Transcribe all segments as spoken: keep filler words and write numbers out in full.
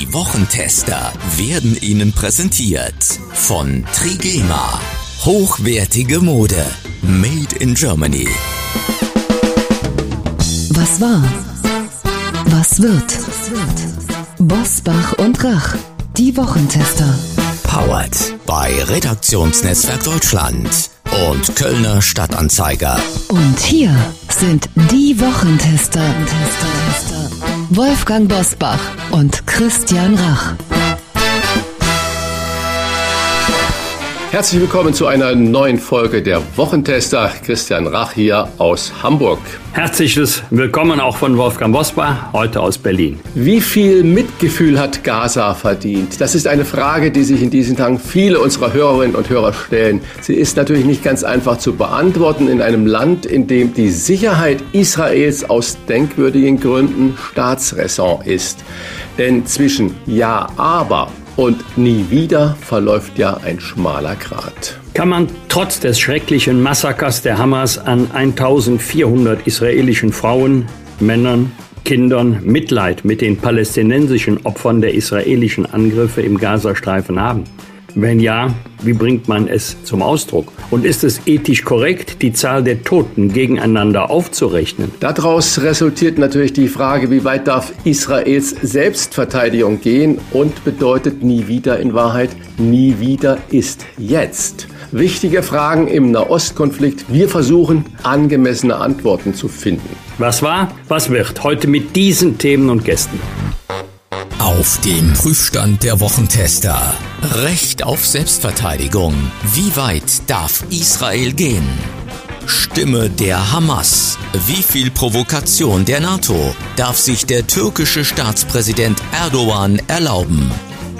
Die Wochentester werden Ihnen präsentiert von Trigema. Hochwertige Mode. Made in Germany. Was war? Was wird? Bosbach und Rach. Die Wochentester. Powered bei Redaktionsnetzwerk Deutschland und Kölner Stadtanzeiger. Und hier sind die Wochentester. Wolfgang Bosbach und Christian Rach. Herzlich willkommen zu einer neuen Folge der Wochentester. Christian Rach hier aus Hamburg. Herzliches Willkommen auch von Wolfgang Bosbach, heute aus Berlin. Wie viel Mitgefühl hat Gaza verdient? Das ist eine Frage, die sich in diesen Tagen viele unserer Hörerinnen und Hörer stellen. Sie ist natürlich nicht ganz einfach zu beantworten in einem Land, in dem die Sicherheit Israels aus denkwürdigen Gründen Staatsräson ist. Denn zwischen Ja, aber und nie wieder verläuft ja ein schmaler Grat. Kann man trotz des schrecklichen Massakers der Hamas an eintausendvierhundert israelischen Frauen, Männern, Kindern Mitleid mit den palästinensischen Opfern der israelischen Angriffe im Gazastreifen haben? Wenn ja, wie bringt man es zum Ausdruck? Und ist es ethisch korrekt, die Zahl der Toten gegeneinander aufzurechnen? Daraus resultiert natürlich die Frage, wie weit darf Israels Selbstverteidigung gehen und bedeutet nie wieder in Wahrheit, nie wieder ist jetzt. Wichtige Fragen im Nahostkonflikt. Wir versuchen, angemessene Antworten zu finden. Was war, was wird? Heute mit diesen Themen und Gästen. Auf dem Prüfstand der Wochentester. Recht auf Selbstverteidigung. Wie weit darf Israel gehen? Stimme der Hamas. Wie viel Provokation der NATO darf sich der türkische Staatspräsident Erdogan erlauben?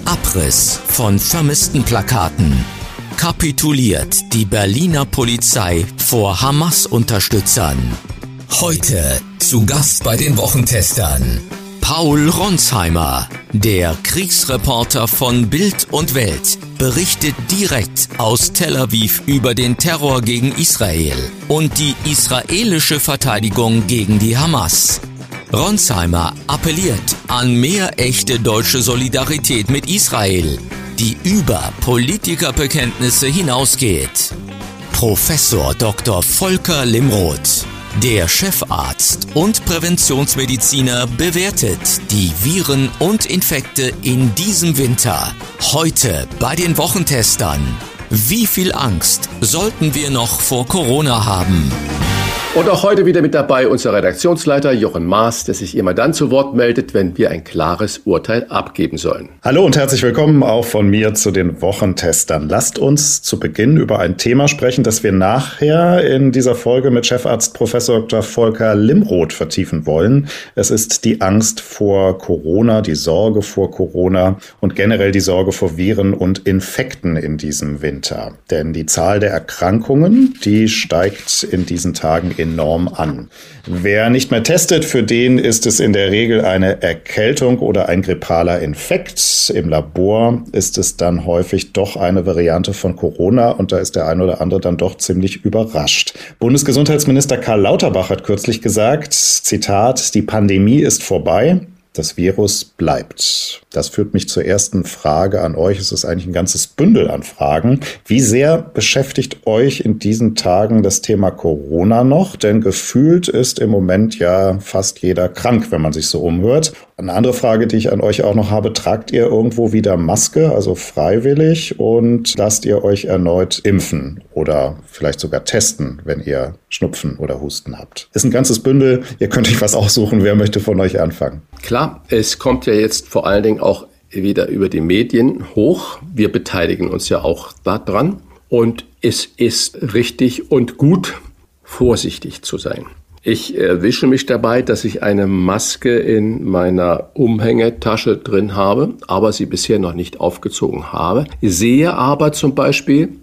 Abriss von vermissten Plakaten. Kapituliert die Berliner Polizei vor Hamas-Unterstützern. Heute zu Gast bei den Wochentestern Paul Ronsheimer, der Kriegsreporter von Bild und Welt, berichtet direkt aus Tel Aviv über den Terror gegen Israel und die israelische Verteidigung gegen die Hamas. Ronsheimer appelliert an mehr echte deutsche Solidarität mit Israel, die über Politikerbekenntnisse hinausgeht. Professor Doktor Volker Limroth, der Chefarzt und Präventionsmediziner, bewertet die Viren und Infekte in diesem Winter. Heute bei den Wochentestern. Wie viel Angst sollten wir noch vor Corona haben? Und auch heute wieder mit dabei unser Redaktionsleiter Jochen Maas, der sich immer dann zu Wort meldet, wenn wir ein klares Urteil abgeben sollen. Hallo und herzlich willkommen auch von mir zu den Wochentestern. Lasst uns zu Beginn über ein Thema sprechen, das wir nachher in dieser Folge mit Chefarzt Professor Doktor Volker Limroth vertiefen wollen. Es ist die Angst vor Corona, die Sorge vor Corona und generell die Sorge vor Viren und Infekten in diesem Winter. Denn die Zahl der Erkrankungen, die steigt in diesen Tagen enorm an. Wer nicht mehr testet, für den ist es in der Regel eine Erkältung oder ein grippaler Infekt. Im Labor ist es dann häufig doch eine Variante von Corona und da ist der ein oder andere dann doch ziemlich überrascht. Bundesgesundheitsminister Karl Lauterbach hat kürzlich gesagt, Zitat, die Pandemie ist vorbei. Das Virus bleibt. Das führt mich zur ersten Frage an euch. Es ist eigentlich ein ganzes Bündel an Fragen. Wie sehr beschäftigt euch in diesen Tagen das Thema Corona noch? Denn gefühlt ist im Moment ja fast jeder krank, wenn man sich so umhört. Eine andere Frage, die ich an euch auch noch habe, tragt ihr irgendwo wieder Maske, also freiwillig, und lasst ihr euch erneut impfen oder vielleicht sogar testen, wenn ihr Schnupfen oder Husten habt? Ist ein ganzes Bündel. Ihr könnt euch was aussuchen. Wer möchte von euch anfangen? Klar, es kommt ja jetzt vor allen Dingen auch wieder über die Medien hoch. Wir beteiligen uns ja auch daran. Und es ist richtig und gut, vorsichtig zu sein. Ich erwische mich dabei, dass ich eine Maske in meiner Umhängetasche drin habe, aber sie bisher noch nicht aufgezogen habe. Ich sehe aber zum Beispiel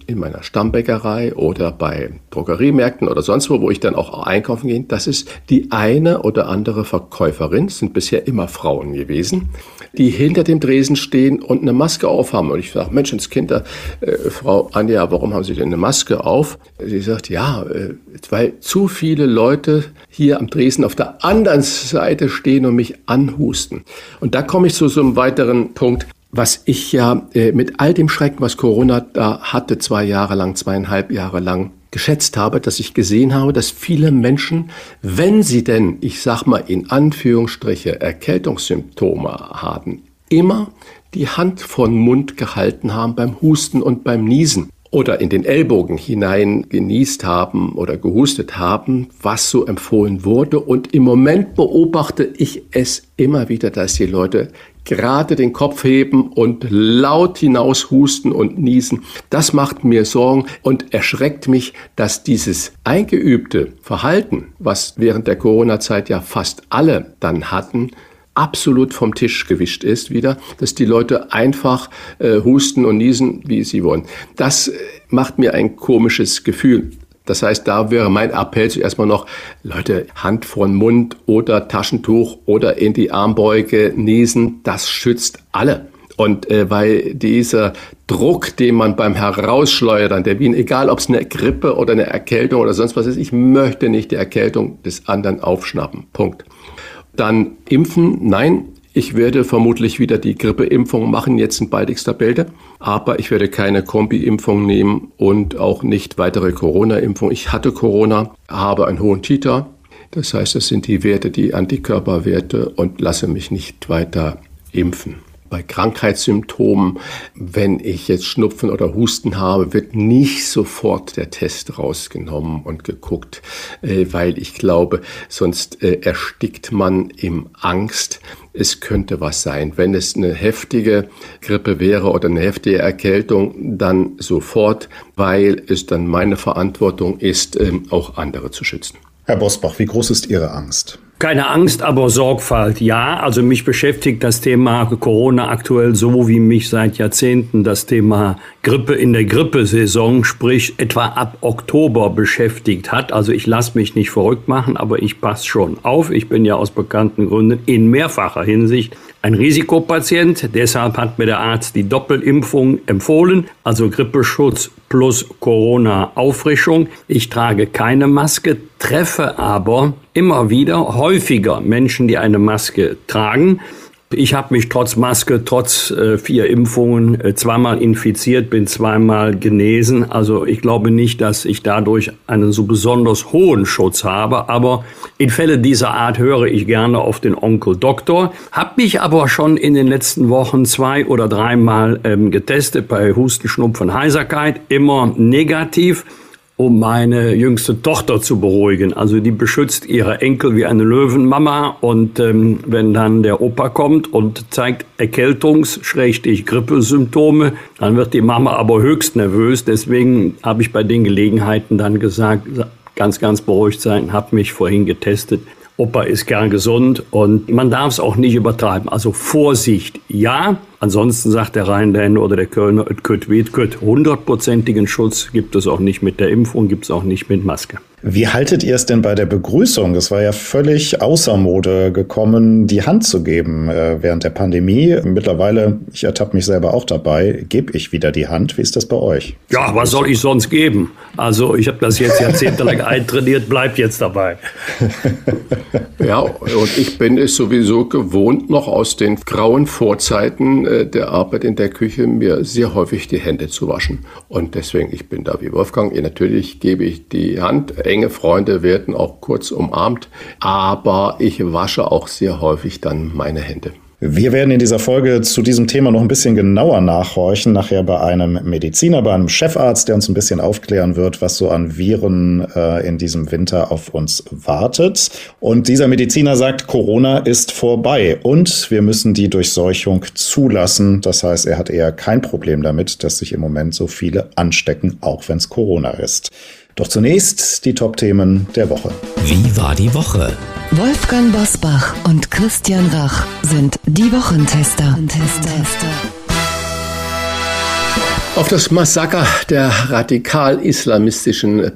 in meiner Stammbäckerei oder bei Drogeriemärkten oder sonst wo, wo ich dann auch einkaufen gehe, das ist die eine oder andere Verkäuferin, es sind bisher immer Frauen gewesen, die hinter dem Tresen stehen und eine Maske aufhaben. Und ich sage, Menschenskinder, äh, Frau Anja, warum haben Sie denn eine Maske auf? Sie sagt, ja, äh, weil zu viele Leute hier am Tresen auf der anderen Seite stehen und mich anhusten. Und da komme ich zu so einem weiteren Punkt, was ich ja äh, mit all dem Schrecken, was Corona da hatte, zwei Jahre lang, zweieinhalb Jahre lang, geschätzt habe, dass ich gesehen habe, dass viele Menschen, wenn sie denn, ich sag mal in Anführungsstriche, Erkältungssymptome haben, immer die Hand vor den Mund gehalten haben beim Husten und beim Niesen oder in den Ellbogen hinein genießt haben oder gehustet haben, was so empfohlen wurde. Und im Moment beobachte ich es immer wieder, dass die Leute gerade den Kopf heben und laut hinaus husten und niesen. Das macht mir Sorgen und erschreckt mich, dass dieses eingeübte Verhalten, was während der Corona-Zeit ja fast alle dann hatten, absolut vom Tisch gewischt ist wieder, dass die Leute einfach äh, husten und niesen, wie sie wollen. Das äh, macht mir ein komisches Gefühl. Das heißt, da wäre mein Appell zuerst mal noch, Leute, Hand vor den Mund oder Taschentuch oder in die Armbeuge niesen, das schützt alle. Und äh, weil dieser Druck, den man beim Herausschleudern der Bienen, egal ob es eine Grippe oder eine Erkältung oder sonst was ist, ich möchte nicht die Erkältung des anderen aufschnappen. Punkt. Dann impfen, nein. Ich werde vermutlich wieder die Grippeimpfung machen, jetzt in baldigster Bälde. Aber ich werde keine Kombi-Impfung nehmen und auch nicht weitere Corona-Impfung. Ich hatte Corona, habe einen hohen Titer. Das heißt, das sind die Werte, die Antikörperwerte und lasse mich nicht weiter impfen. Bei Krankheitssymptomen, wenn ich jetzt Schnupfen oder Husten habe, wird nicht sofort der Test rausgenommen und geguckt, weil ich glaube, sonst erstickt man in Angst. Es könnte was sein. Wenn es eine heftige Grippe wäre oder eine heftige Erkältung, dann sofort, weil es dann meine Verantwortung ist, auch andere zu schützen. Herr Bosbach, wie groß ist Ihre Angst? Keine Angst, aber Sorgfalt. Ja, also mich beschäftigt das Thema Corona aktuell so, wie mich seit Jahrzehnten das Thema Grippe in der Grippesaison, sprich etwa ab Oktober beschäftigt hat. Also ich lasse mich nicht verrückt machen, aber ich passe schon auf. Ich bin ja aus bekannten Gründen in mehrfacher Hinsicht ein Risikopatient. Deshalb hat mir der Arzt die Doppelimpfung empfohlen, also Grippeschutz plus Corona-Auffrischung. Ich trage keine Maske, treffe aber immer wieder häufiger Menschen, die eine Maske tragen. Ich habe mich trotz Maske, trotz äh, vier Impfungen äh, zweimal infiziert, bin zweimal genesen. Also ich glaube nicht, dass ich dadurch einen so besonders hohen Schutz habe. Aber in Fällen dieser Art höre ich gerne auf den Onkel Doktor. Habe mich aber schon in den letzten Wochen zwei oder dreimal ähm, getestet bei Husten, Schnupfen, Heiserkeit. Immer negativ, um meine jüngste Tochter zu beruhigen. Also die beschützt ihre Enkel wie eine Löwenmama. Und ähm, wenn dann der Opa kommt und zeigt Erkältungs-Grippesymptome, dann wird die Mama aber höchst nervös. Deswegen habe ich bei den Gelegenheiten dann gesagt, ganz, ganz beruhigt sein, habe mich vorhin getestet. Opa ist gern gesund und man darf es auch nicht übertreiben. Also Vorsicht, ja. Ansonsten sagt der Rheinländer oder der Kölner, et köt wie et köt. Hundertprozentigen Schutz gibt es auch nicht mit der Impfung, gibt es auch nicht mit Maske. Wie haltet ihr es denn bei der Begrüßung? Es war ja völlig außer Mode gekommen, die Hand zu geben äh, während der Pandemie. Mittlerweile, ich ertappe mich selber auch dabei, gebe ich wieder die Hand. Wie ist das bei euch? Ja, was soll ich sonst geben? Also ich habe das jetzt jahrzehntelang eintrainiert, bleibt jetzt dabei. Ja, und ich bin es sowieso gewohnt, noch aus den grauen Vorzeiten äh, der Arbeit in der Küche, mir sehr häufig die Hände zu waschen. Und deswegen, ich bin da wie Wolfgang. Natürlich gebe ich die Hand. Enge Freunde werden auch kurz umarmt, aber ich wasche auch sehr häufig dann meine Hände. Wir werden in dieser Folge zu diesem Thema noch ein bisschen genauer nachhorchen, nachher bei einem Mediziner, bei einem Chefarzt, der uns ein bisschen aufklären wird, was so an Viren äh, in diesem Winter auf uns wartet. Und dieser Mediziner sagt, Corona ist vorbei und wir müssen die Durchseuchung zulassen. Das heißt, er hat eher kein Problem damit, dass sich im Moment so viele anstecken, auch wenn es Corona ist. Doch zunächst die Top-Themen der Woche. Wie war die Woche? Wolfgang Bosbach und Christian Rach sind die Wochentester. Auf das Massaker der radikal-islamistischen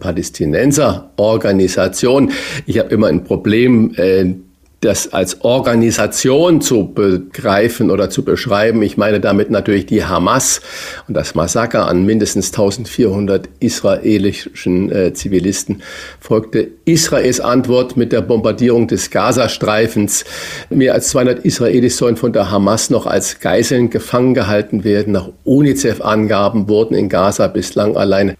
Palästinenser-Organisation. Ich habe immer ein Problem, äh, das als Organisation zu begreifen oder zu beschreiben. Ich meine damit natürlich die Hamas und das Massaker an mindestens eintausendvierhundert israelischen äh, Zivilisten folgte Israels Antwort mit der Bombardierung des Gazastreifens. Mehr als zweihundert Israelis sollen von der Hamas noch als Geiseln gefangen gehalten werden. Nach UNICEF-Angaben wurden in Gaza bislang allein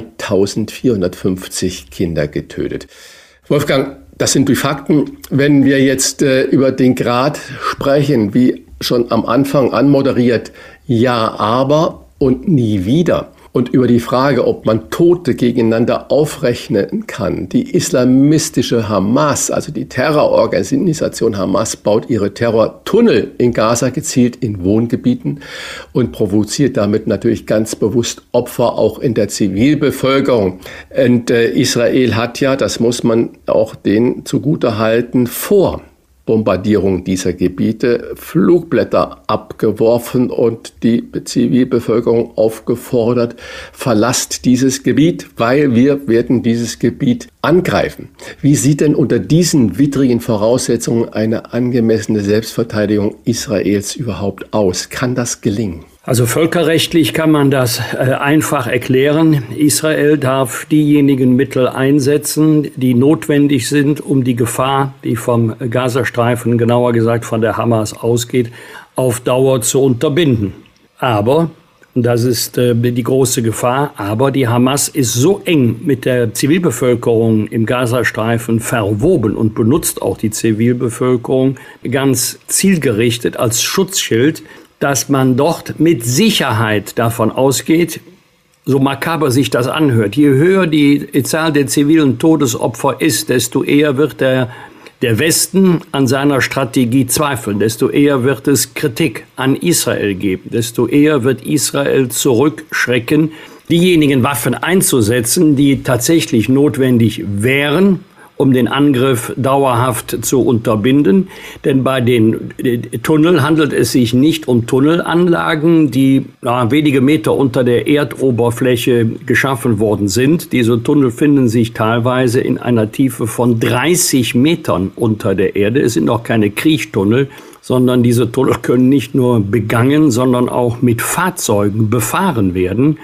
dreitausendvierhundertfünfzig Kinder getötet. Wolfgang, das sind die Fakten. Wenn wir jetzt äh, über den Grad sprechen, wie schon am Anfang anmoderiert, ja, aber und nie wieder. Und über die Frage, ob man Tote gegeneinander aufrechnen kann. Die islamistische Hamas, also die Terrororganisation Hamas, baut ihre Terrortunnel in Gaza gezielt in Wohngebieten und provoziert damit natürlich ganz bewusst Opfer auch in der Zivilbevölkerung. Und äh, Israel hat ja, das muss man auch denen zugutehalten, vor Bombardierung dieser Gebiete Flugblätter abgeworfen und die Zivilbevölkerung aufgefordert, verlasst dieses Gebiet, weil wir werden dieses Gebiet angreifen. Wie sieht denn unter diesen widrigen Voraussetzungen eine angemessene Selbstverteidigung Israels überhaupt aus? Kann das gelingen? Also völkerrechtlich kann man das äh, einfach erklären. Israel darf diejenigen Mittel einsetzen, die notwendig sind, um die Gefahr, die vom Gazastreifen, genauer gesagt von der Hamas ausgeht, auf Dauer zu unterbinden. Aber, und das ist äh, die große Gefahr, aber die Hamas ist so eng mit der Zivilbevölkerung im Gazastreifen verwoben und benutzt auch die Zivilbevölkerung ganz zielgerichtet als Schutzschild, dass man dort mit Sicherheit davon ausgeht, so makaber sich das anhört, je höher die Zahl der zivilen Todesopfer ist, desto eher wird der, der Westen an seiner Strategie zweifeln, desto eher wird es Kritik an Israel geben, desto eher wird Israel zurückschrecken, diejenigen Waffen einzusetzen, die tatsächlich notwendig wären, um den Angriff dauerhaft zu unterbinden. Denn bei den Tunneln handelt es sich nicht um Tunnelanlagen, die na, wenige Meter unter der Erdoberfläche geschaffen worden sind. Diese Tunnel finden sich teilweise in einer Tiefe von dreißig Metern unter der Erde. Es sind auch keine Kriechtunnel, sondern diese Tunnel können nicht nur begangen, sondern auch mit Fahrzeugen befahren werden.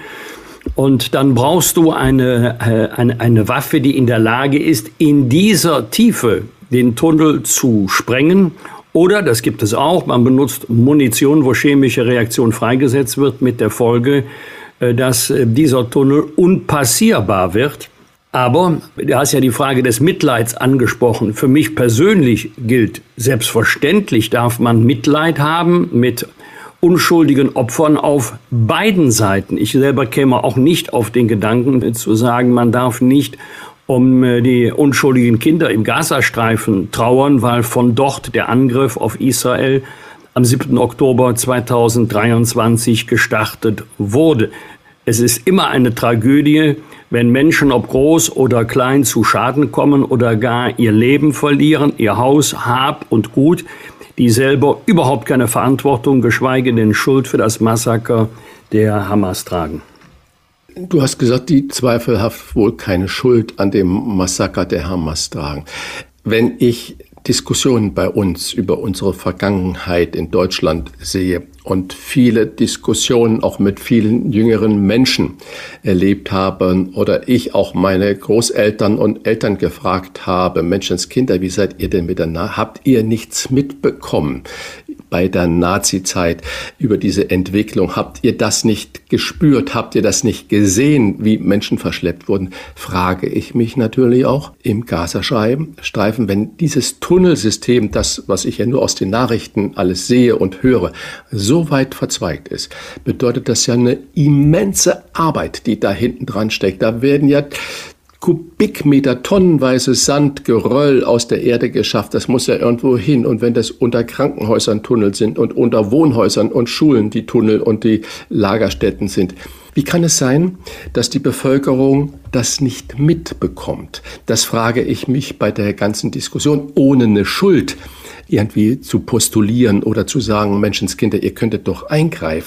Und dann brauchst du eine, äh, eine, eine Waffe, die in der Lage ist, in dieser Tiefe den Tunnel zu sprengen. Oder, das gibt es auch, man benutzt Munition, wo chemische Reaktion freigesetzt wird, mit der Folge, äh, dass äh, dieser Tunnel unpassierbar wird. Aber du hast ja die Frage des Mitleids angesprochen. Für mich persönlich gilt, selbstverständlich darf man Mitleid haben mit unschuldigen Opfern auf beiden Seiten. Ich selber käme auch nicht auf den Gedanken zu sagen, man darf nicht um die unschuldigen Kinder im Gazastreifen trauern, weil von dort der Angriff auf Israel am siebten Oktober zweitausenddreiundzwanzig gestartet wurde. Es ist immer eine Tragödie, wenn Menschen, ob groß oder klein, zu Schaden kommen oder gar ihr Leben verlieren, ihr Haus, Hab und Gut, die selber überhaupt keine Verantwortung, geschweige denn Schuld für das Massaker der Hamas tragen. Du hast gesagt, die zweifelhaft wohl keine Schuld an dem Massaker der Hamas tragen. Wenn ich Diskussionen bei uns über unsere Vergangenheit in Deutschland sehe und viele Diskussionen auch mit vielen jüngeren Menschen erlebt habe oder ich auch meine Großeltern und Eltern gefragt habe, Menschenskinder, wie seid ihr denn miteinander? Habt ihr nichts mitbekommen bei der Nazi-Zeit über diese Entwicklung? Habt ihr das nicht gespürt? Habt ihr das nicht gesehen, wie Menschen verschleppt wurden? Frage ich mich natürlich auch im Gazastreifen, wenn dieses Tunnelsystem, das, was ich ja nur aus den Nachrichten alles sehe und höre, so weit verzweigt ist, bedeutet das ja eine immense Arbeit, die da hinten dran steckt. Da werden ja Kubikmeter, tonnenweise Sand, Geröll aus der Erde geschafft. Das muss ja irgendwo hin. Und wenn das unter Krankenhäusern Tunnel sind und unter Wohnhäusern und Schulen die Tunnel und die Lagerstätten sind, wie kann es sein, dass die Bevölkerung das nicht mitbekommt? Das frage ich mich bei der ganzen Diskussion, ohne eine Schuld irgendwie zu postulieren oder zu sagen, Menschenskinder, ihr könntet doch eingreifen.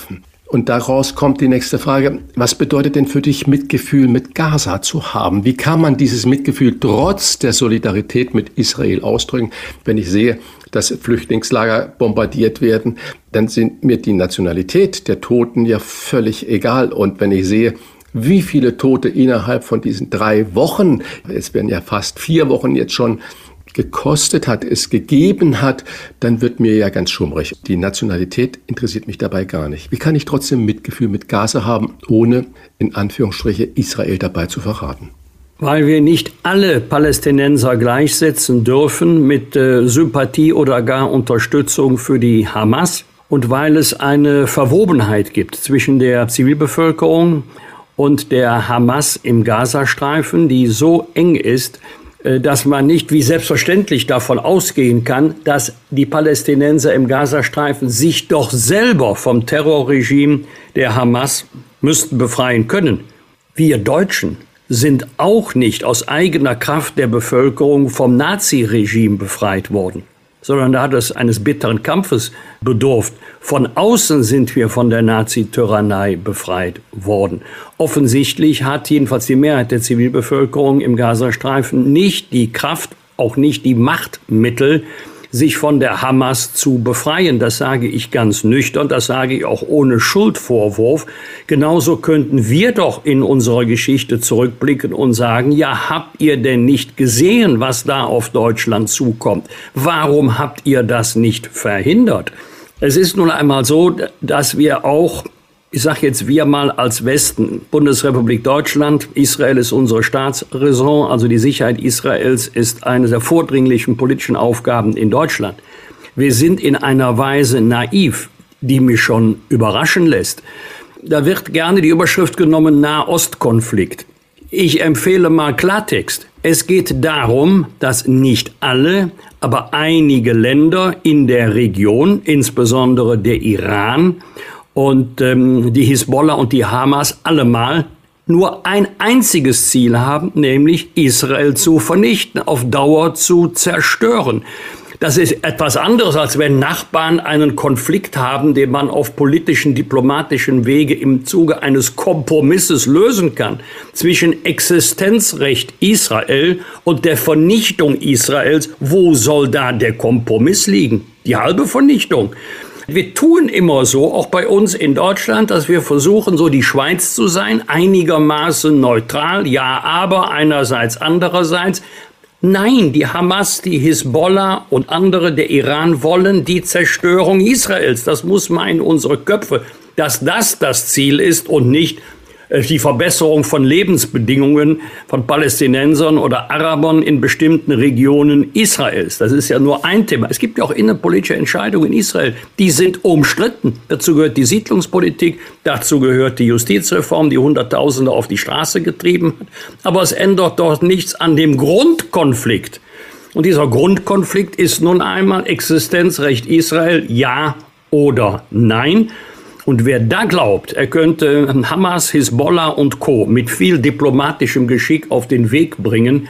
Und daraus kommt die nächste Frage, was bedeutet denn für dich, Mitgefühl mit Gaza zu haben? Wie kann man dieses Mitgefühl trotz der Solidarität mit Israel ausdrücken? Wenn ich sehe, dass Flüchtlingslager bombardiert werden, dann sind mir die Nationalität der Toten ja völlig egal. Und wenn ich sehe, wie viele Tote innerhalb von diesen drei Wochen, es werden ja fast vier Wochen jetzt schon, gekostet hat, es gegeben hat, dann wird mir ja ganz schummrig. Die Nationalität interessiert mich dabei gar nicht. Wie kann ich trotzdem Mitgefühl mit Gaza haben, ohne in Anführungsstriche Israel dabei zu verraten? Weil wir nicht alle Palästinenser gleichsetzen dürfen mit äh, Sympathie oder gar Unterstützung für die Hamas und weil es eine Verwobenheit gibt zwischen der Zivilbevölkerung und der Hamas im Gazastreifen, die so eng ist, dass man nicht wie selbstverständlich davon ausgehen kann, dass die Palästinenser im Gazastreifen sich doch selber vom Terrorregime der Hamas müssten befreien können. Wir Deutschen sind auch nicht aus eigener Kraft der Bevölkerung vom Naziregime befreit worden, sondern da hat es eines bitteren Kampfes bedurft. Von außen sind wir von der Nazi-Tyrannei befreit worden. Offensichtlich hat jedenfalls die Mehrheit der Zivilbevölkerung im Gazastreifen nicht die Kraft, auch nicht die Machtmittel, sich von der Hamas zu befreien. Das sage ich ganz nüchtern, das sage ich auch ohne Schuldvorwurf. Genauso könnten wir doch in unserer Geschichte zurückblicken und sagen, ja, habt ihr denn nicht gesehen, was da auf Deutschland zukommt? Warum habt ihr das nicht verhindert? Es ist nun einmal so, dass wir auch, ich sage jetzt wir mal als Westen, Bundesrepublik Deutschland, Israel ist unsere Staatsräson, also die Sicherheit Israels ist eine der vordringlichen politischen Aufgaben in Deutschland. Wir sind in einer Weise naiv, die mich schon überraschen lässt. Da wird gerne die Überschrift genommen, Nahostkonflikt. Ich empfehle mal Klartext. Es geht darum, dass nicht alle, aber einige Länder in der Region, insbesondere der Iran und ähm, die Hisbollah und die Hamas, allemal nur ein einziges Ziel haben, nämlich Israel zu vernichten, auf Dauer zu zerstören. Das ist etwas anderes, als wenn Nachbarn einen Konflikt haben, den man auf politischen, diplomatischen Wege im Zuge eines Kompromisses lösen kann. Zwischen Existenzrecht Israel und der Vernichtung Israels, wo soll da der Kompromiss liegen? Die halbe Vernichtung. Wir tun immer so, auch bei uns in Deutschland, dass wir versuchen, so die Schweiz zu sein, einigermaßen neutral, ja, aber einerseits, andererseits. Nein, die Hamas, die Hisbollah und andere, der Iran, wollen die Zerstörung Israels. Das muss mal in unsere Köpfe, dass das das Ziel ist und nicht die Verbesserung von Lebensbedingungen von Palästinensern oder Arabern in bestimmten Regionen Israels. Das ist ja nur ein Thema. Es gibt ja auch innenpolitische Entscheidungen in Israel, die sind umstritten. Dazu gehört die Siedlungspolitik, dazu gehört die Justizreform, die Hunderttausende auf die Straße getrieben hat. Aber es ändert dort nichts an dem Grundkonflikt. Und dieser Grundkonflikt ist nun einmal Existenzrecht Israel, ja oder nein. Und wer da glaubt, er könnte Hamas, Hisbollah und Co. mit viel diplomatischem Geschick auf den Weg bringen,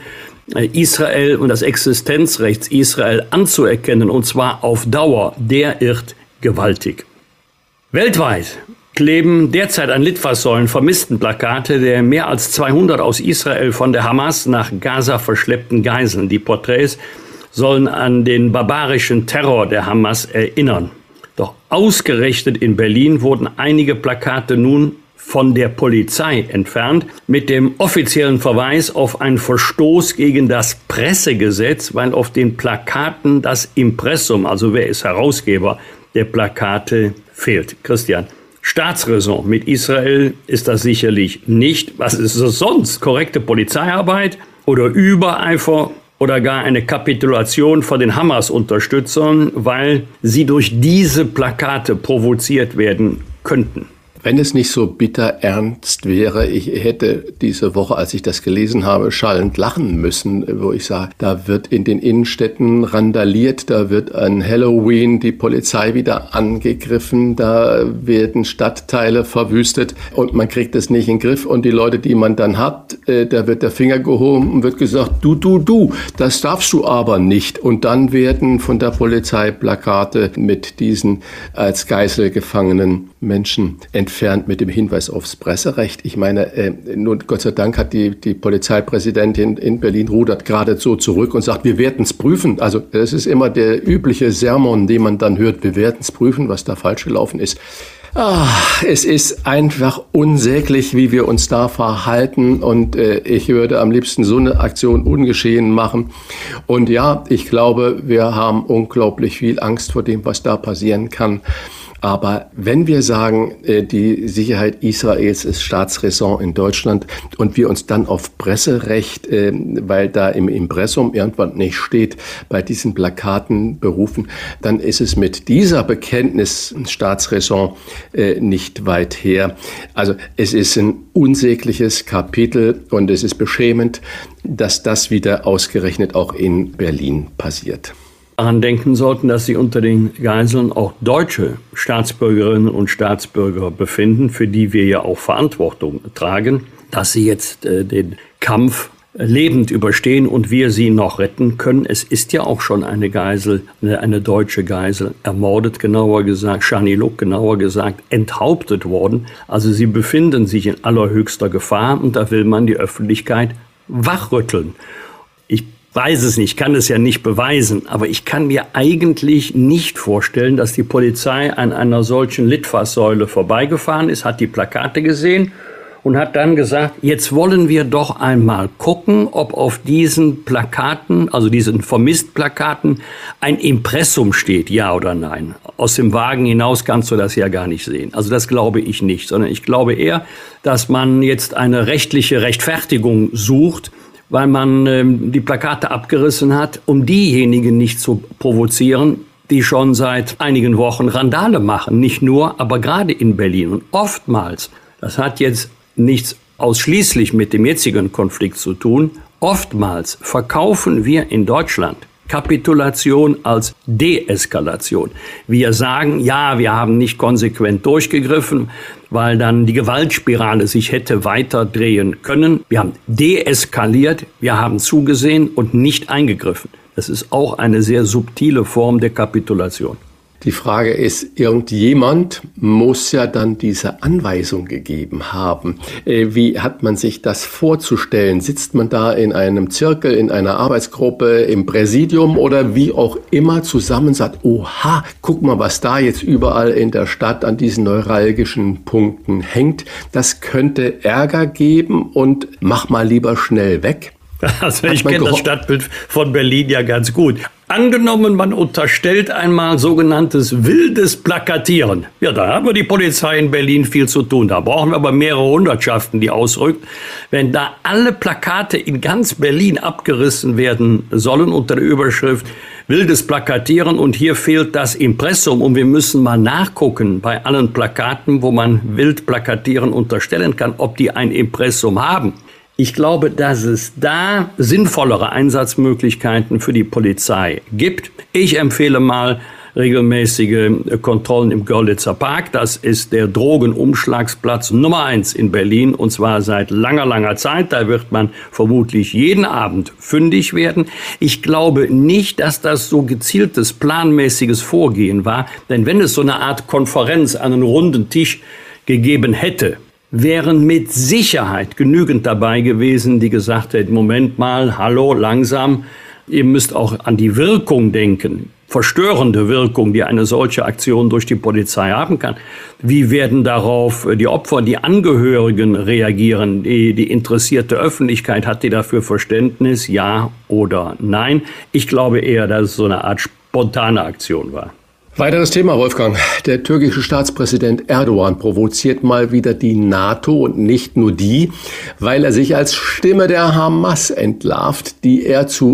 Israel und das Existenzrecht Israel anzuerkennen, und zwar auf Dauer, der irrt gewaltig. Weltweit kleben derzeit an Litfaßsäulen Vermisstenplakate der mehr als zweihundert aus Israel von der Hamas nach Gaza verschleppten Geiseln. Die Porträts sollen an den barbarischen Terror der Hamas erinnern. Doch ausgerechnet in Berlin wurden einige Plakate nun von der Polizei entfernt, mit dem offiziellen Verweis auf einen Verstoß gegen das Pressegesetz, weil auf den Plakaten das Impressum, also wer ist Herausgeber der Plakate, fehlt. Christian, Staatsräson mit Israel ist das sicherlich nicht. Was ist es sonst? Korrekte Polizeiarbeit oder Übereifer? Oder gar eine Kapitulation von den Hamas-Unterstützern, weil sie durch diese Plakate provoziert werden könnten. Wenn es nicht so bitter ernst wäre, ich hätte diese Woche, als ich das gelesen habe, schallend lachen müssen, wo ich sah, da wird in den Innenstädten randaliert, da wird an Halloween die Polizei wieder angegriffen, da werden Stadtteile verwüstet und man kriegt es nicht in den Griff und die Leute, die man dann hat, da wird der Finger gehoben und wird gesagt, du, du, du, das darfst du aber nicht. Und dann werden von der Polizei Plakate mit diesen als Geisel gefangenen Menschen entfernt mit dem Hinweis aufs Presserecht. Ich meine, äh, nun Gott sei Dank hat die, die Polizeipräsidentin in Berlin rudert gerade so zurück und sagt, wir werden es prüfen. Also das ist immer der übliche Sermon, den man dann hört, wir werden es prüfen, was da falsch gelaufen ist. Ah, es ist einfach unsäglich, wie wir uns da verhalten und äh, ich würde am liebsten so eine Aktion ungeschehen machen. Und ja, ich glaube, wir haben unglaublich viel Angst vor dem, was da passieren kann. Aber wenn wir sagen, die Sicherheit Israels ist Staatsräson in Deutschland und wir uns dann auf Presserecht, weil da im Impressum irgendwann nicht steht, bei diesen Plakaten berufen, dann ist es mit dieser Bekenntnis Staatsräson nicht weit her. Also es ist ein unsägliches Kapitel und es ist beschämend, dass das wieder ausgerechnet auch in Berlin passiert. Daran denken sollten, dass sich unter den Geiseln auch deutsche Staatsbürgerinnen und Staatsbürger befinden, für die wir ja auch Verantwortung tragen, dass sie jetzt äh, den Kampf lebend überstehen und wir sie noch retten können. Es ist ja auch schon eine Geisel, eine, eine deutsche Geisel ermordet, genauer gesagt, Shaniluk, genauer gesagt, enthauptet worden. Also sie befinden sich in allerhöchster Gefahr und da will man die Öffentlichkeit wachrütteln. Ich weiß es nicht, kann es ja nicht beweisen, aber ich kann mir eigentlich nicht vorstellen, dass die Polizei an einer solchen Litfaßsäule vorbeigefahren ist, hat die Plakate gesehen und hat dann gesagt, jetzt wollen wir doch einmal gucken, ob auf diesen Plakaten, also diesen Vermisst-Plakaten, ein Impressum steht, ja oder nein. Aus dem Wagen hinaus kannst du das ja gar nicht sehen. Also das glaube ich nicht, sondern ich glaube eher, dass man jetzt eine rechtliche Rechtfertigung sucht, weil man ähm, die Plakate abgerissen hat, um diejenigen nicht zu provozieren, die schon seit einigen Wochen Randale machen. Nicht nur, aber gerade in Berlin. Und oftmals, das hat jetzt nichts ausschließlich mit dem jetzigen Konflikt zu tun, oftmals verkaufen wir in Deutschland Kapitulation als Deeskalation. Wir sagen, ja, wir haben nicht konsequent durchgegriffen, weil dann die Gewaltspirale sich hätte weiter drehen können. Wir haben deeskaliert, wir haben zugesehen und nicht eingegriffen. Das ist auch eine sehr subtile Form der Kapitulation. Die Frage ist, irgendjemand muss ja dann diese Anweisung gegeben haben. Wie hat man sich das vorzustellen? Sitzt man da in einem Zirkel, in einer Arbeitsgruppe, im Präsidium oder wie auch immer zusammen, sagt, oha, guck mal, was da jetzt überall in der Stadt an diesen neuralgischen Punkten hängt. Das könnte Ärger geben und mach mal lieber schnell weg. Also ich kenne das Stadtbild von Berlin ja ganz gut. Angenommen, man unterstellt einmal sogenanntes wildes Plakatieren. Ja, da haben wir die Polizei in Berlin viel zu tun. Da brauchen wir aber mehrere Hundertschaften, die ausrückt. Wenn da alle Plakate in ganz Berlin abgerissen werden sollen unter der Überschrift wildes Plakatieren und hier fehlt das Impressum und wir müssen mal nachgucken bei allen Plakaten, wo man wild Plakatieren unterstellen kann, ob die ein Impressum haben. Ich glaube, dass es da sinnvollere Einsatzmöglichkeiten für die Polizei gibt. Ich empfehle mal regelmäßige Kontrollen im Görlitzer Park. Das ist der Drogenumschlagsplatz Nummer eins in Berlin und zwar seit langer, langer Zeit. Da wird man vermutlich jeden Abend fündig werden. Ich glaube nicht, dass das so gezieltes, planmäßiges Vorgehen war. Denn wenn es so eine Art Konferenz an einem runden Tisch gegeben hätte, wären mit Sicherheit genügend dabei gewesen, die gesagt hätten, Moment mal, hallo, langsam, ihr müsst auch an die Wirkung denken, verstörende Wirkung, die eine solche Aktion durch die Polizei haben kann. Wie werden darauf die Opfer, die Angehörigen reagieren? Die, die interessierte Öffentlichkeit, hat die dafür Verständnis, ja oder nein? Ich glaube eher, dass es so eine Art spontane Aktion war. Weiteres Thema, Wolfgang. Der türkische Staatspräsident Erdogan provoziert mal wieder die NATO und nicht nur die, weil er sich als Stimme der Hamas entlarvt, die er zu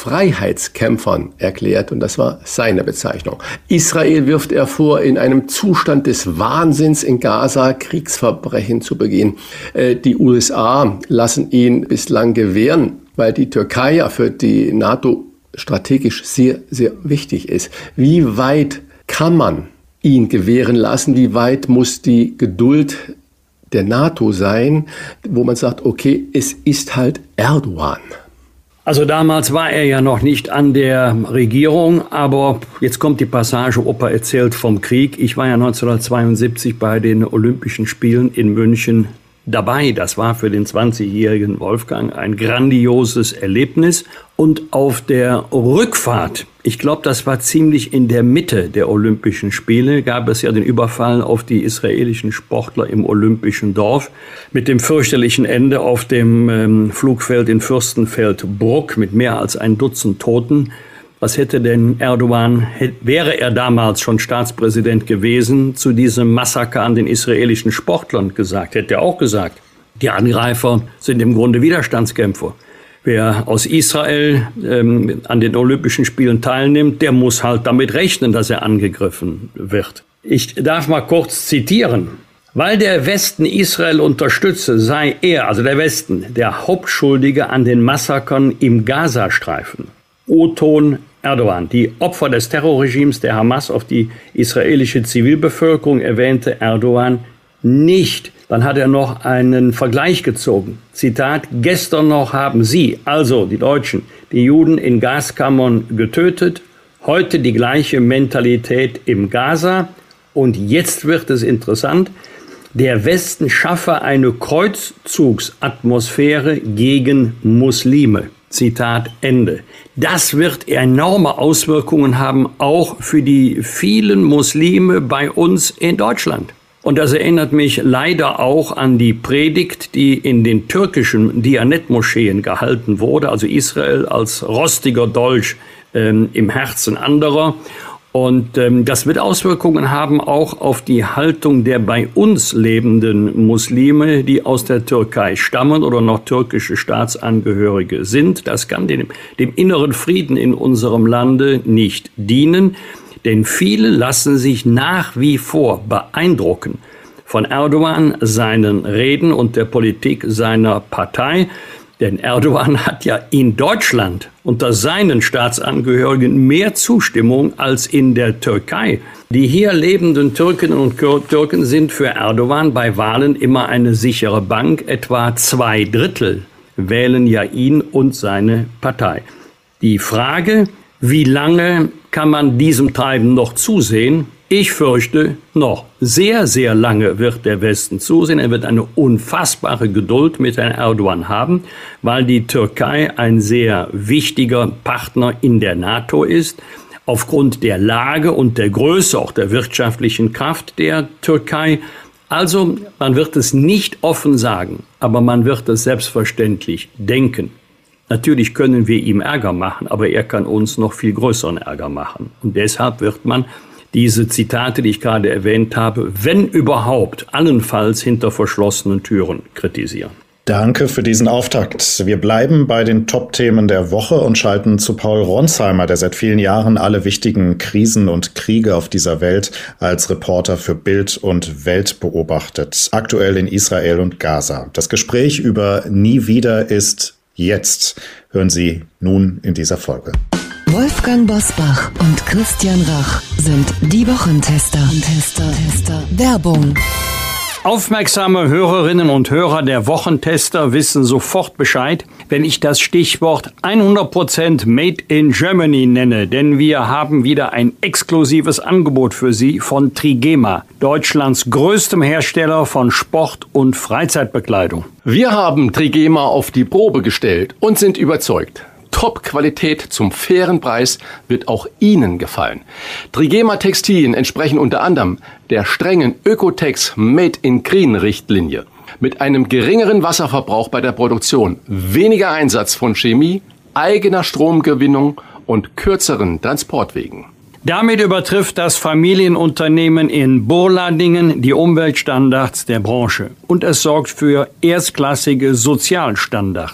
Freiheitskämpfern erklärt und das war seine Bezeichnung. Israel wirft er vor, in einem Zustand des Wahnsinns in Gaza Kriegsverbrechen zu begehen. Die U S A lassen ihn bislang gewähren, weil die Türkei ja für die NATO strategisch sehr, sehr wichtig ist. Wie weit kann man ihn gewähren lassen? Wie weit muss die Geduld der NATO sein, wo man sagt, okay, es ist halt Erdogan? Also damals war er ja noch nicht an der Regierung, aber jetzt kommt die Passage, Opa erzählt vom Krieg. Ich war ja neunzehnhundertzweiundsiebzig bei den Olympischen Spielen in München dabei. Das war für den zwanzigjährigen Wolfgang ein grandioses Erlebnis. Und auf der Rückfahrt, ich glaube, das war ziemlich in der Mitte der Olympischen Spiele, gab es ja den Überfall auf die israelischen Sportler im Olympischen Dorf mit dem fürchterlichen Ende auf dem ähm, Flugfeld in Fürstenfeldbruck mit mehr als ein Dutzend Toten. Was hätte denn Erdogan, wäre er damals schon Staatspräsident gewesen, zu diesem Massaker an den israelischen Sportlern gesagt? Hätte er auch gesagt, die Angreifer sind im Grunde Widerstandskämpfer. Wer aus Israel ähm, an den Olympischen Spielen teilnimmt, der muss halt damit rechnen, dass er angegriffen wird. Ich darf mal kurz zitieren. Weil der Westen Israel unterstütze, sei er, also der Westen, der Hauptschuldige an den Massakern im Gazastreifen. O-Ton Erdogan. Die Opfer des Terrorregimes der Hamas auf die israelische Zivilbevölkerung erwähnte Erdogan nicht. Dann hat er noch einen Vergleich gezogen. Zitat, gestern noch haben Sie, also die Deutschen, die Juden in Gaskammern getötet, heute die gleiche Mentalität im Gaza und jetzt wird es interessant, der Westen schaffe eine Kreuzzugsatmosphäre gegen Muslime. Zitat Ende. Das wird enorme Auswirkungen haben, auch für die vielen Muslime bei uns in Deutschland. Und das erinnert mich leider auch an die Predigt, die in den türkischen Dianet-Moscheen gehalten wurde, also Israel als rostiger Dolch ähm, im Herzen anderer. Und ähm, das wird Auswirkungen haben auch auf die Haltung der bei uns lebenden Muslime, die aus der Türkei stammen oder noch türkische Staatsangehörige sind. Das kann dem, dem inneren Frieden in unserem Lande nicht dienen. Denn viele lassen sich nach wie vor beeindrucken von Erdogan, seinen Reden und der Politik seiner Partei. Denn Erdogan hat ja in Deutschland unter seinen Staatsangehörigen mehr Zustimmung als in der Türkei. Die hier lebenden Türkinnen und Türken sind für Erdogan bei Wahlen immer eine sichere Bank. Etwa zwei Drittel wählen ja ihn und seine Partei. Die Frage, wie lange kann man diesem Treiben noch zusehen? Ich fürchte, noch sehr, sehr lange wird der Westen zusehen. Er wird eine unfassbare Geduld mit Herrn Erdogan haben, weil die Türkei ein sehr wichtiger Partner in der NATO ist. Aufgrund der Lage und der Größe, auch der wirtschaftlichen Kraft der Türkei. Also, man wird es nicht offen sagen, aber man wird es selbstverständlich denken. Natürlich können wir ihm Ärger machen, aber er kann uns noch viel größeren Ärger machen. Und deshalb wird man diese Zitate, die ich gerade erwähnt habe, wenn überhaupt, allenfalls hinter verschlossenen Türen kritisieren. Danke für diesen Auftakt. Wir bleiben bei den Top-Themen der Woche und schalten zu Paul Ronsheimer, der seit vielen Jahren alle wichtigen Krisen und Kriege auf dieser Welt als Reporter für Bild und Welt beobachtet. Aktuell in Israel und Gaza. Das Gespräch über Nie wieder ist jetzt. Hören Sie nun in dieser Folge. Wolfgang Bosbach und Christian Rach sind die Wochentester. Tester, Tester. Werbung. Aufmerksame Hörerinnen und Hörer der Wochentester wissen sofort Bescheid, wenn ich das Stichwort hundert Prozent Made in Germany nenne, denn wir haben wieder ein exklusives Angebot für Sie von Trigema, Deutschlands größtem Hersteller von Sport- und Freizeitbekleidung. Wir haben Trigema auf die Probe gestellt und sind überzeugt. Top-Qualität zum fairen Preis wird auch Ihnen gefallen. Trigema Textilien entsprechen unter anderem der strengen Ökotex Made in Green Richtlinie. Mit einem geringeren Wasserverbrauch bei der Produktion, weniger Einsatz von Chemie, eigener Stromgewinnung und kürzeren Transportwegen. Damit übertrifft das Familienunternehmen in Burladingen die Umweltstandards der Branche und es sorgt für erstklassige Sozialstandards.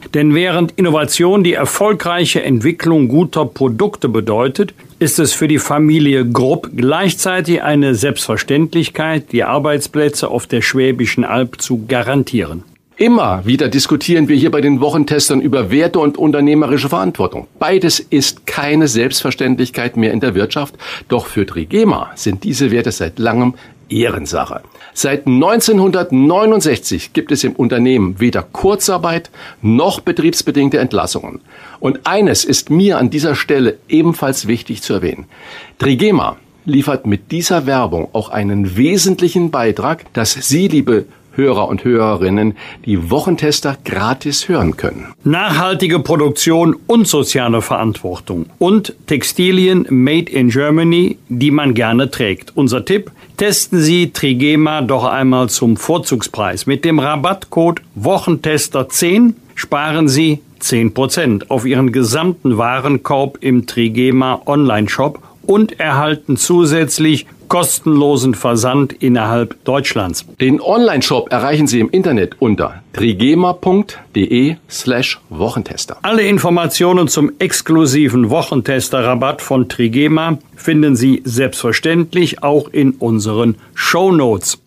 Denn während Innovation die erfolgreiche Entwicklung guter Produkte bedeutet, ist es für die Familie Grupp gleichzeitig eine Selbstverständlichkeit, die Arbeitsplätze auf der Schwäbischen Alb zu garantieren. Immer wieder diskutieren wir hier bei den Wochentestern über Werte und unternehmerische Verantwortung. Beides ist keine Selbstverständlichkeit mehr in der Wirtschaft, doch für Trigema sind diese Werte seit langem Ehrensache. Seit neunzehnhundertneunundsechzig gibt es im Unternehmen weder Kurzarbeit noch betriebsbedingte Entlassungen. Und eines ist mir an dieser Stelle ebenfalls wichtig zu erwähnen. Trigema liefert mit dieser Werbung auch einen wesentlichen Beitrag, dass Sie, liebe Hörer und Hörerinnen, die Wochentester gratis hören können. Nachhaltige Produktion und soziale Verantwortung und Textilien made in Germany, die man gerne trägt. Unser Tipp: Testen Sie Trigema doch einmal zum Vorzugspreis. Mit dem Rabattcode Wochentester zehn sparen Sie zehn Prozent auf Ihren gesamten Warenkorb im Trigema Online-Shop und erhalten zusätzlich kostenlosen Versand innerhalb Deutschlands. Den Online-Shop erreichen Sie im Internet unter trigema.de slash Wochentester. Alle Informationen zum exklusiven Wochentester-Rabatt von Trigema finden Sie selbstverständlich auch in unseren Shownotes.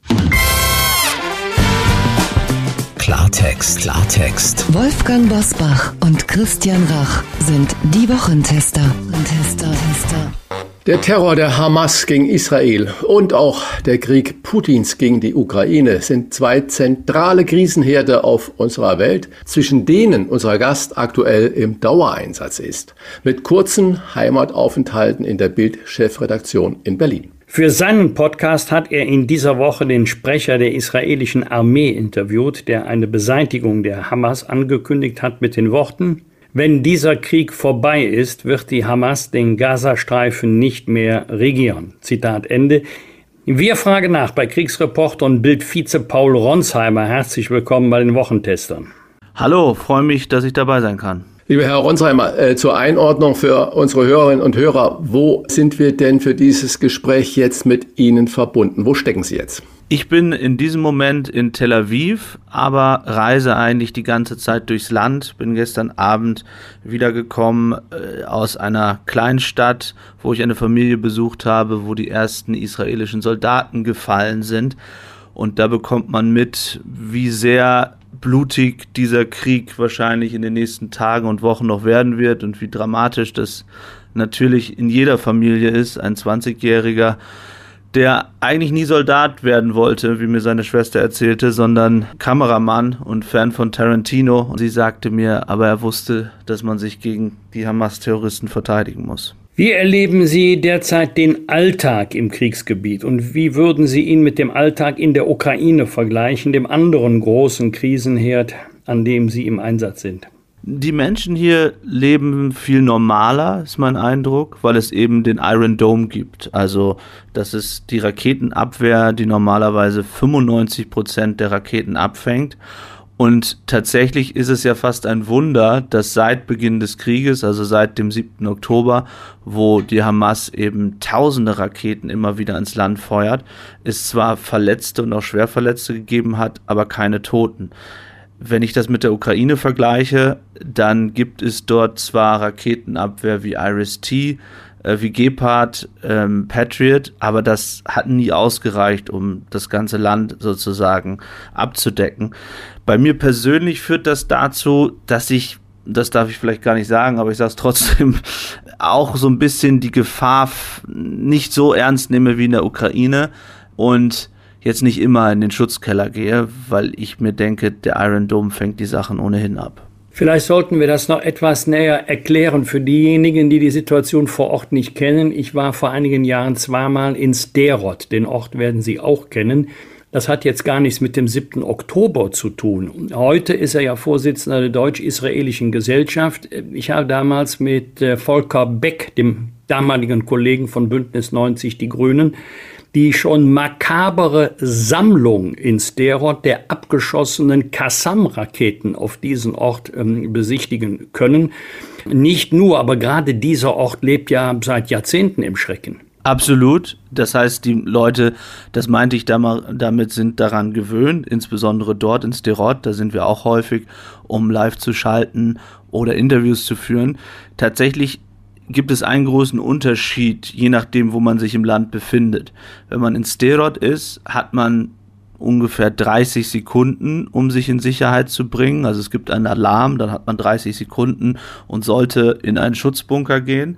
Klartext, Klartext. Wolfgang Bosbach und Christian Rach sind die Wochentester. Tester, Tester. Der Terror der Hamas gegen Israel und auch der Krieg Putins gegen die Ukraine sind zwei zentrale Krisenherde auf unserer Welt, zwischen denen unser Gast aktuell im Dauereinsatz ist, mit kurzen Heimataufenthalten in der Bild-Chefredaktion in Berlin. Für seinen Podcast hat er in dieser Woche den Sprecher der israelischen Armee interviewt, der eine Beseitigung der Hamas angekündigt hat mit den Worten: Wenn dieser Krieg vorbei ist, wird die Hamas den Gazastreifen nicht mehr regieren. Zitat Ende. Wir fragen nach bei Kriegsreporter und Bild-Vize Paul Ronsheimer. Herzlich willkommen bei den Wochentestern. Hallo, freue mich, dass ich dabei sein kann. Lieber Herr Ronsheimer, äh, zur Einordnung für unsere Hörerinnen und Hörer, wo sind wir denn für dieses Gespräch jetzt mit Ihnen verbunden? Wo stecken Sie jetzt? Ich bin in diesem Moment in Tel Aviv, aber reise eigentlich die ganze Zeit durchs Land. Bin gestern Abend wiedergekommen äh, aus einer Kleinstadt, wo ich eine Familie besucht habe, wo die ersten israelischen Soldaten gefallen sind. Und da bekommt man mit, wie sehr blutig dieser Krieg wahrscheinlich in den nächsten Tagen und Wochen noch werden wird und wie dramatisch das natürlich in jeder Familie ist. Ein zwanzigjähriger, der eigentlich nie Soldat werden wollte, wie mir seine Schwester erzählte, sondern Kameramann und Fan von Tarantino. Und sie sagte mir, aber er wusste, dass man sich gegen die Hamas-Terroristen verteidigen muss. Wie erleben Sie derzeit den Alltag im Kriegsgebiet und wie würden Sie ihn mit dem Alltag in der Ukraine vergleichen, dem anderen großen Krisenherd, an dem Sie im Einsatz sind? Die Menschen hier leben viel normaler, ist mein Eindruck, weil es eben den Iron Dome gibt. Also das ist die Raketenabwehr, die normalerweise fünfundneunzig Prozent der Raketen abfängt. Und tatsächlich ist es ja fast ein Wunder, dass seit Beginn des Krieges, also seit dem siebten Oktober, wo die Hamas eben tausende Raketen immer wieder ins Land feuert, es zwar Verletzte und auch Schwerverletzte gegeben hat, aber keine Toten. Wenn ich das mit der Ukraine vergleiche, dann gibt es dort zwar Raketenabwehr wie Iris-T, äh, wie Gepard, ähm, Patriot, aber das hat nie ausgereicht, um das ganze Land sozusagen abzudecken. Bei mir persönlich führt das dazu, dass ich, das darf ich vielleicht gar nicht sagen, aber ich sage es trotzdem, auch so ein bisschen die Gefahr nicht so ernst nehme wie in der Ukraine und jetzt nicht immer in den Schutzkeller gehe, weil ich mir denke, der Iron Dome fängt die Sachen ohnehin ab. Vielleicht sollten wir das noch etwas näher erklären für diejenigen, die die Situation vor Ort nicht kennen. Ich war vor einigen Jahren zweimal in Sderot, den Ort werden Sie auch kennen. Das hat jetzt gar nichts mit dem siebten Oktober zu tun. Heute ist er ja Vorsitzender der Deutsch-Israelischen Gesellschaft. Ich habe damals mit Volker Beck, dem damaligen Kollegen von Bündnis neunzig Die Grünen, die schon makabere Sammlung in Sderot der abgeschossenen Qassam-Raketen auf diesen Ort ähm, besichtigen können. Nicht nur, aber gerade dieser Ort lebt ja seit Jahrzehnten im Schrecken. Absolut. Das heißt, die Leute, das meinte ich damit, sind daran gewöhnt, insbesondere dort in Sderot, da sind wir auch häufig, um live zu schalten oder Interviews zu führen. Tatsächlich gibt es einen großen Unterschied, je nachdem, wo man sich im Land befindet. Wenn man in Sderot ist, hat man ungefähr dreißig Sekunden, um sich in Sicherheit zu bringen. Also es gibt einen Alarm, dann hat man dreißig Sekunden und sollte in einen Schutzbunker gehen.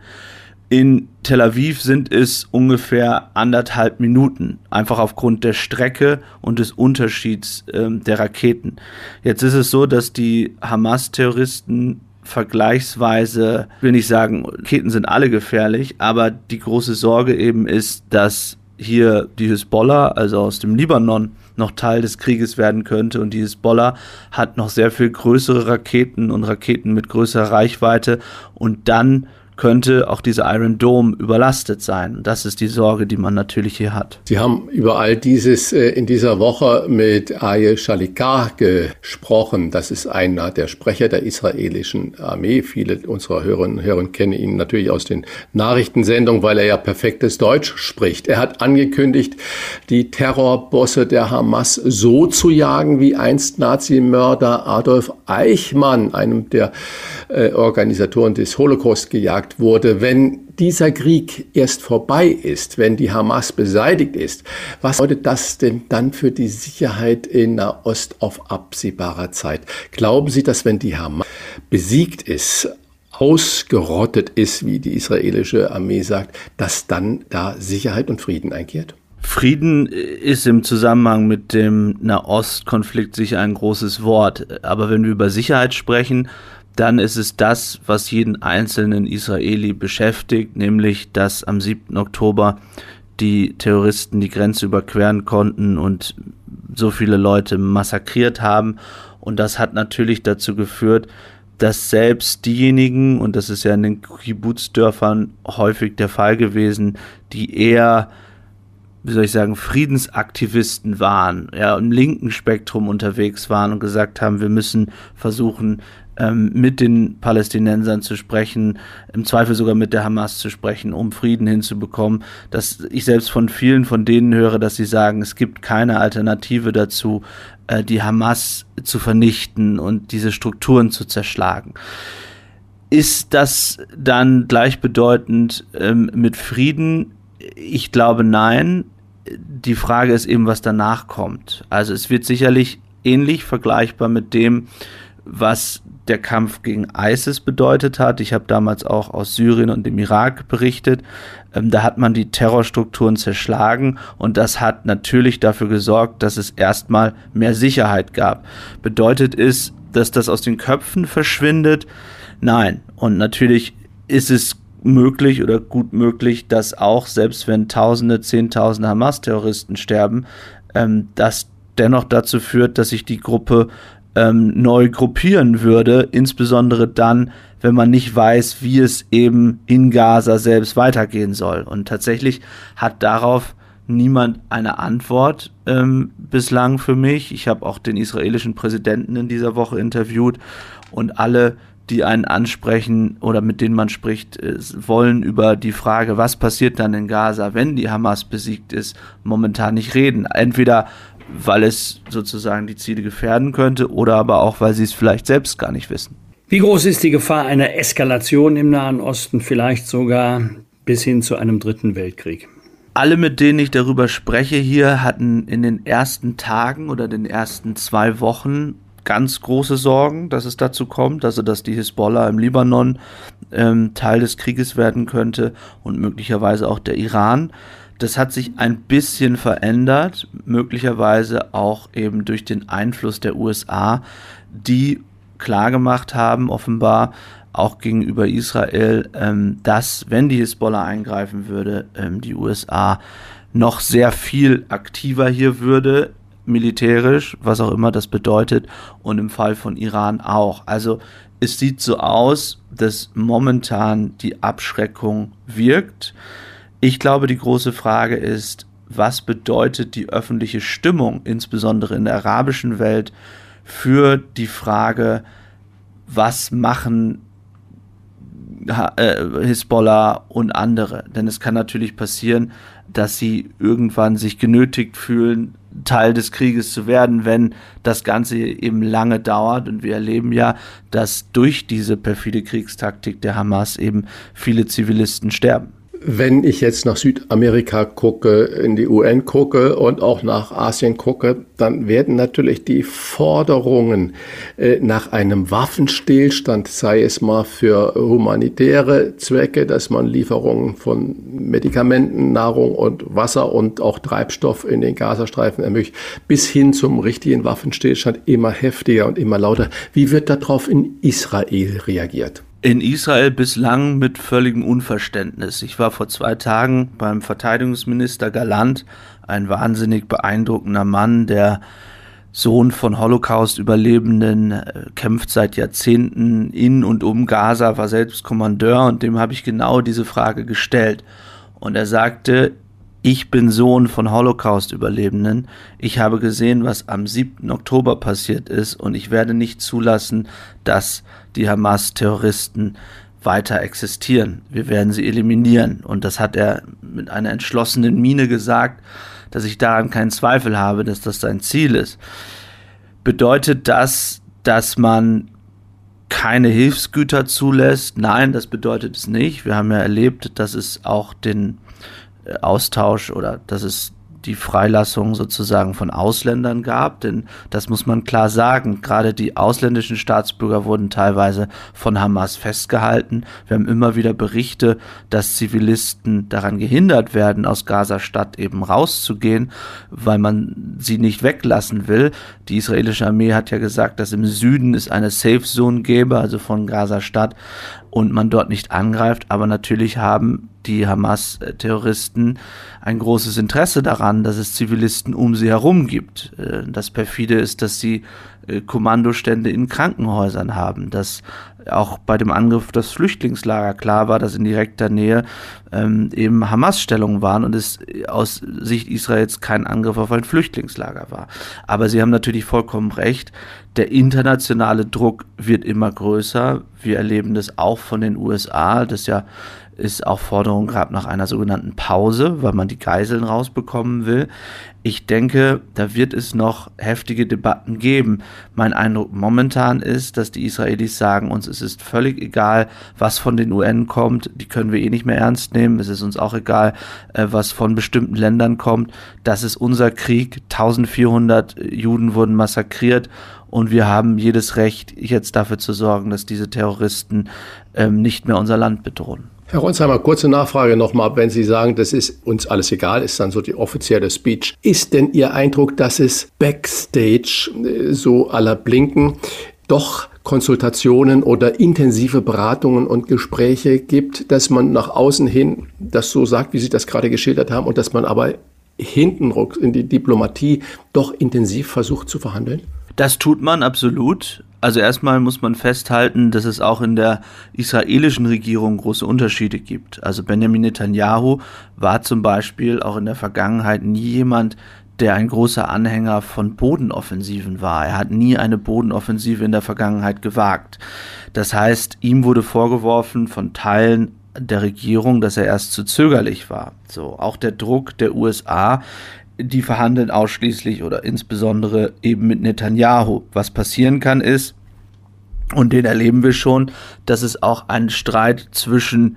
In Tel Aviv sind es ungefähr anderthalb Minuten, einfach aufgrund der Strecke und des Unterschieds ähm, der Raketen. Jetzt ist es so, dass die Hamas-Terroristen vergleichsweise, ich will nicht sagen, Raketen sind alle gefährlich, aber die große Sorge eben ist, dass hier die Hisbollah, also aus dem Libanon, noch Teil des Krieges werden könnte, und die Hisbollah hat noch sehr viel größere Raketen und Raketen mit größerer Reichweite, und dann könnte auch dieser Iron Dome überlastet sein. Das ist die Sorge, die man natürlich hier hat. Sie haben über all dieses äh, in dieser Woche mit Aye Shalikar gesprochen. Das ist einer der Sprecher der israelischen Armee. Viele unserer Hörerinnen und Hörer kennen ihn natürlich aus den Nachrichtensendungen, weil er ja perfektes Deutsch spricht. Er hat angekündigt, die Terrorbosse der Hamas so zu jagen, wie einst Nazimörder Adolf Eichmann, einem der äh, Organisatoren des Holocaust, gejagt wurde. Wenn dieser Krieg erst vorbei ist, wenn die Hamas beseitigt ist, was bedeutet das denn dann für die Sicherheit in Nahost auf absehbarer Zeit? Glauben Sie, dass wenn die Hamas besiegt ist, ausgerottet ist, wie die israelische Armee sagt, dass dann da Sicherheit und Frieden einkehrt? Frieden ist im Zusammenhang mit dem Nahost-Konflikt sicher ein großes Wort. Aber wenn wir über Sicherheit sprechen, dann ist es das, was jeden einzelnen Israeli beschäftigt, nämlich, dass am siebten Oktober die Terroristen die Grenze überqueren konnten und so viele Leute massakriert haben. Und das hat natürlich dazu geführt, dass selbst diejenigen, und das ist ja in den Kibbutz-Dörfern häufig der Fall gewesen, die eher, wie soll ich sagen, Friedensaktivisten waren, ja, im linken Spektrum unterwegs waren und gesagt haben, wir müssen versuchen, mit den Palästinensern zu sprechen, im Zweifel sogar mit der Hamas zu sprechen, um Frieden hinzubekommen, dass ich selbst von vielen von denen höre, dass sie sagen, es gibt keine Alternative dazu, die Hamas zu vernichten und diese Strukturen zu zerschlagen. Ist das dann gleichbedeutend ähm, mit Frieden? Ich glaube, nein. Die Frage ist eben, was danach kommt. Also es wird sicherlich ähnlich vergleichbar mit dem, was der Kampf gegen ISIS bedeutet hat. Ich habe damals auch aus Syrien und dem Irak berichtet. Ähm, da hat man die Terrorstrukturen zerschlagen, und das hat natürlich dafür gesorgt, dass es erstmal mehr Sicherheit gab. Bedeutet es, dass das aus den Köpfen verschwindet? Nein. Und natürlich ist es möglich oder gut möglich, dass auch, selbst wenn Tausende, Zehntausende Hamas-Terroristen sterben, ähm, das dennoch dazu führt, dass sich die Gruppe Ähm, neu gruppieren würde, insbesondere dann, wenn man nicht weiß, wie es eben in Gaza selbst weitergehen soll. Und tatsächlich hat darauf niemand eine Antwort ähm, bislang für mich. Ich habe auch den israelischen Präsidenten in dieser Woche interviewt, und alle, die einen ansprechen oder mit denen man spricht, äh, wollen über die Frage, was passiert dann in Gaza, wenn die Hamas besiegt ist, momentan nicht reden. Entweder weil es sozusagen die Ziele gefährden könnte, oder aber auch, weil sie es vielleicht selbst gar nicht wissen. Wie groß ist die Gefahr einer Eskalation im Nahen Osten, vielleicht sogar bis hin zu einem dritten Weltkrieg? Alle, mit denen ich darüber spreche hier, hatten in den ersten Tagen oder den ersten zwei Wochen ganz große Sorgen, dass es dazu kommt, also dass die Hisbollah im Libanon ähm, Teil des Krieges werden könnte und möglicherweise auch der Iran. Das hat sich ein bisschen verändert, möglicherweise auch eben durch den Einfluss der U S A, die klargemacht haben, offenbar auch gegenüber Israel, ähm, dass, wenn die Hisbollah eingreifen würde, ähm, die U S A noch sehr viel aktiver hier würde, militärisch, was auch immer das bedeutet, und im Fall von Iran auch. Also es sieht so aus, dass momentan die Abschreckung wirkt. Ich glaube, die große Frage ist, was bedeutet die öffentliche Stimmung, insbesondere in der arabischen Welt, für die Frage, was machen Hisbollah und andere. Denn es kann natürlich passieren, dass sie irgendwann sich genötigt fühlen, Teil des Krieges zu werden, wenn das Ganze eben lange dauert. Und wir erleben ja, dass durch diese perfide Kriegstaktik der Hamas eben viele Zivilisten sterben. Wenn ich jetzt nach Südamerika gucke, in die U N gucke und auch nach Asien gucke, dann werden natürlich die Forderungen äh, nach einem Waffenstillstand, sei es mal für humanitäre Zwecke, dass man Lieferungen von Medikamenten, Nahrung und Wasser und auch Treibstoff in den Gazastreifen ermöglicht, bis hin zum richtigen Waffenstillstand immer heftiger und immer lauter. Wie wird darauf in Israel reagiert? In Israel bislang mit völligem Unverständnis. Ich war vor zwei Tagen beim Verteidigungsminister Galland, ein wahnsinnig beeindruckender Mann, der Sohn von Holocaust-Überlebenden, kämpft seit Jahrzehnten in und um Gaza, war selbst Kommandeur, und dem habe ich genau diese Frage gestellt. Und er sagte: Ich bin Sohn von Holocaust-Überlebenden. Ich habe gesehen, was am siebten Oktober passiert ist, und ich werde nicht zulassen, dass die Hamas-Terroristen weiter existieren. Wir werden sie eliminieren. Und das hat er mit einer entschlossenen Miene gesagt, dass ich daran keinen Zweifel habe, dass das sein Ziel ist. Bedeutet das, dass man keine Hilfsgüter zulässt? Nein, das bedeutet es nicht. Wir haben ja erlebt, dass es auch den Austausch oder dass es die Freilassung sozusagen von Ausländern gab, denn das muss man klar sagen, gerade die ausländischen Staatsbürger wurden teilweise von Hamas festgehalten. Wir haben immer wieder Berichte, dass Zivilisten daran gehindert werden, aus Gaza-Stadt eben rauszugehen, weil man sie nicht weglassen will. Die israelische Armee hat ja gesagt, dass im Süden es eine Safe Zone gäbe, also von Gaza-Stadt, und man dort nicht angreift, aber natürlich haben die Hamas-Terroristen ein großes Interesse daran, dass es Zivilisten um sie herum gibt. Das perfide ist, dass sie Kommandostände in Krankenhäusern haben, dass auch bei dem Angriff auf das Flüchtlingslager klar war, dass in direkter Nähe ähm, eben Hamas-Stellungen waren und es aus Sicht Israels kein Angriff auf ein Flüchtlingslager war. Aber Sie haben natürlich vollkommen recht, der internationale Druck wird immer größer. Wir erleben das auch von den U S A, das ja es auch Forderungen gab nach einer sogenannten Pause, weil man die Geiseln rausbekommen will. Ich denke, da wird es noch heftige Debatten geben. Mein Eindruck momentan ist, dass die Israelis sagen, uns ist es völlig egal, was von den U N kommt, die können wir eh nicht mehr ernst nehmen, es ist uns auch egal, was von bestimmten Ländern kommt. Das ist unser Krieg, eintausendvierhundert Juden wurden massakriert und wir haben jedes Recht, jetzt dafür zu sorgen, dass diese Terroristen ähm, nicht mehr unser Land bedrohen. Herr Ronsheimer, kurze Nachfrage nochmal. Wenn Sie sagen, das ist uns alles egal, ist dann so die offizielle Speech. Ist denn Ihr Eindruck, dass es Backstage, so à la Blinken, doch Konsultationen oder intensive Beratungen und Gespräche gibt, dass man nach außen hin das so sagt, wie Sie das gerade geschildert haben, und dass man aber hintenrucks in die Diplomatie doch intensiv versucht zu verhandeln? Das tut man absolut. Also erstmal muss man festhalten, dass es auch in der israelischen Regierung große Unterschiede gibt. Also Benjamin Netanyahu war zum Beispiel auch in der Vergangenheit nie jemand, der ein großer Anhänger von Bodenoffensiven war. Er hat nie eine Bodenoffensive in der Vergangenheit gewagt. Das heißt, ihm wurde vorgeworfen von Teilen der Regierung, dass er erst zu zögerlich war. So, auch der Druck der U S A, die verhandeln ausschließlich oder insbesondere eben mit Netanyahu. Was passieren kann ist, und den erleben wir schon, dass es auch einen Streit zwischen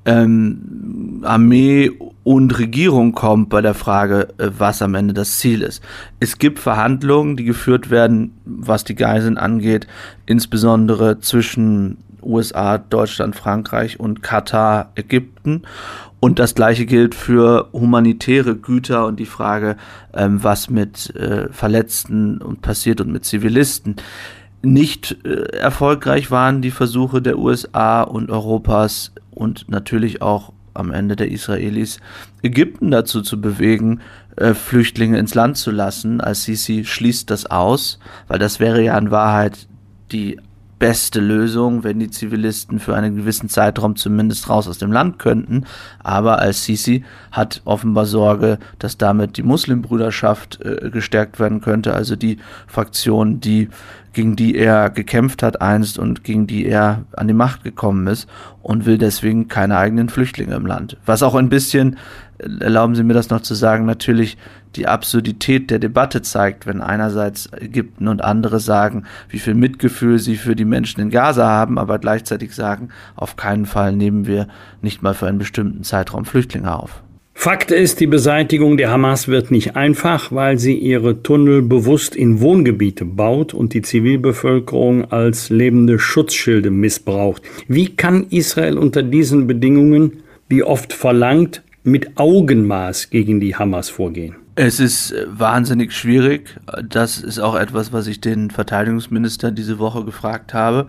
ähm, Armee und Regierung kommt bei der Frage, äh, was am Ende das Ziel ist. Es gibt Verhandlungen, die geführt werden, was die Geiseln angeht, insbesondere zwischen U S A, Deutschland, Frankreich und Katar, Ägypten. Und das Gleiche gilt für humanitäre Güter und die Frage, ähm, was mit äh, Verletzten und passiert und mit Zivilisten. Nicht äh, erfolgreich waren die Versuche der U S A und Europas und natürlich auch am Ende der Israelis, Ägypten dazu zu bewegen, äh, Flüchtlinge ins Land zu lassen. Al-Sisi schließt das aus, weil das wäre ja in Wahrheit die beste Lösung, wenn die Zivilisten für einen gewissen Zeitraum zumindest raus aus dem Land könnten. Aber al-Sisi hat offenbar Sorge, dass damit die Muslimbrüderschaft äh, gestärkt werden könnte, also die Fraktion, die gegen die er gekämpft hat einst und gegen die er an die Macht gekommen ist, und will deswegen keine eigenen Flüchtlinge im Land. Was auch ein bisschen, erlauben Sie mir das noch zu sagen, natürlich die Absurdität der Debatte zeigt, wenn einerseits Ägypten und andere sagen, wie viel Mitgefühl sie für die Menschen in Gaza haben, aber gleichzeitig sagen, auf keinen Fall nehmen wir nicht mal für einen bestimmten Zeitraum Flüchtlinge auf. Fakt ist, die Beseitigung der Hamas wird nicht einfach, weil sie ihre Tunnel bewusst in Wohngebiete baut und die Zivilbevölkerung als lebende Schutzschilde missbraucht. Wie kann Israel unter diesen Bedingungen, wie oft verlangt, mit Augenmaß gegen die Hamas vorgehen? Es ist wahnsinnig schwierig. Das ist auch etwas, was ich den Verteidigungsminister diese Woche gefragt habe.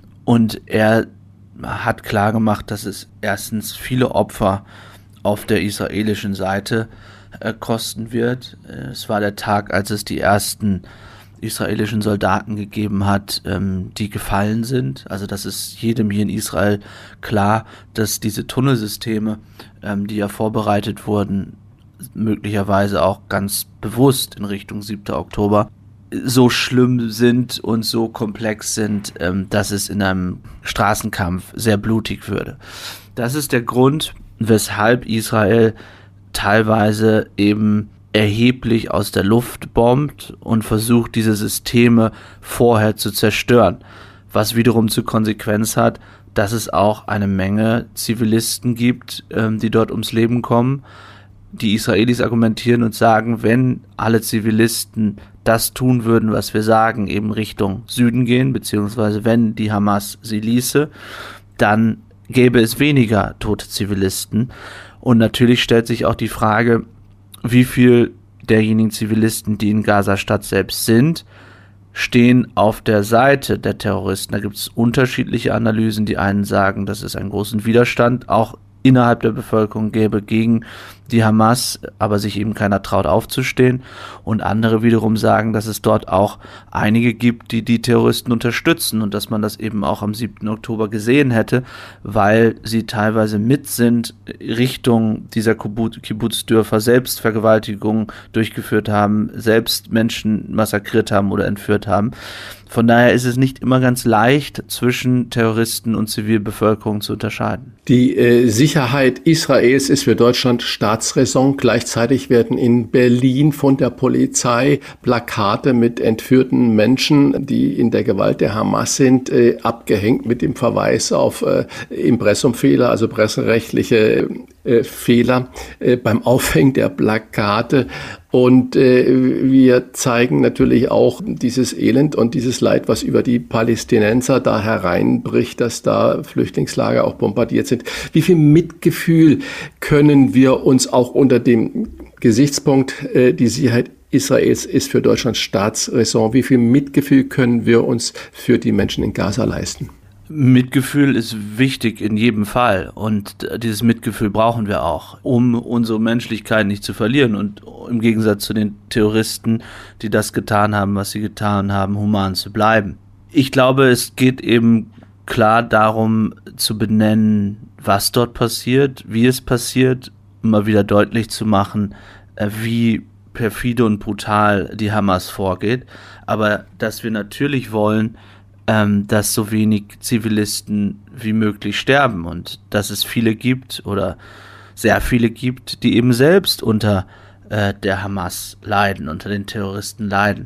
Und er hat klargemacht, dass es erstens viele Opfer auf der israelischen Seite äh, kosten wird. Es war der Tag, als es die ersten israelischen Soldaten gegeben hat, ähm, die gefallen sind. Also das ist jedem hier in Israel klar, dass diese Tunnelsysteme, ähm, die ja vorbereitet wurden, möglicherweise auch ganz bewusst in Richtung siebter Oktober, so schlimm sind und so komplex sind, ähm, dass es in einem Straßenkampf sehr blutig würde. Das ist der Grund, weshalb Israel teilweise eben erheblich aus der Luft bombt und versucht, diese Systeme vorher zu zerstören. Was wiederum zur Konsequenz hat, dass es auch eine Menge Zivilisten gibt, ähm, die dort ums Leben kommen. Die Israelis argumentieren und sagen, wenn alle Zivilisten das tun würden, was wir sagen, eben Richtung Süden gehen, beziehungsweise wenn die Hamas sie ließe, dann gäbe es weniger tote Zivilisten. Und natürlich stellt sich auch die Frage, wie viel derjenigen Zivilisten, die in Gaza-Stadt selbst sind, stehen auf der Seite der Terroristen. Da gibt es unterschiedliche Analysen. Die einen sagen, dass es einen großen Widerstand auch innerhalb der Bevölkerung gäbe gegen die Hamas, aber sich eben keiner traut aufzustehen. Und andere wiederum sagen, dass es dort auch einige gibt, die die Terroristen unterstützen und dass man das eben auch am siebten Oktober gesehen hätte, weil sie teilweise mit sind, Richtung dieser Kibbutz-Dörfer selbst Vergewaltigungen durchgeführt haben, selbst Menschen massakriert haben oder entführt haben. Von daher ist es nicht immer ganz leicht, zwischen Terroristen und Zivilbevölkerung zu unterscheiden. Die äh, Sicherheit Israels ist für Deutschland Staatsräson. Gleichzeitig werden in Berlin von der Polizei Plakate mit entführten Menschen, die in der Gewalt der Hamas sind, äh, abgehängt mit dem Verweis auf äh, Impressumfehler, also presserechtliche äh, Fehler äh, beim Aufhängen der Plakate. Und äh, wir zeigen natürlich auch dieses Elend und dieses Leid, was über die Palästinenser da hereinbricht, dass da Flüchtlingslager auch bombardiert sind. Wie viel Mitgefühl können wir uns auch unter dem Gesichtspunkt, äh, die Sicherheit Israels ist für Deutschland Staatsräson, wie viel Mitgefühl können wir uns für die Menschen in Gaza leisten? Mitgefühl ist wichtig in jedem Fall und dieses Mitgefühl brauchen wir auch, um unsere Menschlichkeit nicht zu verlieren und im Gegensatz zu den Terroristen, die das getan haben, was sie getan haben, human zu bleiben. Ich glaube, es geht eben klar darum zu benennen, was dort passiert, wie es passiert, immer wieder deutlich zu machen, wie perfide und brutal die Hamas vorgeht, aber dass wir natürlich wollen, dass so wenig Zivilisten wie möglich sterben und dass es viele gibt oder sehr viele gibt, die eben selbst unter äh, der Hamas leiden, unter den Terroristen leiden.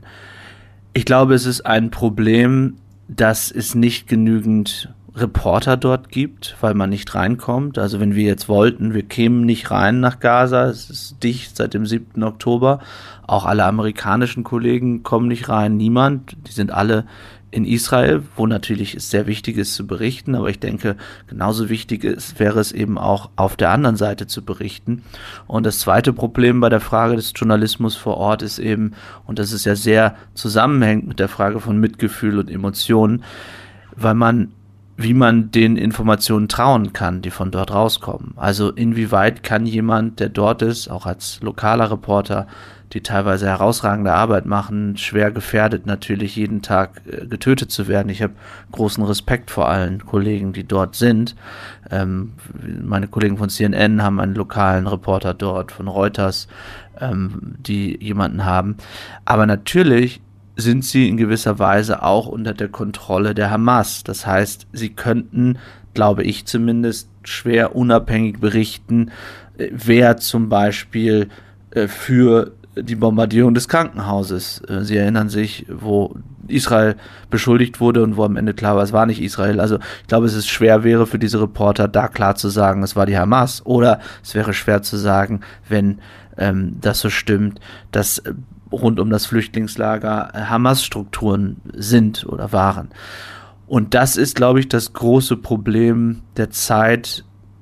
Ich glaube, es ist ein Problem, dass es nicht genügend Reporter dort gibt, weil man nicht reinkommt. Also wenn wir jetzt wollten, wir kämen nicht rein nach Gaza, es ist dicht seit dem siebten Oktober. Auch alle amerikanischen Kollegen kommen nicht rein, niemand. Die sind alle in Israel, wo natürlich es sehr wichtig ist zu berichten, aber ich denke, genauso wichtig ist, wäre es eben auch auf der anderen Seite zu berichten. Und das zweite Problem bei der Frage des Journalismus vor Ort ist eben, und das ist ja sehr zusammenhängt mit der Frage von Mitgefühl und Emotionen, weil man wie man den Informationen trauen kann, die von dort rauskommen. Also inwieweit kann jemand, der dort ist, auch als lokaler Reporter, die teilweise herausragende Arbeit machen, schwer gefährdet natürlich jeden Tag äh, getötet zu werden. Ich habe großen Respekt vor allen Kollegen, die dort sind. Ähm, meine Kollegen von C N N haben einen lokalen Reporter dort, von Reuters, ähm, die jemanden haben. Aber natürlich sind sie in gewisser Weise auch unter der Kontrolle der Hamas. Das heißt, sie könnten, glaube ich zumindest, schwer unabhängig berichten, äh, wer zum Beispiel äh, für die Bombardierung des Krankenhauses. Sie erinnern sich, wo Israel beschuldigt wurde und wo am Ende klar war, es war nicht Israel. Also ich glaube, es ist schwer wäre für diese Reporter, da klar zu sagen, es war die Hamas. Oder es wäre schwer zu sagen, wenn ähm, das so stimmt, dass äh, rund um das Flüchtlingslager äh, Hamas-Strukturen sind oder waren. Und das ist, glaube ich, das große Problem der Zeit,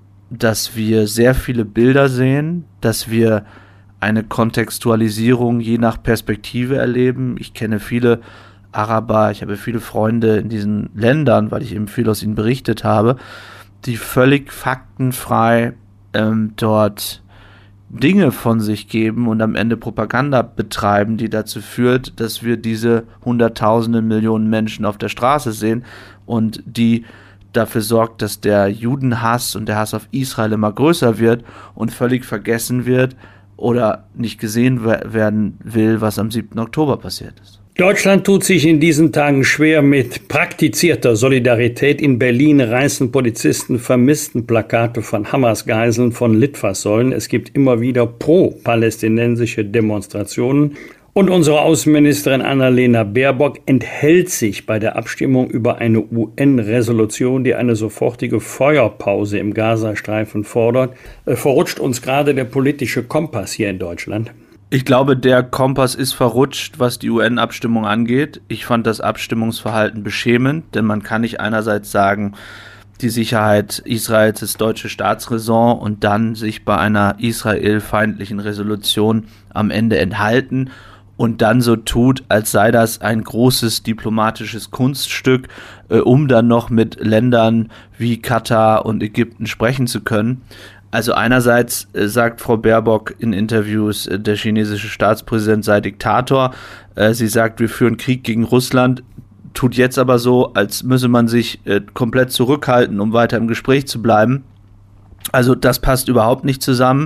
dass wir sehr viele Bilder sehen, dass wir eine Kontextualisierung je nach Perspektive erleben. Ich kenne viele Araber, ich habe viele Freunde in diesen Ländern, weil ich eben viel aus ihnen berichtet habe, die völlig faktenfrei ähm, dort Dinge von sich geben und am Ende Propaganda betreiben, die dazu führt, dass wir diese Hunderttausende, Millionen Menschen auf der Straße sehen und die dafür sorgt, dass der Judenhass und der Hass auf Israel immer größer wird und völlig vergessen wird, oder nicht gesehen werden will, was am siebten Oktober passiert ist. Deutschland tut sich in diesen Tagen schwer mit praktizierter Solidarität. In Berlin reißen Polizisten vermissten Plakate von Hamas-Geiseln von Litfaßsäulen. Es gibt immer wieder pro-palästinensische Demonstrationen. Und unsere Außenministerin Annalena Baerbock enthält sich bei der Abstimmung über eine U N-Resolution, die eine sofortige Feuerpause im Gazastreifen fordert. Verrutscht uns gerade der politische Kompass hier in Deutschland? Ich glaube, der Kompass ist verrutscht, was die U N-Abstimmung angeht. Ich fand das Abstimmungsverhalten beschämend, denn man kann nicht einerseits sagen, die Sicherheit Israels ist deutsche Staatsräson und dann sich bei einer israelfeindlichen Resolution am Ende enthalten und dann so tut, als sei das ein großes diplomatisches Kunststück, äh, um dann noch mit Ländern wie Katar und Ägypten sprechen zu können. Also einerseits äh, sagt Frau Baerbock in Interviews, äh, der chinesische Staatspräsident sei Diktator. Äh, sie sagt, wir führen Krieg gegen Russland, tut jetzt aber so, als müsse man sich äh, komplett zurückhalten, um weiter im Gespräch zu bleiben. Also das passt überhaupt nicht zusammen.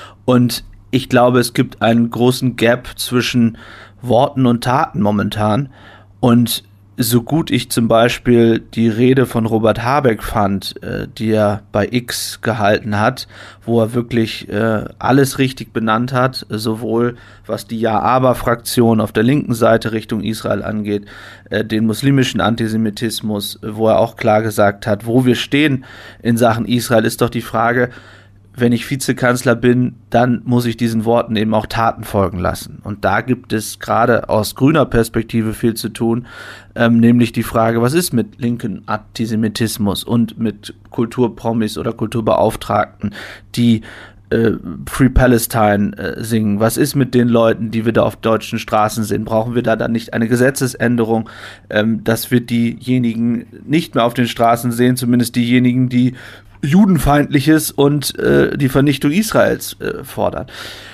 Und ich glaube, es gibt einen großen Gap zwischen Worten und Taten momentan. Und so gut ich zum Beispiel die Rede von Robert Habeck fand, äh, die er bei X gehalten hat, wo er wirklich äh, alles richtig benannt hat, sowohl was die Ja-Aber-Fraktion auf der linken Seite Richtung Israel angeht, äh, den muslimischen Antisemitismus, wo er auch klar gesagt hat, wo wir stehen in Sachen Israel, ist doch die Frage, wenn ich Vizekanzler bin, dann muss ich diesen Worten eben auch Taten folgen lassen. Und da gibt es gerade aus grüner Perspektive viel zu tun, ähm, nämlich die Frage, was ist mit linken Antisemitismus und mit Kulturpromis oder Kulturbeauftragten, die äh, Free Palestine äh, singen? Was ist mit den Leuten, die wir da auf deutschen Straßen sehen? Brauchen wir da dann nicht eine Gesetzesänderung, ähm, dass wir diejenigen nicht mehr auf den Straßen sehen, zumindest diejenigen, die Judenfeindliches und äh, die Vernichtung Israels äh, fordern.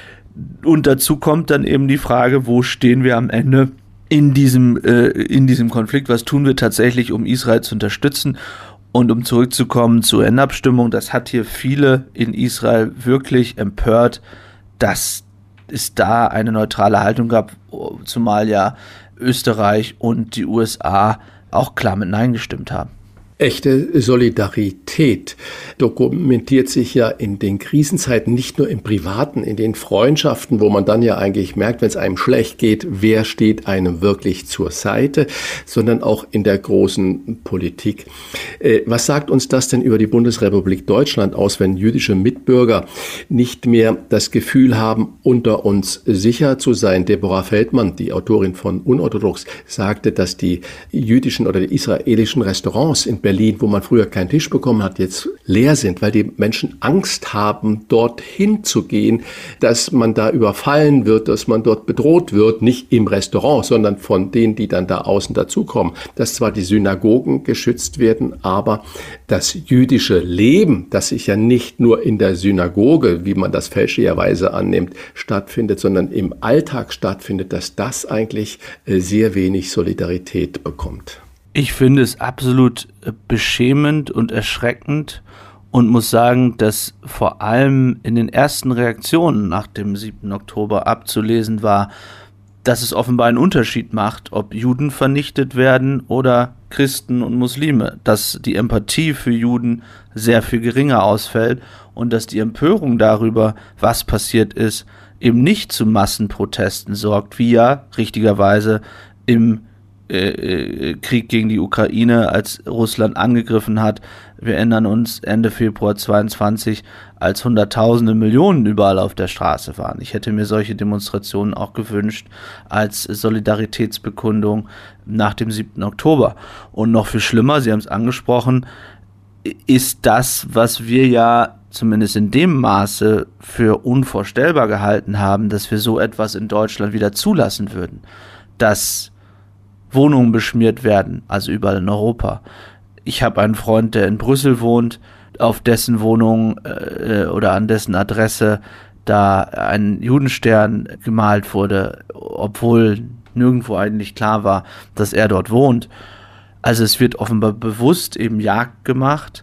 Und dazu kommt dann eben die Frage, wo stehen wir am Ende in diesem, äh, in diesem Konflikt? Was tun wir tatsächlich, um Israel zu unterstützen? Und um zurückzukommen zur U N-Abstimmung, das hat hier viele in Israel wirklich empört, dass es da eine neutrale Haltung gab, zumal ja Österreich und die U S A auch klar mit Nein gestimmt haben. Echte Solidarität dokumentiert sich ja in den Krisenzeiten nicht nur im Privaten, in den Freundschaften, wo man dann ja eigentlich merkt, wenn es einem schlecht geht, wer steht einem wirklich zur Seite, sondern auch in der großen Politik. Äh, was sagt uns das denn über die Bundesrepublik Deutschland aus, wenn jüdische Mitbürger nicht mehr das Gefühl haben, unter uns sicher zu sein? Deborah Feldmann, die Autorin von Unorthodox, sagte, dass die jüdischen oder die israelischen Restaurants in Berlin, wo man früher keinen Tisch bekommen hat, jetzt leer sind, weil die Menschen Angst haben, dorthin zu gehen, dass man da überfallen wird, dass man dort bedroht wird, nicht im Restaurant, sondern von denen, die dann da außen dazukommen. Dass zwar die Synagogen geschützt werden, aber das jüdische Leben, das sich ja nicht nur in der Synagoge, wie man das fälschlicherweise annimmt, stattfindet, sondern im Alltag stattfindet, dass das eigentlich sehr wenig Solidarität bekommt. Ich finde es absolut beschämend und erschreckend und muss sagen, dass vor allem in den ersten Reaktionen nach dem siebten Oktober abzulesen war, dass es offenbar einen Unterschied macht, ob Juden vernichtet werden oder Christen und Muslime, dass die Empathie für Juden sehr viel geringer ausfällt und dass die Empörung darüber, was passiert ist, eben nicht zu Massenprotesten sorgt, wie ja richtigerweise im äh, Krieg gegen die Ukraine, als Russland angegriffen hat. Wir erinnern uns Ende Februar zweiundzwanzig, als Hunderttausende, Millionen überall auf der Straße waren. Ich hätte mir solche Demonstrationen auch gewünscht als Solidaritätsbekundung nach dem siebten Oktober. Und noch viel schlimmer, Sie haben es angesprochen, ist das, was wir ja zumindest in dem Maße für unvorstellbar gehalten haben, dass wir so etwas in Deutschland wieder zulassen würden. Dass Wohnungen beschmiert werden, also überall in Europa. Ich habe einen Freund, der in Brüssel wohnt, auf dessen Wohnung äh, oder an dessen Adresse da ein Judenstern gemalt wurde, obwohl nirgendwo eigentlich klar war, dass er dort wohnt. Also es wird offenbar bewusst eben Jagd gemacht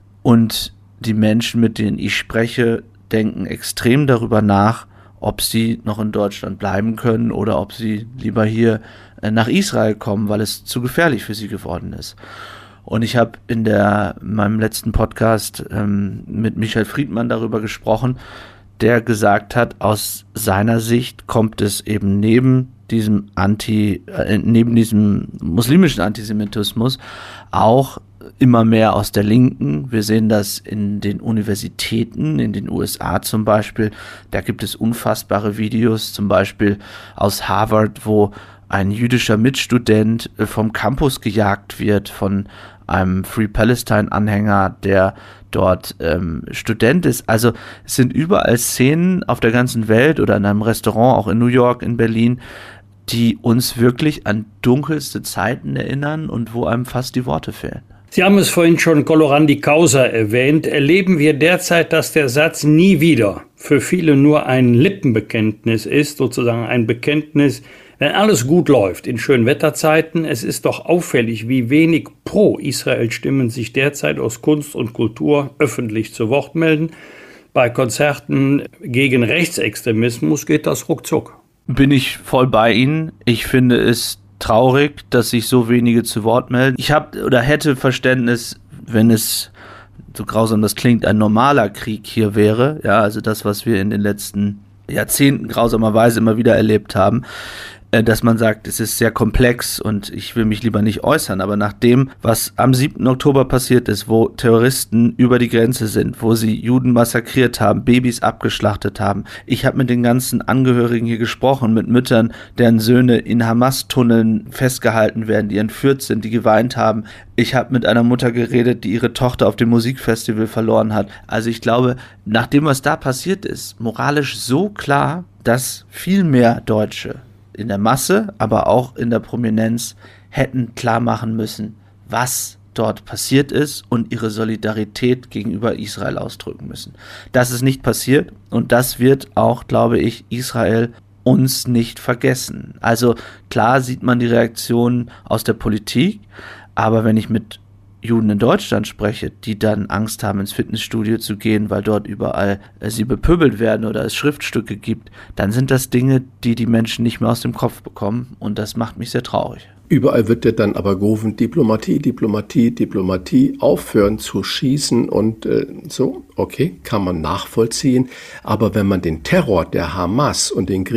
und die Menschen, mit denen ich spreche, denken extrem darüber nach, ob sie noch in Deutschland bleiben können oder ob sie lieber hier nach Israel kommen, weil es zu gefährlich für sie geworden ist. Und ich habe in der in meinem letzten Podcast ähm, mit Michael Friedmann darüber gesprochen, der gesagt hat, aus seiner Sicht kommt es eben neben diesem Anti, äh, neben diesem muslimischen Antisemitismus auch immer mehr aus der Linken. Wir sehen das in den Universitäten, in den U S A zum Beispiel. Da gibt es unfassbare Videos, zum Beispiel aus Harvard, wo ein jüdischer Mitstudent vom Campus gejagt wird von einem Free Palestine-Anhänger, der dort ähm, Student ist. Also es sind überall Szenen auf der ganzen Welt oder in einem Restaurant, auch in New York, in Berlin, die uns wirklich an dunkelste Zeiten erinnern und wo einem fast die Worte fehlen. Sie haben es vorhin schon Colorandi Causa erwähnt. Erleben wir derzeit, dass der Satz nie wieder für viele nur ein Lippenbekenntnis ist, sozusagen ein Bekenntnis, wenn alles gut läuft in schönen Wetterzeiten. Es ist doch auffällig, wie wenig Pro-Israel-Stimmen sich derzeit aus Kunst und Kultur öffentlich zu Wort melden. Bei Konzerten gegen Rechtsextremismus geht das ruckzuck. Bin ich voll bei Ihnen. Ich finde es traurig, dass sich so wenige zu Wort melden. Ich habe oder hätte Verständnis, wenn es, so grausam das klingt, ein normaler Krieg hier wäre. Ja, also das, was wir in den letzten Jahrzehnten grausamerweise immer wieder erlebt haben, dass man sagt, es ist sehr komplex und ich will mich lieber nicht äußern, aber nach dem, was am siebten Oktober passiert ist, wo Terroristen über die Grenze sind, wo sie Juden massakriert haben, Babys abgeschlachtet haben. Ich habe mit den ganzen Angehörigen hier gesprochen, mit Müttern, deren Söhne in Hamas-Tunneln festgehalten werden, die entführt sind, die geweint haben. Ich habe mit einer Mutter geredet, die ihre Tochter auf dem Musikfestival verloren hat. Also ich glaube, nach dem, was da passiert ist, moralisch so klar, dass viel mehr Deutsche in der Masse, aber auch in der Prominenz hätten klar machen müssen, was dort passiert ist und ihre Solidarität gegenüber Israel ausdrücken müssen. Das ist nicht passiert und das wird auch, glaube ich, Israel uns nicht vergessen. Also klar sieht man die Reaktionen aus der Politik, aber wenn ich mit Juden in Deutschland spreche, die dann Angst haben, ins Fitnessstudio zu gehen, weil dort überall äh, sie bepöbelt werden oder es Schriftstücke gibt, dann sind das Dinge, die die Menschen nicht mehr aus dem Kopf bekommen und das macht mich sehr traurig. Überall wird ja dann aber gerufen, Diplomatie, Diplomatie, Diplomatie, aufhören zu schießen und äh, so, okay, kann man nachvollziehen. Aber wenn man den Terror der Hamas und den Krieg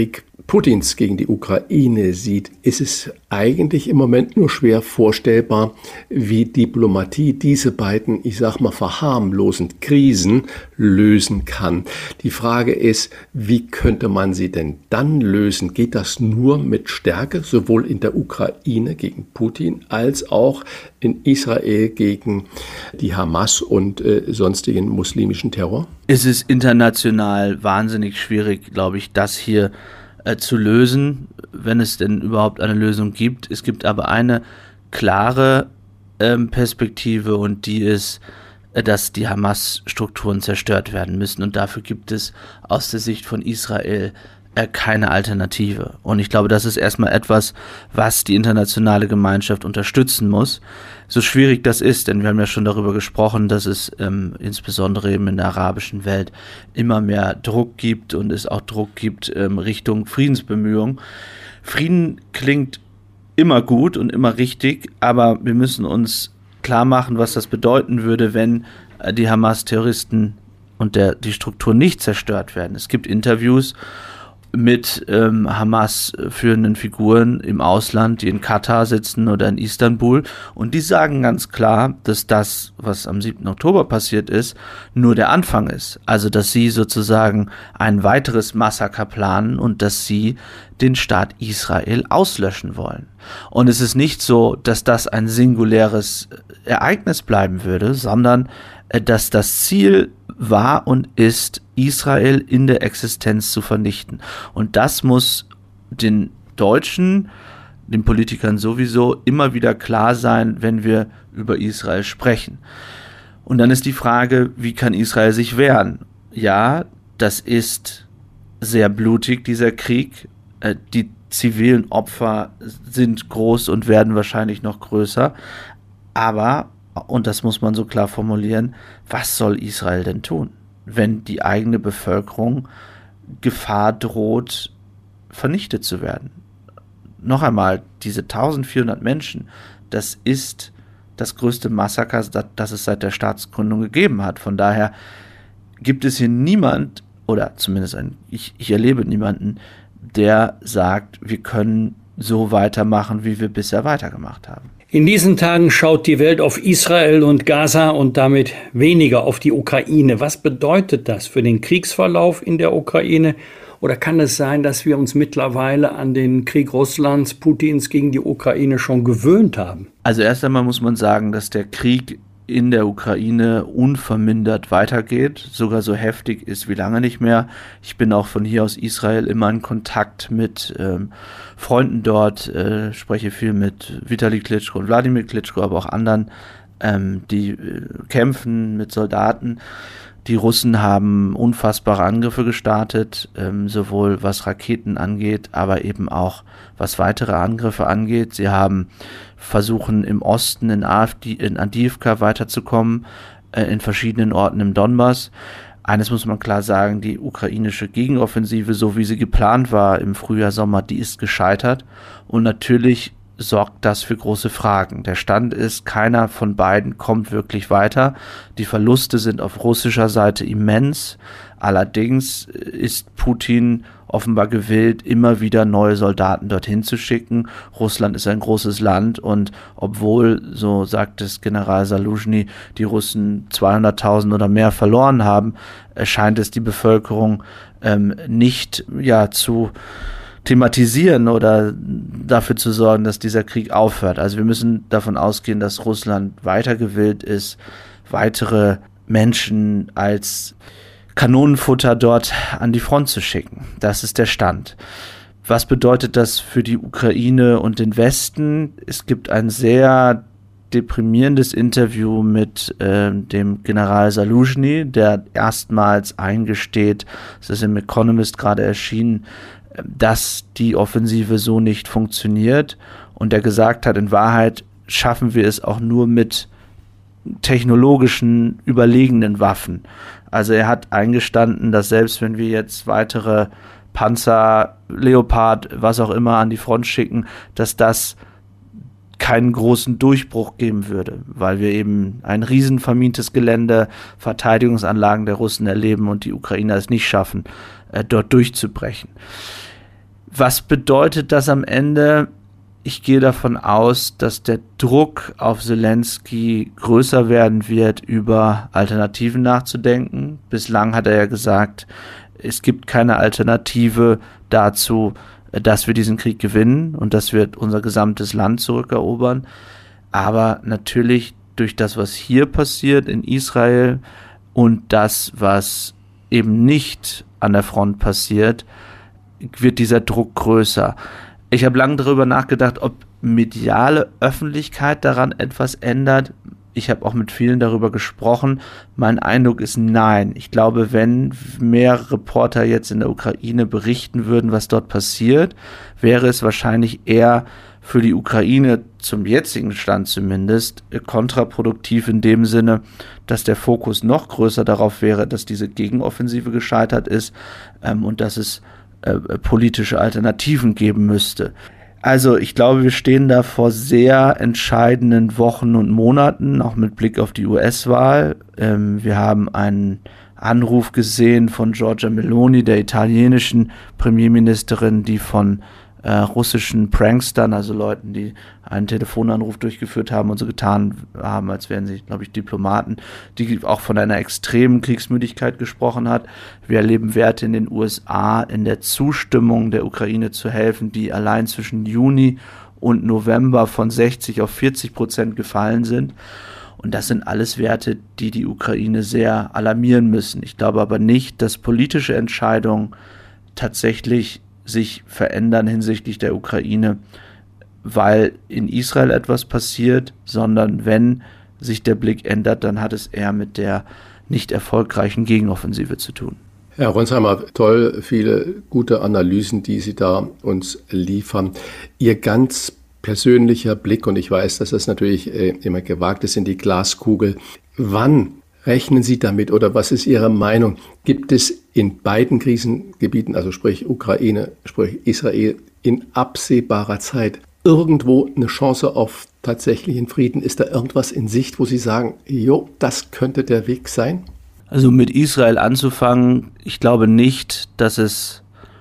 Putins gegen die Ukraine sieht, ist es eigentlich im Moment nur schwer vorstellbar, wie Diplomatie diese beiden, ich sag mal, verharmlosend Krisen lösen kann. Die Frage ist, wie könnte man sie denn dann lösen? Geht das nur mit Stärke, sowohl in der Ukraine gegen Putin als auch in Israel gegen die Hamas und äh, sonstigen muslimischen Terror? Es ist international wahnsinnig schwierig, glaube ich, das hier zu lösen, wenn es denn überhaupt eine Lösung gibt. Es gibt aber eine klare ähm, Perspektive und die ist, äh, dass die Hamas-Strukturen zerstört werden müssen und dafür gibt es aus der Sicht von Israel äh, keine Alternative. Und ich glaube, das ist erstmal etwas, was die internationale Gemeinschaft unterstützen muss. So schwierig das ist, denn wir haben ja schon darüber gesprochen, dass es ähm, insbesondere eben in der arabischen Welt immer mehr Druck gibt und es auch Druck gibt ähm, Richtung Friedensbemühungen. Frieden klingt immer gut und immer richtig, aber wir müssen uns klar machen, was das bedeuten würde, wenn äh, die Hamas-Terroristen und der, die Struktur nicht zerstört werden. Es gibt Interviews mit ähm, Hamas-führenden Figuren im Ausland, die in Katar sitzen oder in Istanbul und die sagen ganz klar, dass das, was am siebten Oktober passiert ist, nur der Anfang ist. Also, dass sie sozusagen ein weiteres Massaker planen und dass sie den Staat Israel auslöschen wollen. Und es ist nicht so, dass das ein singuläres Ereignis bleiben würde, sondern äh, dass das Ziel war und ist, Israel in der Existenz zu vernichten. Und das muss den Deutschen, den Politikern sowieso immer wieder klar sein, wenn wir über Israel sprechen. Und dann ist die Frage, wie kann Israel sich wehren? Ja, das ist sehr blutig, dieser Krieg. Die zivilen Opfer sind groß und werden wahrscheinlich noch größer. Aber, und das muss man so klar formulieren, was soll Israel denn tun, wenn die eigene Bevölkerung Gefahr droht, vernichtet zu werden? Noch einmal, diese eintausendvierhundert Menschen, das ist das größte Massaker, das es seit der Staatsgründung gegeben hat. Von daher gibt es hier niemand, oder zumindest ein, ich, ich erlebe niemanden, der sagt, wir können so weitermachen, wie wir bisher weitergemacht haben. In diesen Tagen schaut die Welt auf Israel und Gaza und damit weniger auf die Ukraine. Was bedeutet das für den Kriegsverlauf in der Ukraine? Oder kann es sein, dass wir uns mittlerweile an den Krieg Russlands, Putins gegen die Ukraine schon gewöhnt haben? Also erst einmal muss man sagen, dass der Krieg in der Ukraine unvermindert weitergeht, sogar so heftig ist wie lange nicht mehr. Ich bin auch von hier aus Israel immer in Kontakt mit ähm, Freunden dort, äh, spreche viel mit Vitali Klitschko und Wladimir Klitschko, aber auch anderen, ähm, die äh, kämpfen mit Soldaten. Die Russen haben unfassbare Angriffe gestartet, ähm, sowohl was Raketen angeht, aber eben auch was weitere Angriffe angeht. Sie haben versuchen im Osten in, Avdi, in Avdiivka weiterzukommen, äh, in verschiedenen Orten im Donbass. Eines muss man klar sagen, die ukrainische Gegenoffensive, so wie sie geplant war im Frühjahr, Sommer, die ist gescheitert. Und natürlich sorgt das für große Fragen. Der Stand ist, keiner von beiden kommt wirklich weiter. Die Verluste sind auf russischer Seite immens. Allerdings ist Putin offenbar gewillt, immer wieder neue Soldaten dorthin zu schicken. Russland ist ein großes Land und obwohl, so sagt es General Saluzhny, die Russen zweihunderttausend oder mehr verloren haben, scheint es die Bevölkerung ähm, nicht ja zu thematisieren oder dafür zu sorgen, dass dieser Krieg aufhört. Also wir müssen davon ausgehen, dass Russland weiter gewillt ist, weitere Menschen als Kanonenfutter dort an die Front zu schicken. Das ist der Stand. Was bedeutet das für die Ukraine und den Westen? Es gibt ein sehr deprimierendes Interview mit äh, dem General Saluzhny, der erstmals eingesteht, es ist im Economist gerade erschienen, dass die Offensive so nicht funktioniert und der gesagt hat, in Wahrheit schaffen wir es auch nur mit technologischen überlegenen Waffen. Also er hat eingestanden, dass selbst wenn wir jetzt weitere Panzer, Leopard, was auch immer an die Front schicken, dass das keinen großen Durchbruch geben würde, weil wir eben ein riesenvermintes Gelände, Verteidigungsanlagen der Russen erleben und die Ukrainer es nicht schaffen, äh, dort durchzubrechen. Was bedeutet das am Ende? Ich gehe davon aus, dass der Druck auf Zelensky größer werden wird, über Alternativen nachzudenken. Bislang hat er ja gesagt, es gibt keine Alternative dazu, dass wir diesen Krieg gewinnen und dass wir unser gesamtes Land zurückerobern. Aber natürlich durch das, was hier passiert in Israel und das, was eben nicht an der Front passiert, wird dieser Druck größer. Ich habe lange darüber nachgedacht, ob mediale Öffentlichkeit daran etwas ändert. Ich habe auch mit vielen darüber gesprochen. Mein Eindruck ist nein. Ich glaube, wenn mehr Reporter jetzt in der Ukraine berichten würden, was dort passiert, wäre es wahrscheinlich eher für die Ukraine zum jetzigen Stand zumindest kontraproduktiv in dem Sinne, dass der Fokus noch größer darauf wäre, dass diese Gegenoffensive gescheitert ist ähm, und dass es äh, politische Alternativen geben müsste. Also ich glaube, wir stehen da vor sehr entscheidenden Wochen und Monaten, auch mit Blick auf die U S-Wahl. Ähm, wir haben einen Anruf gesehen von Giorgia Meloni, der italienischen Premierministerin, die von äh, russischen Prankstern, also Leuten, die einen Telefonanruf durchgeführt haben und so getan haben, als wären sie, glaube ich, Diplomaten, die auch von einer extremen Kriegsmüdigkeit gesprochen hat. Wir erleben Werte in den U S A in der Zustimmung der Ukraine zu helfen, die allein zwischen Juni und November von sechzig auf vierzig Prozent gefallen sind. Und das sind alles Werte, die die Ukraine sehr alarmieren müssen. Ich glaube aber nicht, dass politische Entscheidungen tatsächlich sich verändern hinsichtlich der Ukraine, weil in Israel etwas passiert, sondern wenn sich der Blick ändert, dann hat es eher mit der nicht erfolgreichen Gegenoffensive zu tun. Herr Ronsheimer, toll, viele gute Analysen, die Sie da uns liefern. Ihr ganz persönlicher Blick, und ich weiß, dass das natürlich äh, immer gewagt ist, in die Glaskugel. Wann rechnen Sie damit oder was ist Ihre Meinung? Gibt es in beiden Krisengebieten, also sprich Ukraine, sprich Israel, in absehbarer Zeit irgendwo eine Chance auf tatsächlichen Frieden? Ist da irgendwas in Sicht, wo Sie sagen, jo, das könnte der Weg sein? Also mit Israel anzufangen, ich glaube nicht, dass es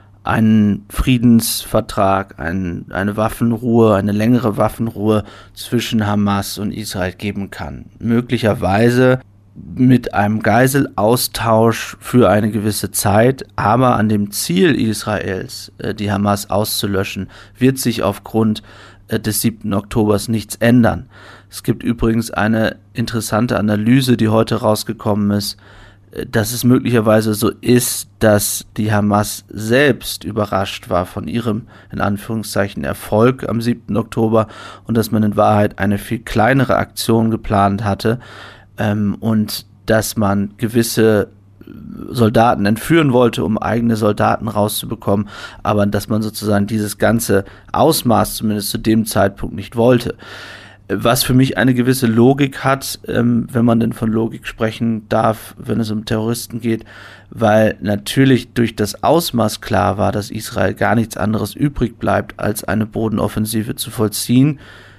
einen Friedensvertrag, ein, eine Waffenruhe, eine längere Waffenruhe zwischen Hamas und Israel geben kann. Möglicherweise mit einem Geiselaustausch für eine gewisse Zeit, aber an dem Ziel Israels, die Hamas auszulöschen, wird sich aufgrund des siebten Oktobers nichts ändern. Es gibt übrigens eine interessante Analyse, die heute rausgekommen ist, dass es möglicherweise so ist, dass die Hamas selbst überrascht war von ihrem, in Anführungszeichen, Erfolg am siebten Oktober und dass man in Wahrheit eine viel kleinere Aktion geplant hatte, ähm, und dass man gewisse Soldaten entführen wollte, um eigene Soldaten rauszubekommen, aber dass man sozusagen dieses ganze Ausmaß zumindest zu dem Zeitpunkt nicht wollte. Was für mich eine gewisse Logik hat, ähm, wenn man denn von Logik sprechen darf, wenn es um Terroristen geht, weil natürlich durch das Ausmaß klar war, dass Israel gar nichts anderes übrig bleibt, als eine Bodenoffensive zu vollziehen,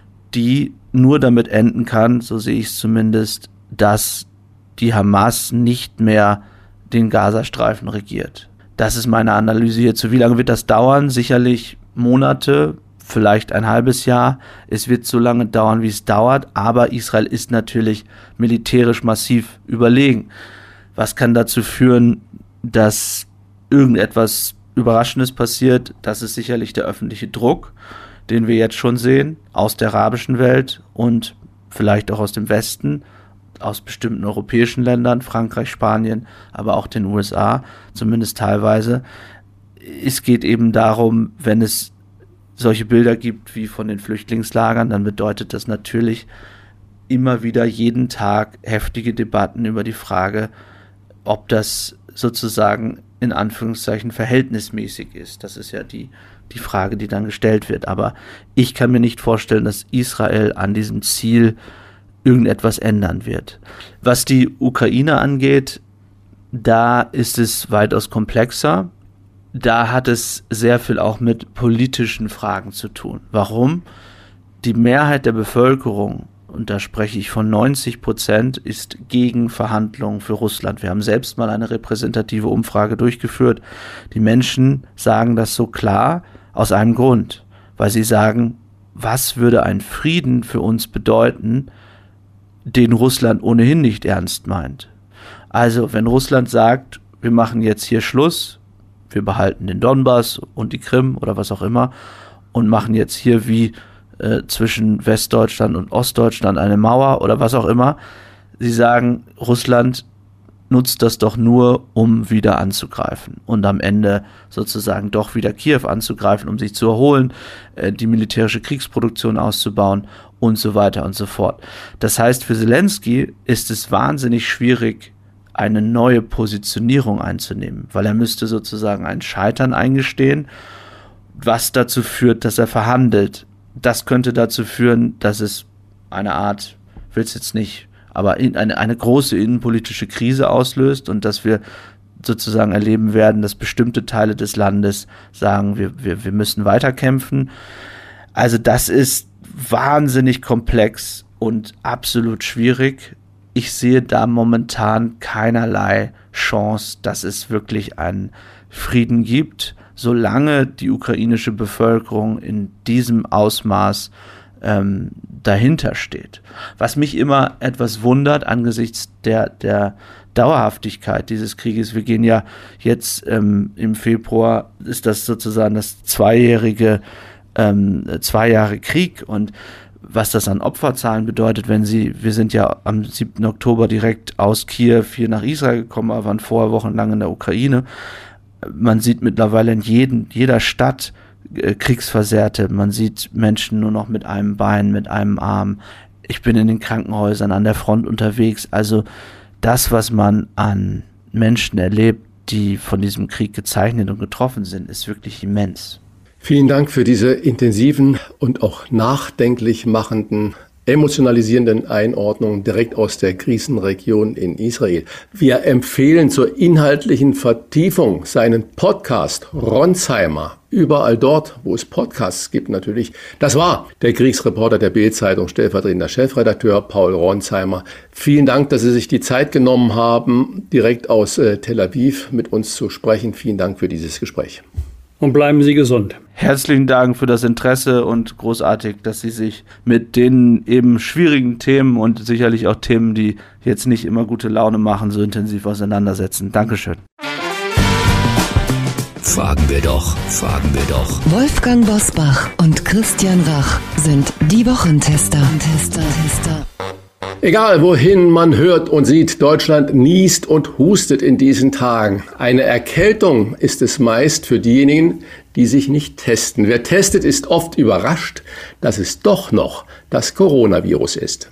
die nur damit enden kann, so sehe ich es zumindest, dass die Hamas nicht mehr den Gazastreifen regiert. Das ist meine Analyse hierzu. Wie lange wird das dauern? Sicherlich Monate, vielleicht ein halbes Jahr. Es wird so lange dauern, wie es dauert, aber Israel ist natürlich militärisch massiv überlegen. Was kann dazu führen, dass irgendetwas Überraschendes passiert? Das ist sicherlich der öffentliche Druck, den wir jetzt schon sehen, aus der arabischen Welt und vielleicht auch aus dem Westen, aus bestimmten europäischen Ländern, Frankreich, Spanien, aber auch den U S A, zumindest teilweise. Es geht eben darum, wenn es solche Bilder gibt wie von den Flüchtlingslagern, dann bedeutet das natürlich immer wieder jeden Tag heftige Debatten über die Frage, ob das sozusagen in Anführungszeichen verhältnismäßig ist. Das ist ja die, die Frage, die dann gestellt wird. Aber ich kann mir nicht vorstellen, dass Israel an diesem Ziel irgendetwas ändern wird. Was die Ukraine angeht, da ist es weitaus komplexer. Da hat es sehr viel auch mit politischen Fragen zu tun. Warum? Die Mehrheit der Bevölkerung, und da spreche ich von neunzig Prozent, ist gegen Verhandlungen für Russland. Wir haben selbst mal eine repräsentative Umfrage durchgeführt. Die Menschen sagen das so klar, Aus einem Grund, weil sie sagen, was würde ein Frieden für uns bedeuten, den Russland ohnehin nicht ernst meint. Also wenn Russland sagt, wir machen jetzt hier Schluss, wir behalten den Donbass und die Krim oder was auch immer und machen jetzt hier wie äh, zwischen Westdeutschland und Ostdeutschland eine Mauer oder was auch immer. Sie sagen, Russland nutzt das doch nur, um wieder anzugreifen und am Ende sozusagen doch wieder Kiew anzugreifen, um sich zu erholen, äh, die militärische Kriegsproduktion auszubauen und so weiter und so fort. Das heißt, für Zelensky ist es wahnsinnig schwierig, eine neue Positionierung einzunehmen, weil er müsste sozusagen ein Scheitern eingestehen, was dazu führt, dass er verhandelt. Das könnte dazu führen, dass es eine Art, ich will es jetzt nicht, aber in eine, eine große innenpolitische Krise auslöst und dass wir sozusagen erleben werden, dass bestimmte Teile des Landes sagen, wir, wir, wir müssen weiterkämpfen. Also das ist wahnsinnig komplex und absolut schwierig. Ich sehe da momentan keinerlei Chance, dass es wirklich einen Frieden gibt, solange die ukrainische Bevölkerung in diesem Ausmaß ähm, dahinter steht. Was mich immer etwas wundert angesichts der, der Dauerhaftigkeit dieses Krieges, wir gehen ja jetzt ähm, im Februar, ist das sozusagen das zweijährige, ähm, zwei Jahre Krieg und was das an Opferzahlen bedeutet, wenn sie, wir sind ja am siebten Oktober direkt aus Kiew hier nach Israel gekommen, aber waren vorher wochenlang in der Ukraine. Man sieht mittlerweile in jeden, jeder Stadt äh, Kriegsversehrte, man sieht Menschen nur noch mit einem Bein, mit einem Arm. Ich bin in den Krankenhäusern an der Front unterwegs. Also das, was man an Menschen erlebt, die von diesem Krieg gezeichnet und getroffen sind, ist wirklich immens. Vielen Dank für diese intensiven und auch nachdenklich machenden, emotionalisierenden Einordnungen direkt aus der Krisenregion in Israel. Wir empfehlen zur inhaltlichen Vertiefung seinen Podcast Ronsheimer. Überall dort, wo es Podcasts gibt natürlich. Das war der Kriegsreporter der Bild-Zeitung, stellvertretender Chefredakteur Paul Ronsheimer. Vielen Dank, dass Sie sich die Zeit genommen haben, direkt aus äh, Tel Aviv mit uns zu sprechen. Vielen Dank für dieses Gespräch. Und bleiben Sie gesund. Herzlichen Dank für das Interesse und großartig, dass Sie sich mit den eben schwierigen Themen und sicherlich auch Themen, die jetzt nicht immer gute Laune machen, so intensiv auseinandersetzen. Dankeschön. Fragen wir doch, fragen wir doch. Wolfgang Bosbach und Christian Rach sind die Wochentester. Tester, Tester. Egal wohin man hört und sieht, Deutschland niest und hustet in diesen Tagen. Eine Erkältung ist es meist für diejenigen, die sich nicht testen. Wer testet, ist oft überrascht, dass es doch noch das Coronavirus ist.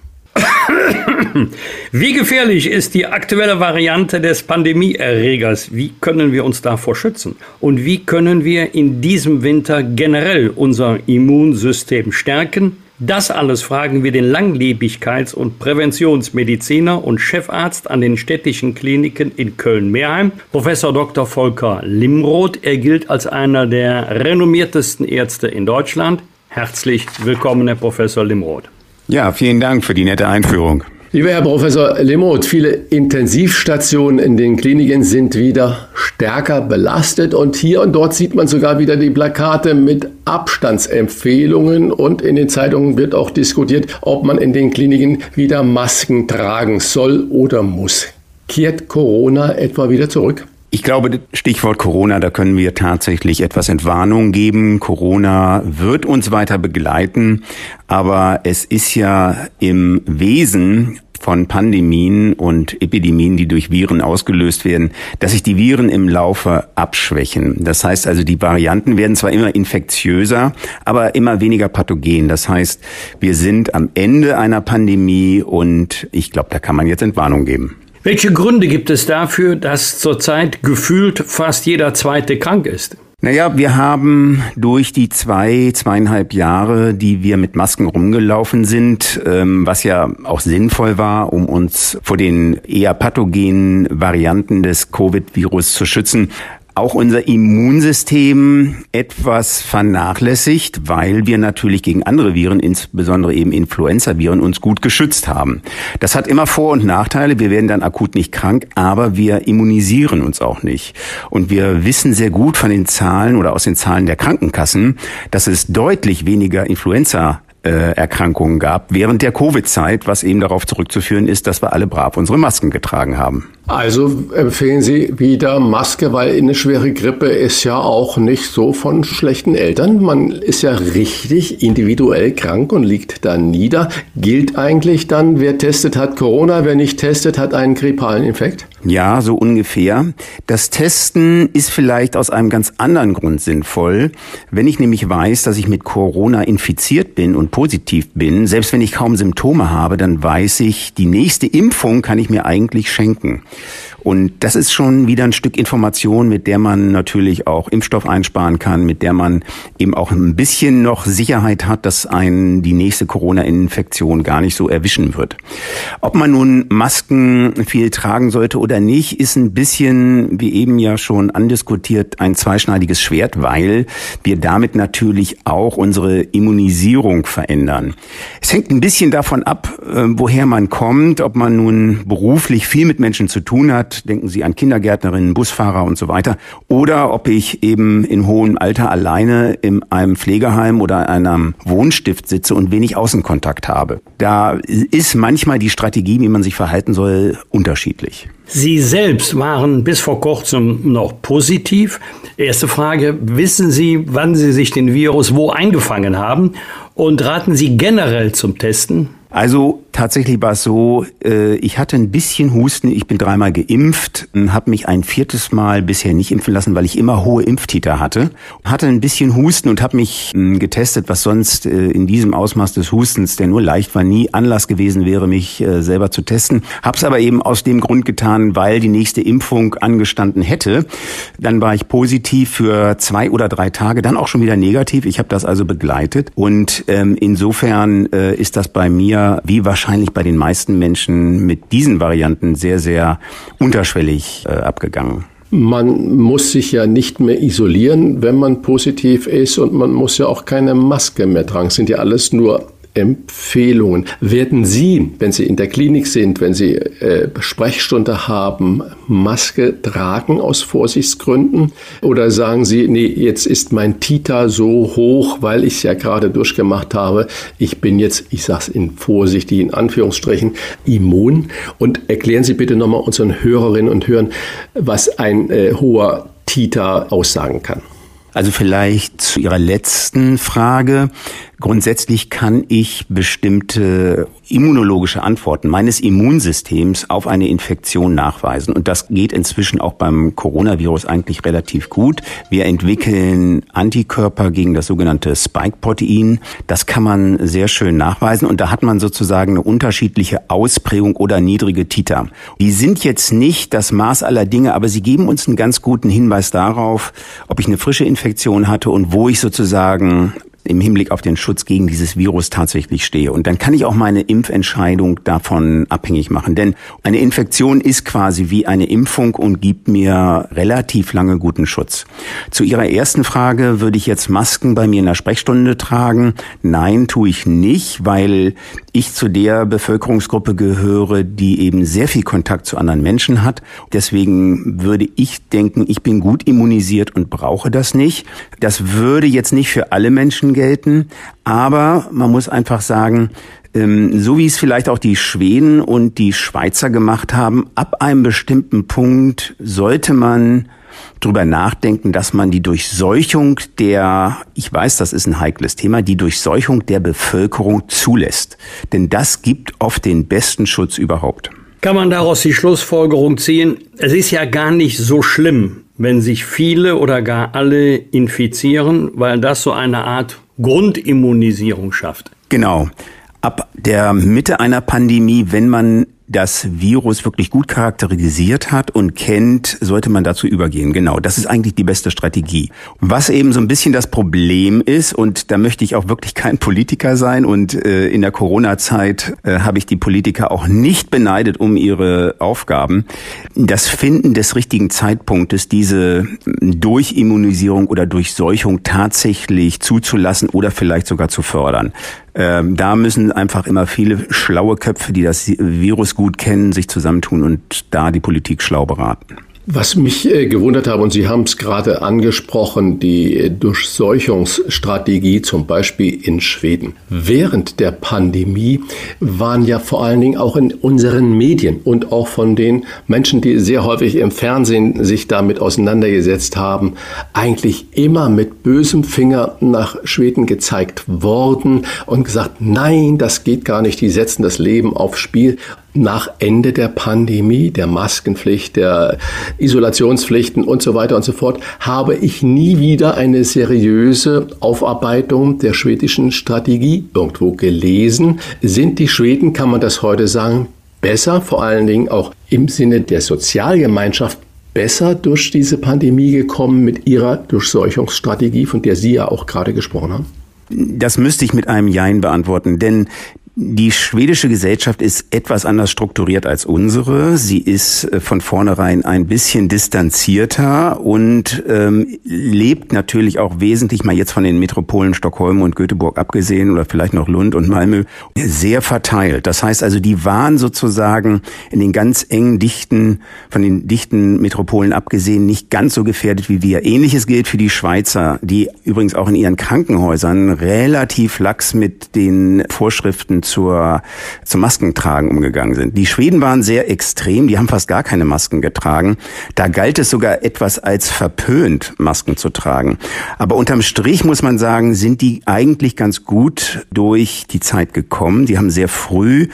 Wie gefährlich ist die aktuelle Variante des Pandemieerregers? Wie können wir uns davor schützen? Und wie können wir in diesem Winter generell unser Immunsystem stärken? Das alles fragen wir den Langlebigkeits- und Präventionsmediziner und Chefarzt an den städtischen Kliniken in Köln-Meerheim, Professor Doktor Volker Limroth. Er gilt als einer der renommiertesten Ärzte in Deutschland. Herzlich willkommen, Herr Professor Limroth. Ja, vielen Dank für die nette Einführung. Lieber Herr Professor Limroth, viele Intensivstationen in den Kliniken sind wieder stärker belastet und hier und dort sieht man sogar wieder die Plakate mit Abstandsempfehlungen und in den Zeitungen wird auch diskutiert, ob man in den Kliniken wieder Masken tragen soll oder muss. Kehrt Corona etwa wieder zurück? Ich glaube, Stichwort Corona, da können wir tatsächlich etwas Entwarnung geben. Corona wird uns weiter begleiten, aber es ist ja im Wesen von Pandemien und Epidemien, die durch Viren ausgelöst werden, dass sich die Viren im Laufe abschwächen. Das heißt also, die Varianten werden zwar immer infektiöser, aber immer weniger pathogen. Das heißt, wir sind am Ende einer Pandemie und ich glaube, da kann man jetzt Entwarnung geben. Welche Gründe gibt es dafür, dass zurzeit gefühlt fast jeder Zweite krank ist? Naja, wir haben durch die zwei, zweieinhalb Jahre, die wir mit Masken rumgelaufen sind, ähm, was ja auch sinnvoll war, um uns vor den eher pathogenen Varianten des Covid-Virus zu schützen, auch unser Immunsystem etwas vernachlässigt, weil wir natürlich gegen andere Viren, insbesondere eben Influenza-Viren, uns gut geschützt haben. Das hat immer Vor- und Nachteile. Wir werden dann akut nicht krank, aber wir immunisieren uns auch nicht. Und wir wissen sehr gut von den Zahlen oder aus den Zahlen der Krankenkassen, dass es deutlich weniger Influenza Erkrankungen gab während der Covid-Zeit, was eben darauf zurückzuführen ist, dass wir alle brav unsere Masken getragen haben. Also empfehlen Sie wieder Maske, weil eine schwere Grippe ist ja auch nicht so von schlechten Eltern. Man ist ja richtig individuell krank und liegt da nieder. Gilt eigentlich dann, wer testet, hat Corona, wer nicht testet, hat einen grippalen Infekt? Ja, so ungefähr. Das Testen ist vielleicht aus einem ganz anderen Grund sinnvoll. Wenn ich nämlich weiß, dass ich mit Corona infiziert bin und positiv bin, selbst wenn ich kaum Symptome habe, dann weiß ich, die nächste Impfung kann ich mir eigentlich schenken. Und das ist schon wieder ein Stück Information, mit der man natürlich auch Impfstoff einsparen kann, mit der man eben auch ein bisschen noch Sicherheit hat, dass einen die nächste Corona-Infektion gar nicht so erwischen wird. Ob man nun Masken viel tragen sollte oder nicht, ist ein bisschen, wie eben ja schon andiskutiert, ein zweischneidiges Schwert, weil wir damit natürlich auch unsere Immunisierung verändern. Es hängt ein bisschen davon ab, woher man kommt, ob man nun beruflich viel mit Menschen zu tun hat. Denken Sie an Kindergärtnerinnen, Busfahrer und so weiter. Oder ob ich eben in hohem Alter alleine in einem Pflegeheim oder einem Wohnstift sitze und wenig Außenkontakt habe. Da ist manchmal die Strategie, wie man sich verhalten soll, unterschiedlich. Sie selbst waren bis vor kurzem noch positiv. Erste Frage, wissen Sie, wann Sie sich den Virus wo eingefangen haben? Und raten Sie generell zum Testen? Also tatsächlich war es so, äh, ich hatte ein bisschen Husten, ich bin dreimal geimpft, habe mich ein viertes Mal bisher nicht impfen lassen, weil ich immer hohe Impftiter hatte. Hatte ein bisschen Husten und habe mich äh, getestet, was sonst äh, in diesem Ausmaß des Hustens, der nur leicht war, nie Anlass gewesen wäre, mich äh, selber zu testen. Habe es aber eben aus dem Grund getan, weil die nächste Impfung angestanden hätte. Dann war ich positiv für zwei oder drei Tage, dann auch schon wieder negativ. Ich habe das also begleitet und ähm, insofern äh, ist das bei mir wie wahrscheinlich bei den meisten Menschen mit diesen Varianten sehr, sehr unterschwellig äh, abgegangen. Man muss sich ja nicht mehr isolieren, wenn man positiv ist, und man muss ja auch keine Maske mehr tragen. Das sind ja alles nur Empfehlungen. Werden Sie, wenn Sie in der Klinik sind, wenn Sie äh, Sprechstunde haben, Maske tragen aus Vorsichtsgründen? Oder sagen Sie, nee, jetzt ist mein Titer so hoch, weil ich es ja gerade durchgemacht habe. Ich bin jetzt, ich sage es in vorsichtigen Anführungsstrichen, immun. Und erklären Sie bitte nochmal unseren Hörerinnen und Hörern, was ein äh, hoher Titer aussagen kann. Also vielleicht zu Ihrer letzten Frage. Grundsätzlich kann ich bestimmte immunologische Antworten meines Immunsystems auf eine Infektion nachweisen. Und das geht inzwischen auch beim Coronavirus eigentlich relativ gut. Wir entwickeln Antikörper gegen das sogenannte Spike-Protein. Das kann man sehr schön nachweisen. Und da hat man sozusagen eine unterschiedliche Ausprägung oder niedrige Titer. Die sind jetzt nicht das Maß aller Dinge, aber sie geben uns einen ganz guten Hinweis darauf, ob ich eine frische Infektion hatte und wo ich sozusagen im Hinblick auf den Schutz gegen dieses Virus tatsächlich stehe. Und dann kann ich auch meine Impfentscheidung davon abhängig machen. Denn eine Infektion ist quasi wie eine Impfung und gibt mir relativ lange guten Schutz. Zu Ihrer ersten Frage, würde ich jetzt Masken bei mir in der Sprechstunde tragen? Nein, tue ich nicht, weil ich zu der Bevölkerungsgruppe gehöre, die eben sehr viel Kontakt zu anderen Menschen hat. Deswegen würde ich denken, ich bin gut immunisiert und brauche das nicht. Das würde jetzt nicht für alle Menschen gelten, aber man muss einfach sagen, so wie es vielleicht auch die Schweden und die Schweizer gemacht haben, ab einem bestimmten Punkt sollte man drüber nachdenken, dass man die Durchseuchung der, ich weiß, das ist ein heikles Thema, die Durchseuchung der Bevölkerung zulässt. Denn das gibt oft den besten Schutz überhaupt. Kann man daraus die Schlussfolgerung ziehen, es ist ja gar nicht so schlimm, wenn sich viele oder gar alle infizieren, weil das so eine Art Grundimmunisierung schafft. Genau. Ab der Mitte einer Pandemie, wenn man das Virus wirklich gut charakterisiert hat und kennt, sollte man dazu übergehen. Genau, das ist eigentlich die beste Strategie. Was eben so ein bisschen das Problem ist, und da möchte ich auch wirklich kein Politiker sein, und äh, in der Corona-Zeit äh, habe ich die Politiker auch nicht beneidet um ihre Aufgaben, das Finden des richtigen Zeitpunktes, diese Durchimmunisierung oder Durchseuchung tatsächlich zuzulassen oder vielleicht sogar zu fördern. Ähm, da müssen einfach immer viele schlaue Köpfe, die das Virus gut kennen, sich zusammentun und da die Politik schlau beraten. Was mich äh, gewundert hat, und Sie haben es gerade angesprochen, die äh, Durchseuchungsstrategie zum Beispiel in Schweden. Während der Pandemie waren ja vor allen Dingen auch in unseren Medien und auch von den Menschen, die sehr häufig im Fernsehen sich damit auseinandergesetzt haben, eigentlich immer mit bösem Finger nach Schweden gezeigt worden und gesagt, nein, das geht gar nicht, die setzen das Leben aufs Spiel. Nach Ende der Pandemie, der Maskenpflicht, der Isolationspflichten und so weiter und so fort, habe ich nie wieder eine seriöse Aufarbeitung der schwedischen Strategie irgendwo gelesen. Sind die Schweden, kann man das heute sagen, besser, vor allen Dingen auch im Sinne der Sozialgemeinschaft, besser durch diese Pandemie gekommen mit ihrer Durchseuchungsstrategie, von der Sie ja auch gerade gesprochen haben? Das müsste ich mit einem Jein beantworten, denn die schwedische Gesellschaft ist etwas anders strukturiert als unsere. Sie ist von vornherein ein bisschen distanzierter und ähm, lebt natürlich auch wesentlich, mal jetzt von den Metropolen Stockholm und Göteborg abgesehen oder vielleicht noch Lund und Malmö, sehr verteilt. Das heißt also, die waren sozusagen in den ganz engen, dichten, von den dichten Metropolen abgesehen, nicht ganz so gefährdet wie wir. Ähnliches gilt für die Schweizer, die übrigens auch in ihren Krankenhäusern relativ lax mit den Vorschriften zur, zum Maskentragen umgegangen sind. Die Schweden waren sehr extrem, die haben fast gar keine Masken getragen. Da galt es sogar etwas als verpönt, Masken zu tragen. Aber unterm Strich muss man sagen, sind die eigentlich ganz gut durch die Zeit gekommen. Die haben sehr früh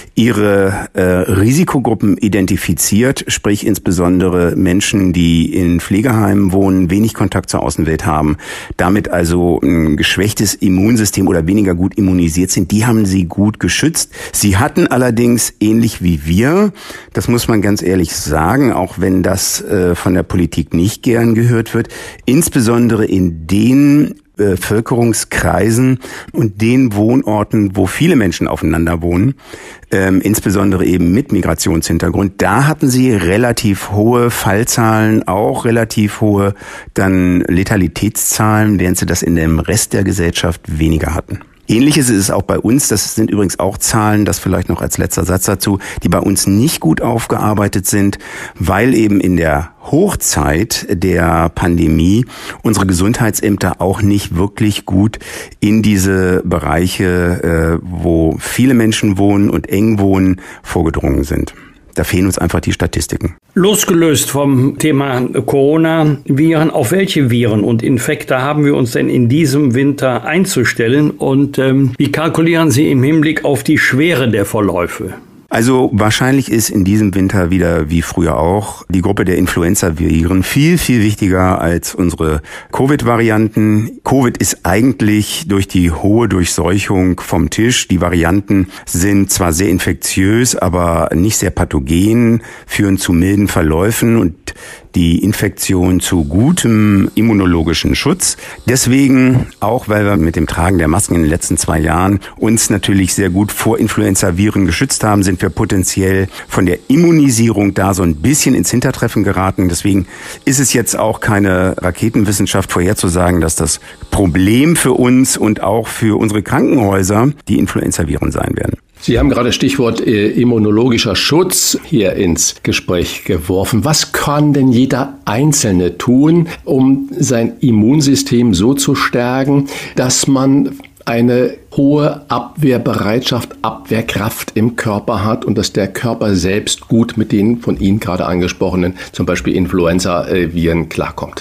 ihre äh, Risikogruppen identifiziert, sprich insbesondere Menschen, die in Pflegeheimen wohnen, wenig Kontakt zur Außenwelt haben, damit also ein geschwächtes Immunsystem oder weniger gut immunisiert sind. Die haben sie gut geschützt. Sie hatten allerdings, ähnlich wie wir, das muss man ganz ehrlich sagen, auch wenn das äh, von der Politik nicht gern gehört wird, insbesondere in den Bevölkerungskreisen und den Wohnorten, wo viele Menschen aufeinander wohnen, ähm, insbesondere eben mit Migrationshintergrund, da hatten sie relativ hohe Fallzahlen, auch relativ hohe dann Letalitätszahlen, während sie das in dem Rest der Gesellschaft weniger hatten. Ähnliches ist es auch bei uns, das sind übrigens auch Zahlen, das vielleicht noch als letzter Satz dazu, die bei uns nicht gut aufgearbeitet sind, weil eben in der Hochzeit der Pandemie unsere Gesundheitsämter auch nicht wirklich gut in diese Bereiche, wo viele Menschen wohnen und eng wohnen, vorgedrungen sind. Da fehlen uns einfach die Statistiken. Losgelöst vom Thema Corona-Viren, auf welche Viren und Infekte haben wir uns denn in diesem Winter einzustellen? Und ähm, wie kalkulieren Sie im Hinblick auf die Schwere der Verläufe? Also wahrscheinlich ist in diesem Winter wieder wie früher auch die Gruppe der Influenza-Viren viel, viel wichtiger als unsere Covid-Varianten. Covid ist eigentlich durch die hohe Durchseuchung vom Tisch. Die Varianten sind zwar sehr infektiös, aber nicht sehr pathogen, führen zu milden Verläufen und die Infektion zu gutem immunologischen Schutz. Deswegen, auch weil wir mit dem Tragen der Masken in den letzten zwei Jahren uns natürlich sehr gut vor Influenza-Viren geschützt haben, sind wir potenziell von der Immunisierung da so ein bisschen ins Hintertreffen geraten. Deswegen ist es jetzt auch keine Raketenwissenschaft vorherzusagen, dass das Problem für uns und auch für unsere Krankenhäuser die Influenza-Viren sein werden. Sie haben gerade Stichwort äh, immunologischer Schutz hier ins Gespräch geworfen. Was kann denn jeder Einzelne tun, um sein Immunsystem so zu stärken, dass man eine hohe Abwehrbereitschaft, Abwehrkraft im Körper hat und dass der Körper selbst gut mit den von Ihnen gerade angesprochenen, zum Beispiel Influenza-Viren, klarkommt?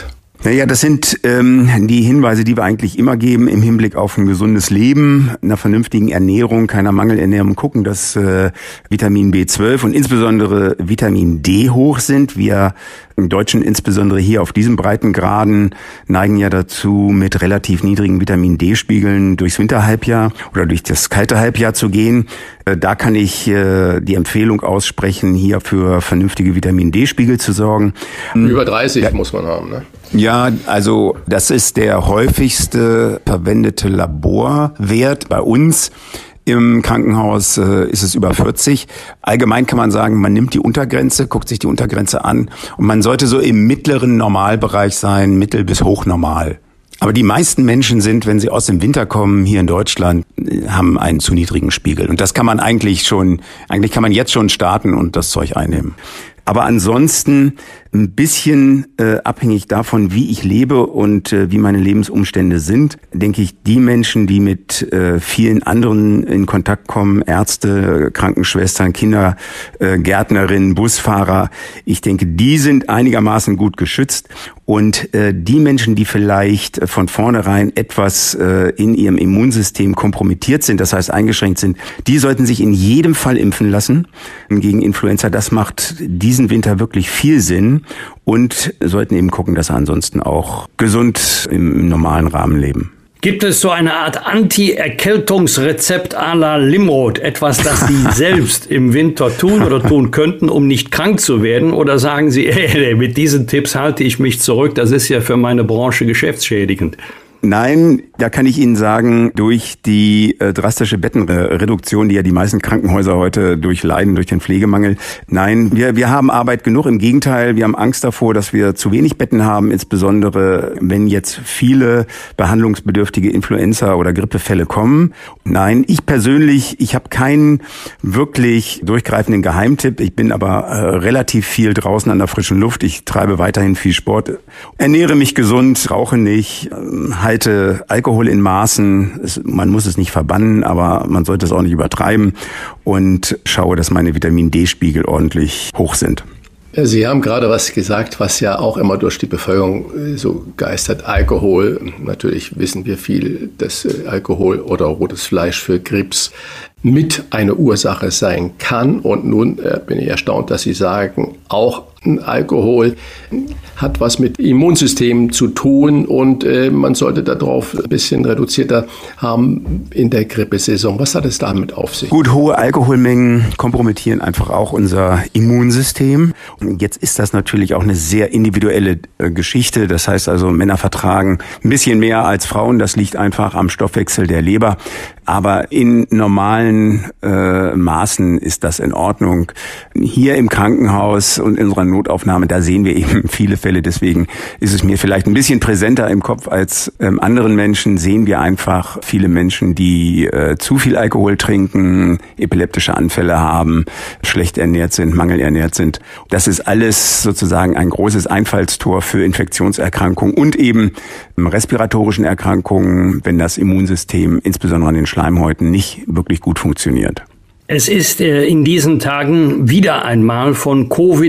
Naja, das sind ähm, die Hinweise, die wir eigentlich immer geben im Hinblick auf ein gesundes Leben, einer vernünftigen Ernährung, keiner Mangelernährung. Gucken, dass äh, Vitamin B zwölf und insbesondere Vitamin D hoch sind. Wir im Deutschen insbesondere hier auf diesen Breitengraden neigen ja dazu, mit relativ niedrigen Vitamin D-Spiegeln durchs Winterhalbjahr oder durch das kalte Halbjahr zu gehen. Äh, da kann ich äh, die Empfehlung aussprechen, hier für vernünftige Vitamin D-Spiegel zu sorgen. Über dreißig ja. muss man haben, ne? Ja, also das ist der häufigste verwendete Laborwert bei uns. Im Krankenhaus äh, ist es über vierzig. Allgemein kann man sagen, man nimmt die Untergrenze, guckt sich die Untergrenze an und man sollte so im mittleren Normalbereich sein, mittel- bis hochnormal. Aber die meisten Menschen sind, wenn sie aus dem Winter kommen, hier in Deutschland, haben einen zu niedrigen Spiegel. Und das kann man eigentlich schon, eigentlich kann man jetzt schon starten und das Zeug einnehmen. Aber ansonsten ein bisschen äh, abhängig davon, wie ich lebe und äh, wie meine Lebensumstände sind, denke ich, die Menschen, die mit äh, vielen anderen in Kontakt kommen, Ärzte, Krankenschwestern, Kindergärtnerinnen, äh, Busfahrer, ich denke, die sind einigermaßen gut geschützt. Und äh, die Menschen, die vielleicht äh, von vornherein etwas äh, in ihrem Immunsystem kompromittiert sind, das heißt eingeschränkt sind, die sollten sich in jedem Fall impfen lassen gegen Influenza. Das macht diesen Winter wirklich viel Sinn. Und sollten eben gucken, dass sie ansonsten auch gesund im normalen Rahmen leben. Gibt es so eine Art Anti-Erkältungsrezept à la Limrod? Etwas, das Sie selbst im Winter tun oder tun könnten, um nicht krank zu werden? Oder sagen Sie, ey, mit diesen Tipps halte ich mich zurück, das ist ja für meine Branche geschäftsschädigend? Nein, da kann ich Ihnen sagen, durch die äh, drastische Bettenreduktion, die ja die meisten Krankenhäuser heute durchleiden, durch den Pflegemangel. Nein, wir wir haben Arbeit genug. Im Gegenteil, wir haben Angst davor, dass wir zu wenig Betten haben, insbesondere wenn jetzt viele behandlungsbedürftige Influenza- oder Grippefälle kommen. Nein, ich persönlich, ich habe keinen wirklich durchgreifenden Geheimtipp. Ich bin aber äh, relativ viel draußen an der frischen Luft. Ich treibe weiterhin viel Sport, ernähre mich gesund, rauche nicht, äh, halte Alkohol in Maßen. Es, man muss es nicht verbannen, aber man sollte es auch nicht übertreiben und schaue, dass meine Vitamin-D-Spiegel ordentlich hoch sind. Sie haben gerade was gesagt, was ja auch immer durch die Bevölkerung so geistert. Alkohol. Natürlich wissen wir viel, dass Alkohol oder rotes Fleisch für Krebs mit eine Ursache sein kann. Und nun äh, bin ich erstaunt, dass Sie sagen, auch Alkohol hat was mit Immunsystem zu tun und äh, man sollte darauf ein bisschen reduzierter haben in der Grippesaison. Was hat es damit auf sich? Gut, hohe Alkoholmengen kompromittieren einfach auch unser Immunsystem. Und jetzt ist das natürlich auch eine sehr individuelle äh, Geschichte. Das heißt also, Männer vertragen ein bisschen mehr als Frauen. Das liegt einfach am Stoffwechsel der Leber. Aber in normalen äh, Maßen ist das in Ordnung. Hier im Krankenhaus und in unserer Notaufnahme, da sehen wir eben viele Fälle. Deswegen ist es mir vielleicht ein bisschen präsenter im Kopf als ähm, anderen Menschen. Sehen wir einfach viele Menschen, die äh, zu viel Alkohol trinken, epileptische Anfälle haben, schlecht ernährt sind, mangelernährt sind. Das ist alles sozusagen ein großes Einfallstor für Infektionserkrankungen und eben respiratorischen Erkrankungen, wenn das Immunsystem insbesondere an den Schleimhäuten nicht wirklich gut funktioniert. Es ist äh, in diesen Tagen wieder einmal von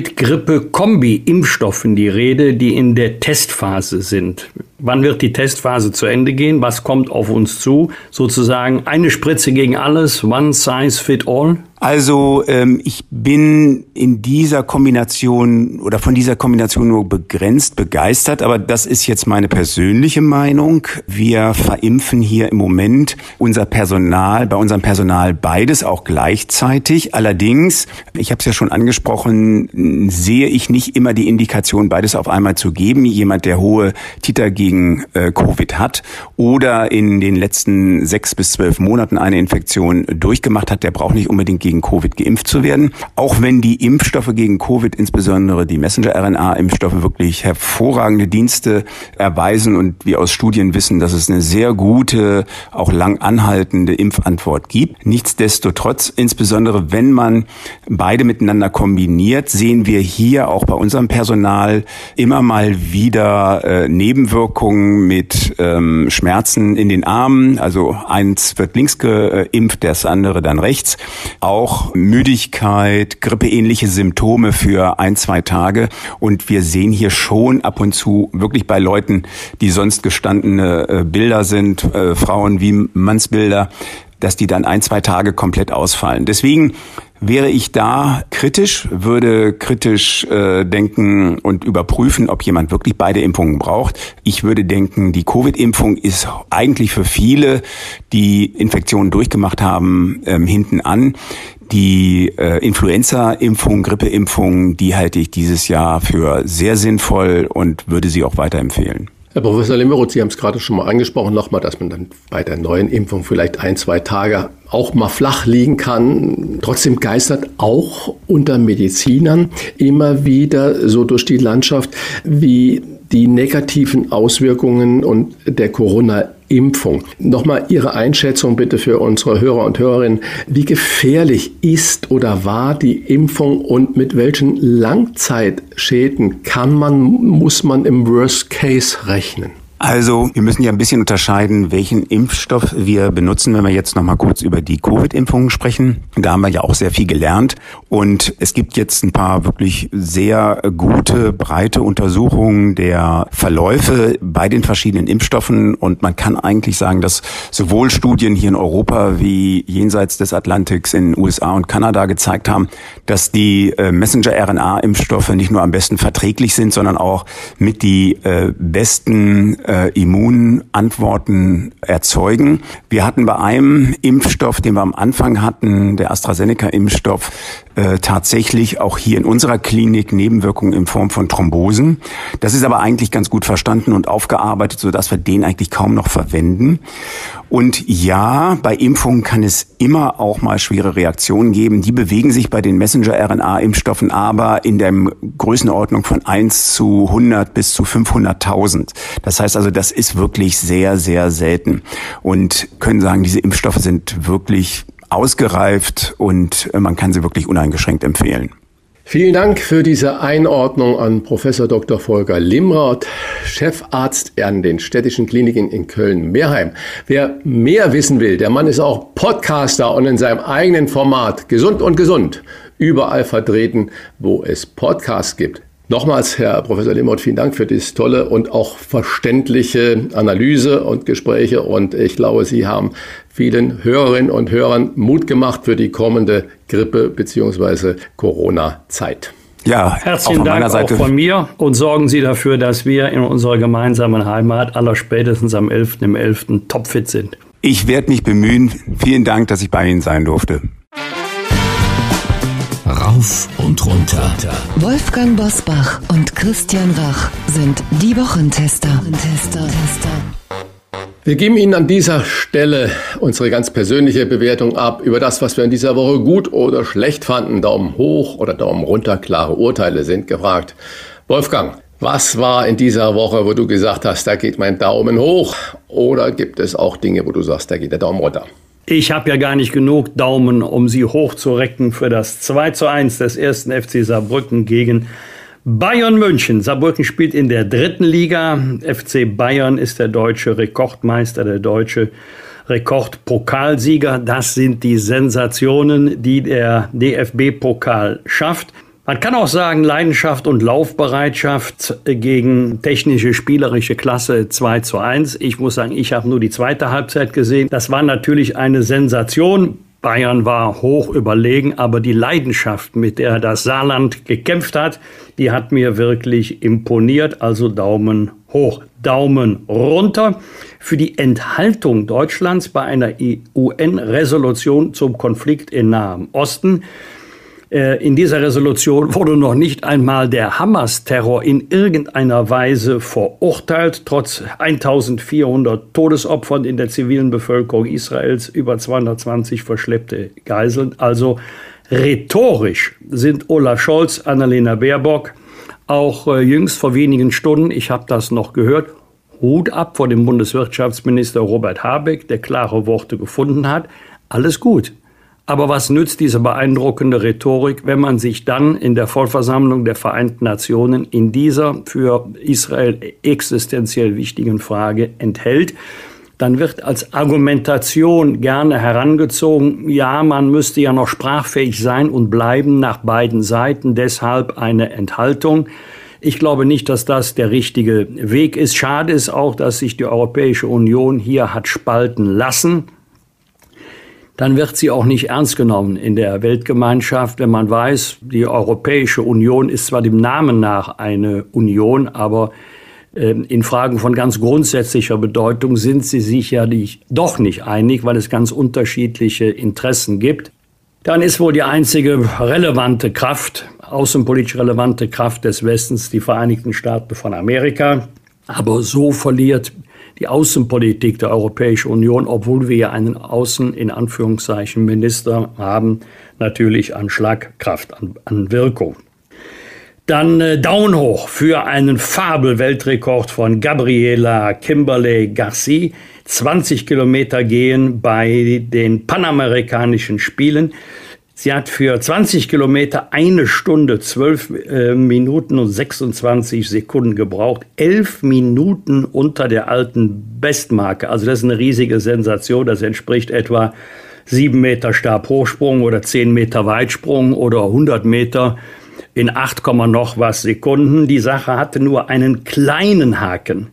Covid-Grippe-Kombi-Impfstoffen die Rede, die in der Testphase sind. Wann wird die Testphase zu Ende gehen? Was kommt auf uns zu? Sozusagen eine Spritze gegen alles, one size fit all? Also ähm, ich bin in dieser Kombination oder von dieser Kombination nur begrenzt begeistert, aber das ist jetzt meine persönliche Meinung. Wir verimpfen hier im Moment unser Personal, bei unserem Personal beides auch gleichzeitig. Allerdings, ich habe es ja schon angesprochen, sehe ich nicht immer die Indikation, beides auf einmal zu geben. Jemand, der hohe Titer gegen äh, Covid hat oder in den letzten sechs bis zwölf Monaten eine Infektion durchgemacht hat, der braucht nicht unbedingt gegen Covid geimpft zu werden. Auch wenn die Impfstoffe gegen Covid, insbesondere die Messenger-R N A-Impfstoffe, wirklich hervorragende Dienste erweisen und wir aus Studien wissen, dass es eine sehr gute, auch lang anhaltende Impfantwort gibt. Nichtsdestotrotz, insbesondere wenn man beide miteinander kombiniert, sehen wir hier auch bei unserem Personal immer mal wieder äh, Nebenwirkungen Nebenwirkungen mit ähm, Schmerzen in den Armen. Also eins wird links geimpft, das andere dann rechts. Auch Müdigkeit, grippeähnliche Symptome für ein, zwei Tage. Und wir sehen hier schon ab und zu wirklich bei Leuten, die sonst gestandene äh, Bilder sind, äh, Frauen wie Mannsbilder, dass die dann ein, zwei Tage komplett ausfallen. Deswegen wäre ich da kritisch, würde kritisch äh, denken und überprüfen, ob jemand wirklich beide Impfungen braucht. Ich würde denken, die Covid-Impfung ist eigentlich für viele, die Infektionen durchgemacht haben, ähm, hinten an. Die äh, Influenza-Impfung, Grippeimpfung, die halte ich dieses Jahr für sehr sinnvoll und würde sie auch weiterempfehlen. Herr Professor Limroth, Sie haben es gerade schon mal angesprochen, nochmal, dass man dann bei der neuen Impfung vielleicht ein, zwei Tage auch mal flach liegen kann. Trotzdem geistert auch unter Medizinern immer wieder so durch die Landschaft, wie die negativen Auswirkungen und der Corona-Impfung. Nochmal Ihre Einschätzung bitte für unsere Hörer und Hörerinnen. Wie gefährlich ist oder war die Impfung und mit welchen Langzeitschäden kann man, muss man im Worst Case rechnen? Also, wir müssen ja ein bisschen unterscheiden, welchen Impfstoff wir benutzen, wenn wir jetzt noch mal kurz über die Covid-Impfungen sprechen. Da haben wir ja auch sehr viel gelernt. Und es gibt jetzt ein paar wirklich sehr gute, breite Untersuchungen der Verläufe bei den verschiedenen Impfstoffen. Und man kann eigentlich sagen, dass sowohl Studien hier in Europa wie jenseits des Atlantiks in den U S A und Kanada gezeigt haben, dass die äh, Messenger-R N A-Impfstoffe nicht nur am besten verträglich sind, sondern auch mit die äh, besten Äh, Immunantworten erzeugen. Wir hatten bei einem Impfstoff, den wir am Anfang hatten, der AstraZeneca-Impfstoff, äh, tatsächlich auch hier in unserer Klinik Nebenwirkungen in Form von Thrombosen. Das ist aber eigentlich ganz gut verstanden und aufgearbeitet, sodass wir den eigentlich kaum noch verwenden. Und ja, bei Impfungen kann es immer auch mal schwere Reaktionen geben. Die bewegen sich bei den Messenger-R N A-Impfstoffen aber in der Größenordnung von eins zu hundert bis zu fünfhunderttausend. Das heißt also, das ist wirklich sehr, sehr selten. Und können sagen, diese Impfstoffe sind wirklich ausgereift und man kann sie wirklich uneingeschränkt empfehlen. Vielen Dank für diese Einordnung an Professor Doktor Volker Limroth, Chefarzt an den städtischen Kliniken in Köln-Meerheim. Wer mehr wissen will, der Mann ist auch Podcaster und in seinem eigenen Format Gesund und Gesund überall vertreten, wo es Podcasts gibt. Nochmals, Herr Professor Limroth, vielen Dank für diese tolle und auch verständliche Analyse und Gespräche. Und ich glaube, Sie haben vielen Hörerinnen und Hörern Mut gemacht für die kommende Grippe- bzw. Corona-Zeit. Ja, herzlichen Dank auch von mir und sorgen Sie dafür, dass wir in unserer gemeinsamen Heimat allerspätestens am elften im elften topfit sind. Ich werde mich bemühen. Vielen Dank, dass ich bei Ihnen sein durfte. Rauf und runter. Wolfgang Bosbach und Christian Rach sind die Wochentester. Wochentester. Wir geben Ihnen an dieser Stelle unsere ganz persönliche Bewertung ab über das, was wir in dieser Woche gut oder schlecht fanden. Daumen hoch oder Daumen runter, klare Urteile sind gefragt. Wolfgang, was war in dieser Woche, wo du gesagt hast, da geht mein Daumen hoch? Oder gibt es auch Dinge, wo du sagst, da geht der Daumen runter? Ich habe ja gar nicht genug Daumen, um sie hochzurecken für das zwei zu eins des ersten F C Saarbrücken gegen Bayern München. Saarbrücken spielt in der dritten Liga. F C Bayern ist der deutsche Rekordmeister, der deutsche Rekordpokalsieger. Das sind die Sensationen, die der D F B-Pokal schafft. Man kann auch sagen, Leidenschaft und Laufbereitschaft gegen technische, spielerische Klasse zwei zu eins. Ich muss sagen, ich habe nur die zweite Halbzeit gesehen. Das war natürlich eine Sensation. Bayern war hoch überlegen, aber die Leidenschaft, mit der das Saarland gekämpft hat, die hat mir wirklich imponiert. Also Daumen hoch, Daumen runter für die Enthaltung Deutschlands bei einer U N-Resolution zum Konflikt im Nahen Osten. In dieser Resolution wurde noch nicht einmal der Hamas-Terror in irgendeiner Weise verurteilt, trotz eintausendvierhundert Todesopfern in der zivilen Bevölkerung Israels, über zweihundertzwanzig verschleppte Geiseln. Also rhetorisch sind Olaf Scholz, Annalena Baerbock, auch äh, jüngst vor wenigen Stunden, ich habe das noch gehört, Hut ab vor dem Bundeswirtschaftsminister Robert Habeck, der klare Worte gefunden hat. Alles gut. Aber was nützt diese beeindruckende Rhetorik, wenn man sich dann in der Vollversammlung der Vereinten Nationen in dieser für Israel existenziell wichtigen Frage enthält? Dann wird als Argumentation gerne herangezogen, ja, man müsste ja noch sprachfähig sein und bleiben nach beiden Seiten, deshalb eine Enthaltung. Ich glaube nicht, dass das der richtige Weg ist. Schade ist auch, dass sich die Europäische Union hier hat spalten lassen. Dann wird sie auch nicht ernst genommen in der Weltgemeinschaft, wenn man weiß, die Europäische Union ist zwar dem Namen nach eine Union, aber äh, in Fragen von ganz grundsätzlicher Bedeutung sind sie sich ja nicht, doch nicht einig, weil es ganz unterschiedliche Interessen gibt. Dann ist wohl die einzige relevante Kraft, außenpolitisch relevante Kraft des Westens die Vereinigten Staaten von Amerika. Aber so verliert die Außenpolitik der Europäischen Union, obwohl wir ja einen Außen-, in Anführungszeichen, Minister haben, natürlich an Schlagkraft, an, an Wirkung. Dann äh, Daumen hoch für einen Fabel-Weltrekord von Gabriela Kimberley-Garcia. zwanzig Kilometer gehen bei den Panamerikanischen Spielen. Sie hat für zwanzig Kilometer eine Stunde, zwölf äh, Minuten und sechsundzwanzig Sekunden gebraucht. Elf Minuten unter der alten Bestmarke. Also das ist eine riesige Sensation. Das entspricht etwa sieben Meter Stabhochsprung oder zehn Meter Weitsprung oder hundert Meter in acht, noch was Sekunden. Die Sache hatte nur einen kleinen Haken.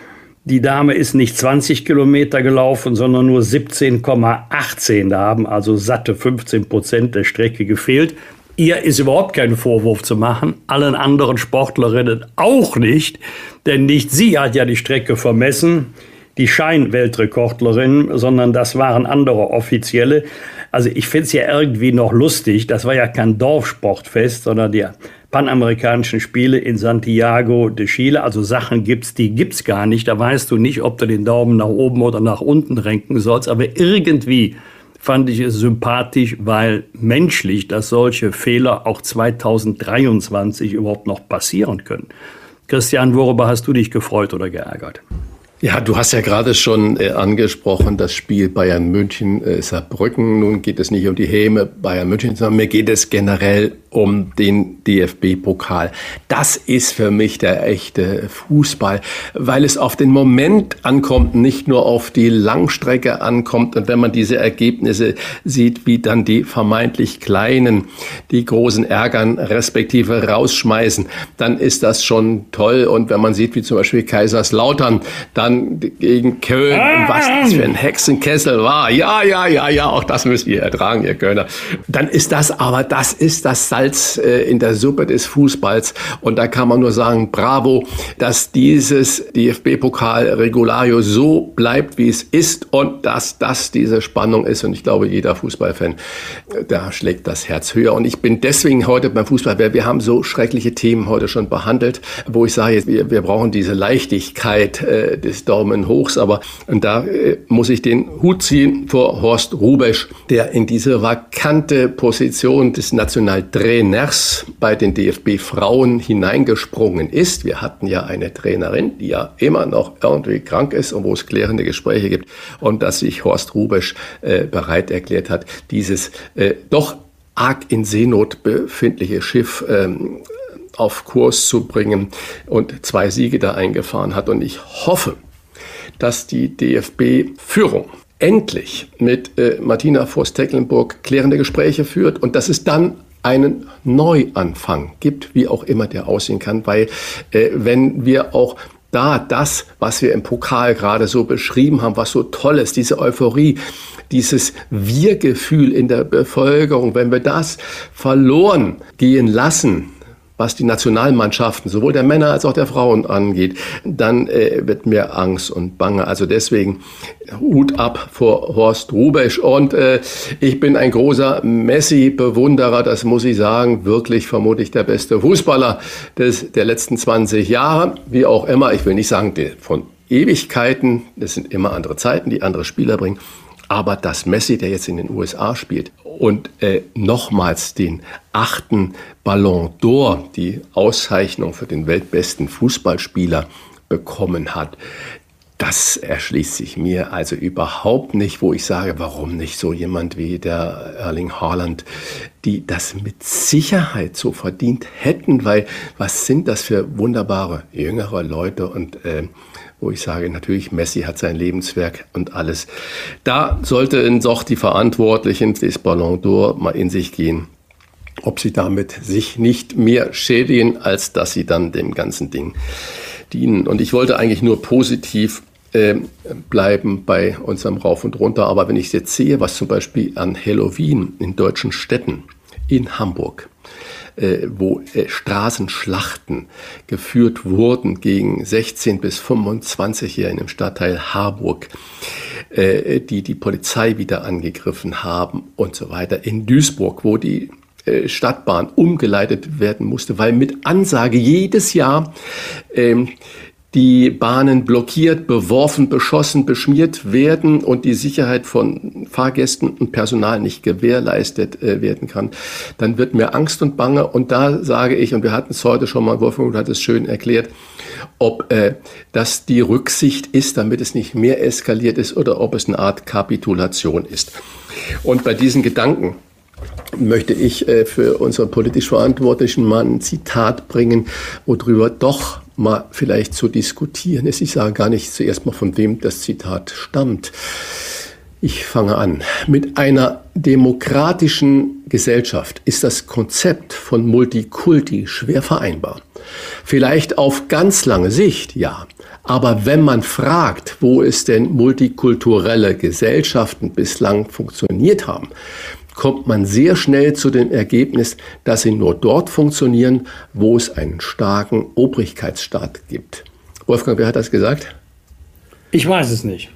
Die Dame ist nicht zwanzig Kilometer gelaufen, sondern nur siebzehn Komma achtzehn. Da haben also satte fünfzehn Prozent der Strecke gefehlt. Ihr ist überhaupt kein Vorwurf zu machen, allen anderen Sportlerinnen auch nicht, denn nicht sie hat ja die Strecke vermessen, die Schein-Weltrekordlerin, sondern das waren andere Offizielle. Also ich finde es ja irgendwie noch lustig, das war ja kein Dorfsportfest, sondern die Panamerikanischen Spiele in Santiago de Chile. Also Sachen gibt's, die gibt's gar nicht. Da weißt du nicht, ob du den Daumen nach oben oder nach unten renken sollst. Aber irgendwie fand ich es sympathisch, weil menschlich, dass solche Fehler auch zweitausenddreiundzwanzig überhaupt noch passieren können. Christian, worüber hast du dich gefreut oder geärgert? Ja, du hast ja gerade schon äh, angesprochen, das Spiel Bayern München äh, Saarbrücken. Nun geht es nicht um die Häme Bayern München, sondern mir geht es generell um den D F B-Pokal. Das ist für mich der echte Fußball, weil es auf den Moment ankommt, nicht nur auf die Langstrecke ankommt. Und wenn man diese Ergebnisse sieht, wie dann die vermeintlich Kleinen die Großen ärgern, respektive rausschmeißen, dann ist das schon toll. Und wenn man sieht, wie zum Beispiel Kaiserslautern dann gegen Köln, und was das für ein Hexenkessel war. Ja, ja, ja, ja, auch das müsst ihr ertragen, ihr Kölner. Dann ist das aber, das ist das Salz äh, in der Suppe des Fußballs. Und da kann man nur sagen, bravo, dass dieses D F B-Pokal-Regulario so bleibt, wie es ist und dass das diese Spannung ist. Und ich glaube, jeder Fußballfan, da schlägt das Herz höher. Und ich bin deswegen heute beim Fußball, weil wir haben so schreckliche Themen heute schon behandelt, wo ich sage, wir, wir brauchen diese Leichtigkeit äh, des Daumen hochs, aber und da äh, muss ich den Hut ziehen vor Horst Hrubesch, der in diese vakante Position des Nationaltrainers bei den D F B-Frauen hineingesprungen ist. Wir hatten ja eine Trainerin, die ja immer noch irgendwie krank ist und wo es klärende Gespräche gibt und dass sich Horst Hrubesch äh, bereit erklärt hat, dieses äh, doch arg in Seenot befindliche Schiff ähm, auf Kurs zu bringen und zwei Siege da eingefahren hat. Und ich hoffe, dass die D F B-Führung endlich mit äh, Martina Voss-Tecklenburg klärende Gespräche führt und dass es dann einen Neuanfang gibt, wie auch immer der aussehen kann, weil äh, wenn wir auch da das, was wir im Pokal gerade so beschrieben haben, was so toll ist, diese Euphorie, dieses Wir-Gefühl in der Bevölkerung, wenn wir das verloren gehen lassen, was die Nationalmannschaften, sowohl der Männer als auch der Frauen angeht, dann äh, wird mir Angst und Bange. Also deswegen Hut ab vor Horst Hrubesch. Und äh, ich bin ein großer Messi-Bewunderer, das muss ich sagen. Wirklich vermutlich der beste Fußballer des, der letzten zwanzig Jahre. Wie auch immer, ich will nicht sagen von Ewigkeiten, das sind immer andere Zeiten, die andere Spieler bringen. Aber dass Messi, der jetzt in den U S A spielt und äh, nochmals den achten Ballon d'Or, die Auszeichnung für den weltbesten Fußballspieler, bekommen hat, Das erschließt sich mir also überhaupt nicht, wo ich sage, warum nicht so jemand wie der Erling Haaland, die das mit Sicherheit so verdient hätten, weil was sind das für wunderbare jüngere Leute und äh, wo ich sage, natürlich, Messi hat sein Lebenswerk und alles. Da sollten doch die Verantwortlichen des Ballon d'Or mal in sich gehen, ob sie damit sich nicht mehr schädigen, als dass sie dann dem ganzen Ding dienen. Und ich wollte eigentlich nur positiv äh, bleiben bei unserem Rauf und Runter. Aber wenn ich jetzt sehe, was zum Beispiel an Halloween in deutschen Städten, in Hamburg, äh, wo äh, Straßenschlachten geführt wurden gegen sechzehn- bis fünfundzwanzigjährige im Stadtteil Harburg, äh, die die Polizei wieder angegriffen haben und so weiter. In Duisburg, wo die Stadtbahn umgeleitet werden musste, weil mit Ansage jedes Jahr ähm, die Bahnen blockiert, beworfen, beschossen, beschmiert werden und die Sicherheit von Fahrgästen und Personal nicht gewährleistet äh, werden kann, dann wird mir Angst und Bange. Und da sage ich, und wir hatten es heute schon mal, Wolfgang hat es schön erklärt, ob äh, das die Rücksicht ist, damit es nicht mehr eskaliert ist oder ob es eine Art Kapitulation ist. Und bei diesen Gedanken möchte ich äh, für unseren politisch Verantwortlichen mal ein Zitat bringen, worüber doch mal vielleicht zu diskutieren ist. Ich sage gar nicht zuerst mal, von wem das Zitat stammt. Ich fange an. Mit einer demokratischen Gesellschaft ist das Konzept von Multikulti schwer vereinbar. Vielleicht auf ganz lange Sicht, ja. Aber wenn man fragt, wo es denn multikulturelle Gesellschaften bislang funktioniert haben, kommt man sehr schnell zu dem Ergebnis, dass sie nur dort funktionieren, wo es einen starken Obrigkeitsstaat gibt. Wolfgang, wer hat das gesagt? Ich weiß es nicht.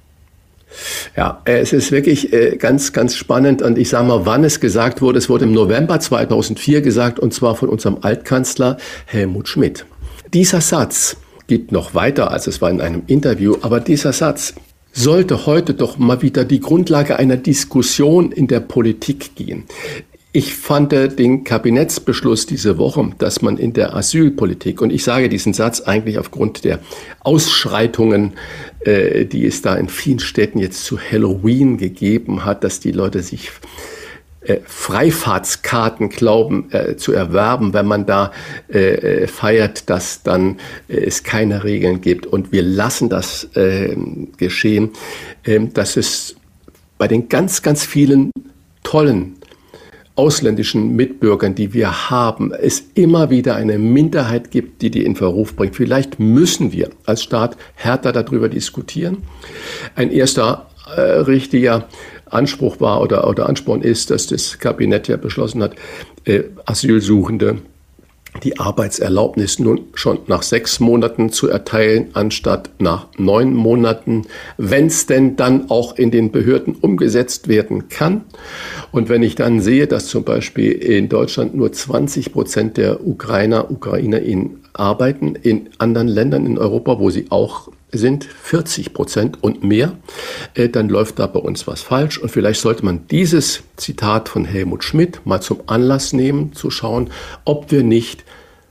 Ja, es ist wirklich ganz, ganz spannend. Und ich sage mal, wann es gesagt wurde. Es wurde im November zweitausendvier gesagt, und zwar von unserem Altkanzler Helmut Schmidt. Dieser Satz geht noch weiter, als es war in einem Interview, aber dieser Satz sollte heute doch mal wieder die Grundlage einer Diskussion in der Politik gehen. Ich fand den Kabinettsbeschluss diese Woche, dass man in der Asylpolitik, und ich sage diesen Satz eigentlich aufgrund der Ausschreitungen, äh, die es da in vielen Städten jetzt zu Halloween gegeben hat, dass die Leute sich äh, Freifahrtskarten glauben äh, zu erwerben, wenn man da äh, feiert, dass dann äh, es keine Regeln gibt. Und wir lassen das äh, geschehen, äh, dass es bei den ganz, ganz vielen tollen ausländischen Mitbürgern, die wir haben, es immer wieder eine Minderheit gibt, die die in Verruf bringt. Vielleicht müssen wir als Staat härter darüber diskutieren. Ein erster äh, richtiger Anspruch war oder, oder Ansporn ist, dass das Kabinett ja beschlossen hat, äh, Asylsuchende die Arbeitserlaubnis nun schon nach sechs Monaten zu erteilen, anstatt nach neun Monaten, wenn es denn dann auch in den Behörden umgesetzt werden kann. Und wenn ich dann sehe, dass zum Beispiel in Deutschland nur zwanzig Prozent der Ukrainer, UkrainerInnen arbeiten, in anderen Ländern in Europa, wo sie auch sind, vierzig Prozent und mehr, äh, dann läuft da bei uns was falsch. Und vielleicht sollte man dieses Zitat von Helmut Schmidt mal zum Anlass nehmen, zu schauen, ob wir nicht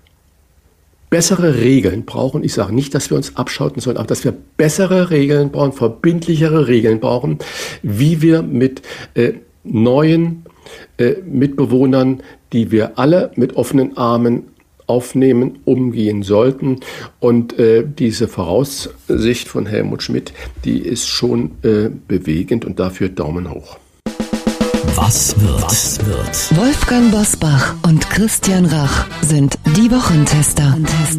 bessere Regeln brauchen. Ich sage nicht, dass wir uns abschotten sollen, aber dass wir bessere Regeln brauchen, verbindlichere Regeln brauchen, wie wir mit äh, neuen äh, Mitbewohnern, die wir alle mit offenen Armen aufnehmen, umgehen sollten. Und äh, diese Voraussicht von Helmut Schmidt, die ist schon äh, bewegend und dafür Daumen hoch. Was wird? Was wird? Wolfgang Bosbach und Christian Rach sind die Wochentester.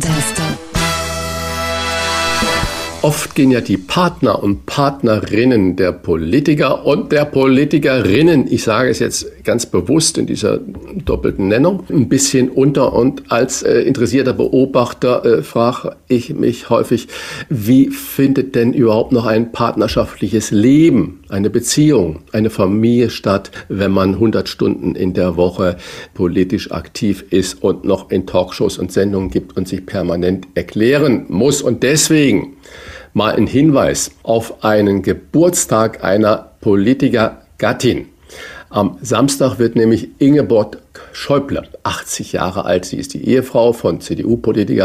Oft gehen ja die Partner und Partnerinnen der Politiker und der Politikerinnen, ich sage es jetzt ganz bewusst in dieser doppelten Nennung, ein bisschen unter. Und als äh, interessierter Beobachter äh, frage ich mich häufig, wie findet denn überhaupt noch ein partnerschaftliches Leben, eine Beziehung, eine Familie statt, wenn man hundert Stunden in der Woche politisch aktiv ist und noch in Talkshows und Sendungen gibt und sich permanent erklären muss. Und deswegen mal ein Hinweis auf einen Geburtstag einer Politikergattin. Am Samstag wird nämlich Ingeborg Schäuble achtzig Jahre alt. Sie ist die Ehefrau von C D U-Politiker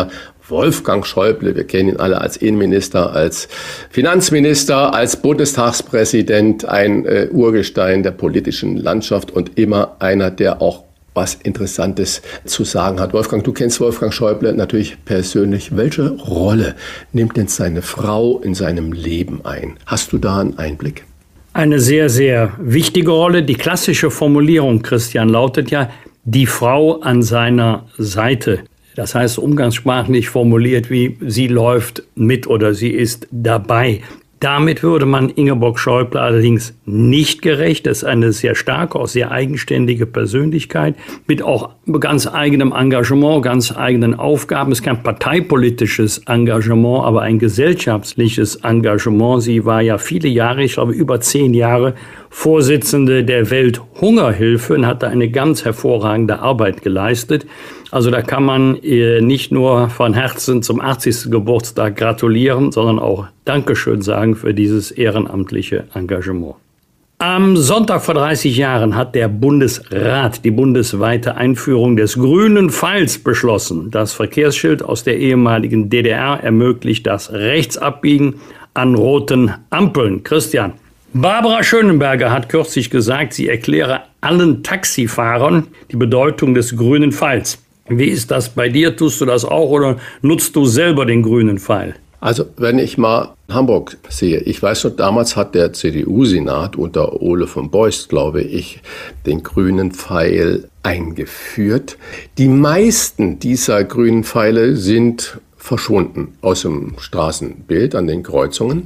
Wolfgang Schäuble. Wir kennen ihn alle als Innenminister, als Finanzminister, als Bundestagspräsident, ein äh, Urgestein der politischen Landschaft und immer einer, der auch was Interessantes zu sagen hat. Wolfgang, du kennst Wolfgang Schäuble natürlich persönlich. Welche Rolle nimmt denn seine Frau in seinem Leben ein? Hast du da einen Einblick? Eine sehr, sehr wichtige Rolle. Die klassische Formulierung, Christian, lautet ja, die Frau an seiner Seite. Das heißt umgangssprachlich formuliert wie, sie läuft mit oder sie ist dabei. Damit würde man Ingeborg Schäuble allerdings nicht gerecht. Das ist eine sehr starke, auch sehr eigenständige Persönlichkeit mit auch ganz eigenem Engagement, ganz eigenen Aufgaben. Es ist kein parteipolitisches Engagement, aber ein gesellschaftliches Engagement. Sie war ja viele Jahre, ich glaube über zehn Jahre, Vorsitzende der Welthungerhilfe und hat da eine ganz hervorragende Arbeit geleistet. Also da kann man ihr nicht nur von Herzen zum achtzigsten Geburtstag gratulieren, sondern auch Dankeschön sagen für dieses ehrenamtliche Engagement. Am Sonntag vor dreißig Jahren hat der Bundesrat die bundesweite Einführung des grünen Pfeils beschlossen. Das Verkehrsschild aus der ehemaligen D D R ermöglicht das Rechtsabbiegen an roten Ampeln. Christian, Barbara Schönenberger hat kürzlich gesagt, sie erkläre allen Taxifahrern die Bedeutung des grünen Pfeils. Wie ist das bei dir? Tust du das auch oder nutzt du selber den grünen Pfeil? Also wenn ich mal Hamburg sehe, ich weiß schon, damals hat der C D U-Senat unter Ole von Beust, glaube ich, den grünen Pfeil eingeführt. Die meisten dieser grünen Pfeile sind verschwunden aus dem Straßenbild an den Kreuzungen.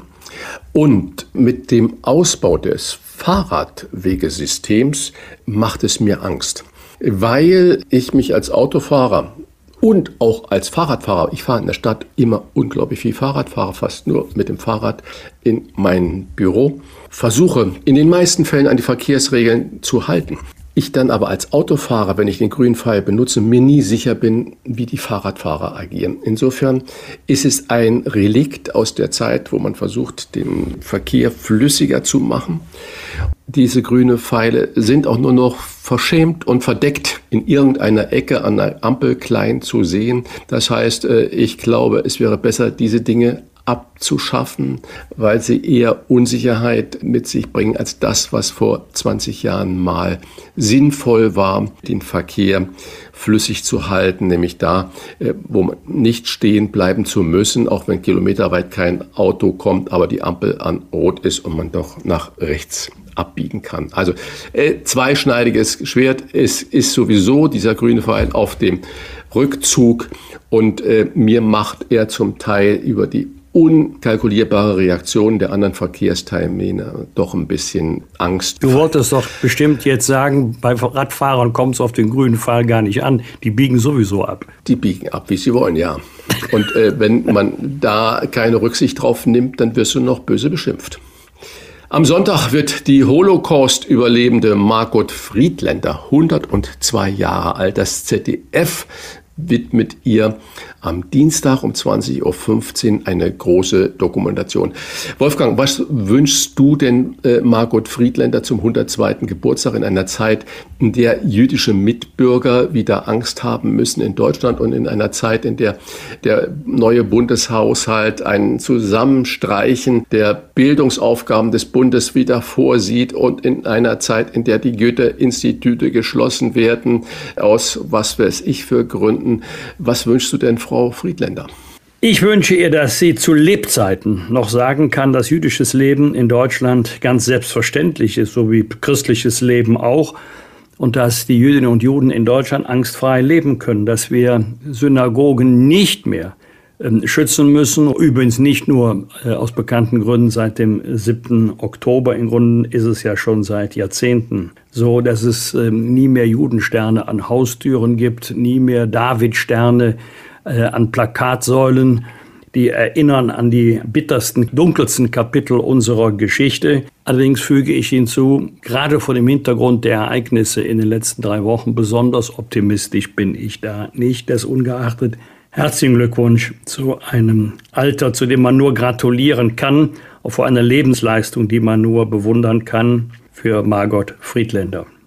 Und mit dem Ausbau des Fahrradwegesystems macht es mir Angst, weil ich mich als Autofahrer und auch als Fahrradfahrer, ich fahre in der Stadt immer unglaublich viel Fahrrad, fahre fast nur mit dem Fahrrad in mein Büro, versuche in den meisten Fällen an die Verkehrsregeln zu halten. Ich dann aber als Autofahrer, wenn ich den grünen Pfeil benutze, mir nie sicher bin, wie die Fahrradfahrer agieren. Insofern ist es ein Relikt aus der Zeit, wo man versucht, den Verkehr flüssiger zu machen. Diese grünen Pfeile sind auch nur noch verschämt und verdeckt in irgendeiner Ecke an der Ampel klein zu sehen. Das heißt, ich glaube, es wäre besser, diese Dinge abzuschaffen, weil sie eher Unsicherheit mit sich bringen als das, was vor zwanzig Jahren mal sinnvoll war, den Verkehr flüssig zu halten, nämlich da, wo man nicht stehen bleiben zu müssen, auch wenn kilometerweit kein Auto kommt, aber die Ampel an Rot ist und man doch nach rechts abbiegen kann. Also äh, zweischneidiges Schwert. Es ist sowieso dieser grüne Pfeil auf dem Rückzug und äh, mir macht er zum Teil über die unkalkulierbare Reaktionen der anderen Verkehrsteilnehmer doch ein bisschen Angst. Du wolltest doch bestimmt jetzt sagen, bei Radfahrern kommt es auf den grünen Pfeil gar nicht an. Die biegen sowieso ab. Die biegen ab, wie sie wollen, ja. Und äh, wenn man da keine Rücksicht drauf nimmt, dann wirst du noch böse beschimpft. Am Sonntag wird die Holocaust-Überlebende Margot Friedländer, hundertzwei Jahre alt, das Z D F widmet ihr am Dienstag um zwanzig Uhr fünfzehn eine große Dokumentation. Wolfgang, was wünschst du denn äh, Margot Friedländer zum hundertzweiten Geburtstag in einer Zeit, in der jüdische Mitbürger wieder Angst haben müssen in Deutschland und in einer Zeit, in der der neue Bundeshaushalt ein Zusammenstreichen der Bildungsaufgaben des Bundes wieder vorsieht und in einer Zeit, in der die Goethe-Institute geschlossen werden, aus was weiß ich für Gründen. Was wünschst du denn, Frau Friedländer? Ich wünsche ihr, dass sie zu Lebzeiten noch sagen kann, dass jüdisches Leben in Deutschland ganz selbstverständlich ist, so wie christliches Leben auch. Und dass die Jüdinnen und Juden in Deutschland angstfrei leben können, dass wir Synagogen nicht mehr äh, schützen müssen. Übrigens nicht nur äh, aus bekannten Gründen seit dem siebten Oktober. Im Grunde ist es ja schon seit Jahrzehnten so, dass es äh, nie mehr Judensterne an Haustüren gibt, nie mehr Davidsterne äh, an Plakatsäulen, die erinnern an die bittersten, dunkelsten Kapitel unserer Geschichte. Allerdings füge ich hinzu, gerade vor dem Hintergrund der Ereignisse in den letzten drei Wochen, besonders optimistisch bin ich da nicht. Das ungeachtet, herzlichen Glückwunsch zu einem Alter, zu dem man nur gratulieren kann, auch vor einer Lebensleistung, die man nur bewundern kann, für Margot Friedländer.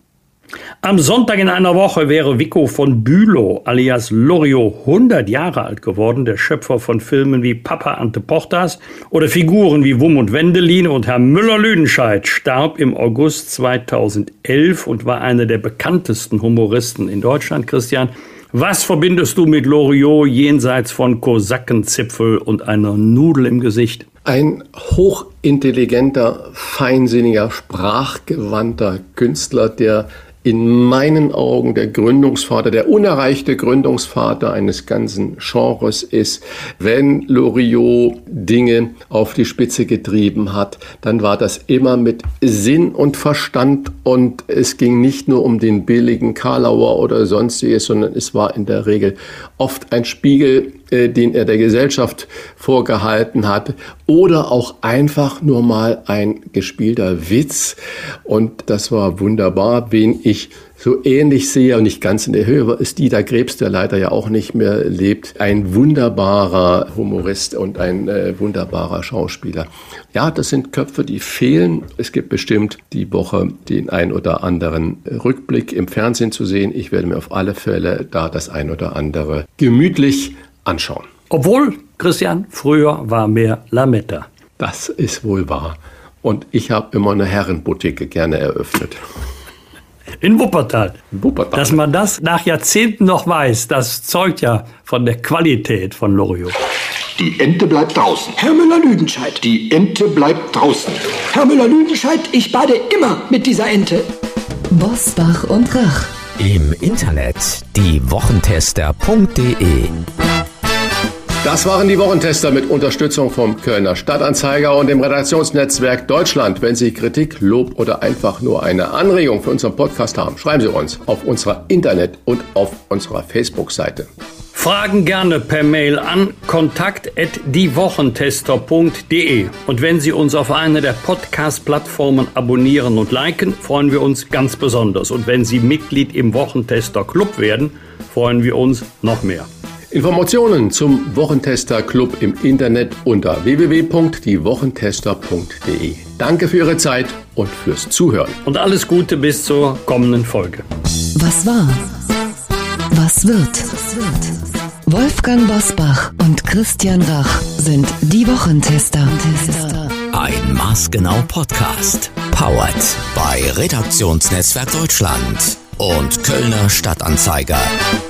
Am Sonntag in einer Woche wäre Vico von Bülow alias Loriot hundert Jahre alt geworden, der Schöpfer von Filmen wie Papa Ante Portas oder Figuren wie Wum und Wendeline, und Herr Müller-Lüdenscheid starb im August zweitausendelf und war einer der bekanntesten Humoristen in Deutschland. Christian, was verbindest du mit Loriot jenseits von Kosakenzipfel und einer Nudel im Gesicht? Ein hochintelligenter, feinsinniger, sprachgewandter Künstler, der in meinen Augen der Gründungsvater, der unerreichte Gründungsvater eines ganzen Genres ist. Wenn Loriot Dinge auf die Spitze getrieben hat, dann war das immer mit Sinn und Verstand, und es ging nicht nur um den billigen Karlauer oder sonstiges, sondern es war in der Regel oft ein Spiegel, äh, den er der Gesellschaft vorgehalten hat, oder auch einfach nur mal ein gespielter Witz, und das war wunderbar. Wen ich so ähnlich sehe und nicht ganz in der Höhe, ist Dieter Krebs, der leider ja auch nicht mehr lebt. Ein wunderbarer Humorist und ein äh, wunderbarer Schauspieler. Ja, das sind Köpfe, die fehlen. Es gibt bestimmt die Woche den ein oder anderen Rückblick im Fernsehen zu sehen. Ich werde mir auf alle Fälle da das ein oder andere gemütlich anschauen. Obwohl, Christian, früher war mehr Lametta. Das ist wohl wahr. Und ich habe immer eine Herrenboutique gerne eröffnet. In Wuppertal. In Wuppertal. Dass man das nach Jahrzehnten noch weiß, das zeugt ja von der Qualität von Loriot. Die Ente bleibt draußen. Herr Müller-Lüdenscheid. Die Ente bleibt draußen. Herr Müller-Lüdenscheid, ich bade immer mit dieser Ente. Bosbach und Rach. Im Internet die wochentester punkt de. Das waren die Wochentester mit Unterstützung vom Kölner Stadtanzeiger und dem Redaktionsnetzwerk Deutschland. Wenn Sie Kritik, Lob oder einfach nur eine Anregung für unseren Podcast haben, schreiben Sie uns auf unserer Internet- und auf unserer Facebook-Seite. Fragen gerne per Mail an kontakt at diewochentester punkt de. Und wenn Sie uns auf einer der Podcast-Plattformen abonnieren und liken, freuen wir uns ganz besonders. Und wenn Sie Mitglied im Wochentester Club werden, freuen wir uns noch mehr. Informationen zum Wochentester Club im Internet unter w w w punkt diewochentester punkt de. Danke für Ihre Zeit und fürs Zuhören. Und alles Gute bis zur kommenden Folge. Was war? Was wird? Wolfgang Bosbach und Christian Rach sind die Wochentester. Ein maßgenau Podcast. Powered bei Redaktionsnetzwerk Deutschland und Kölner Stadtanzeiger.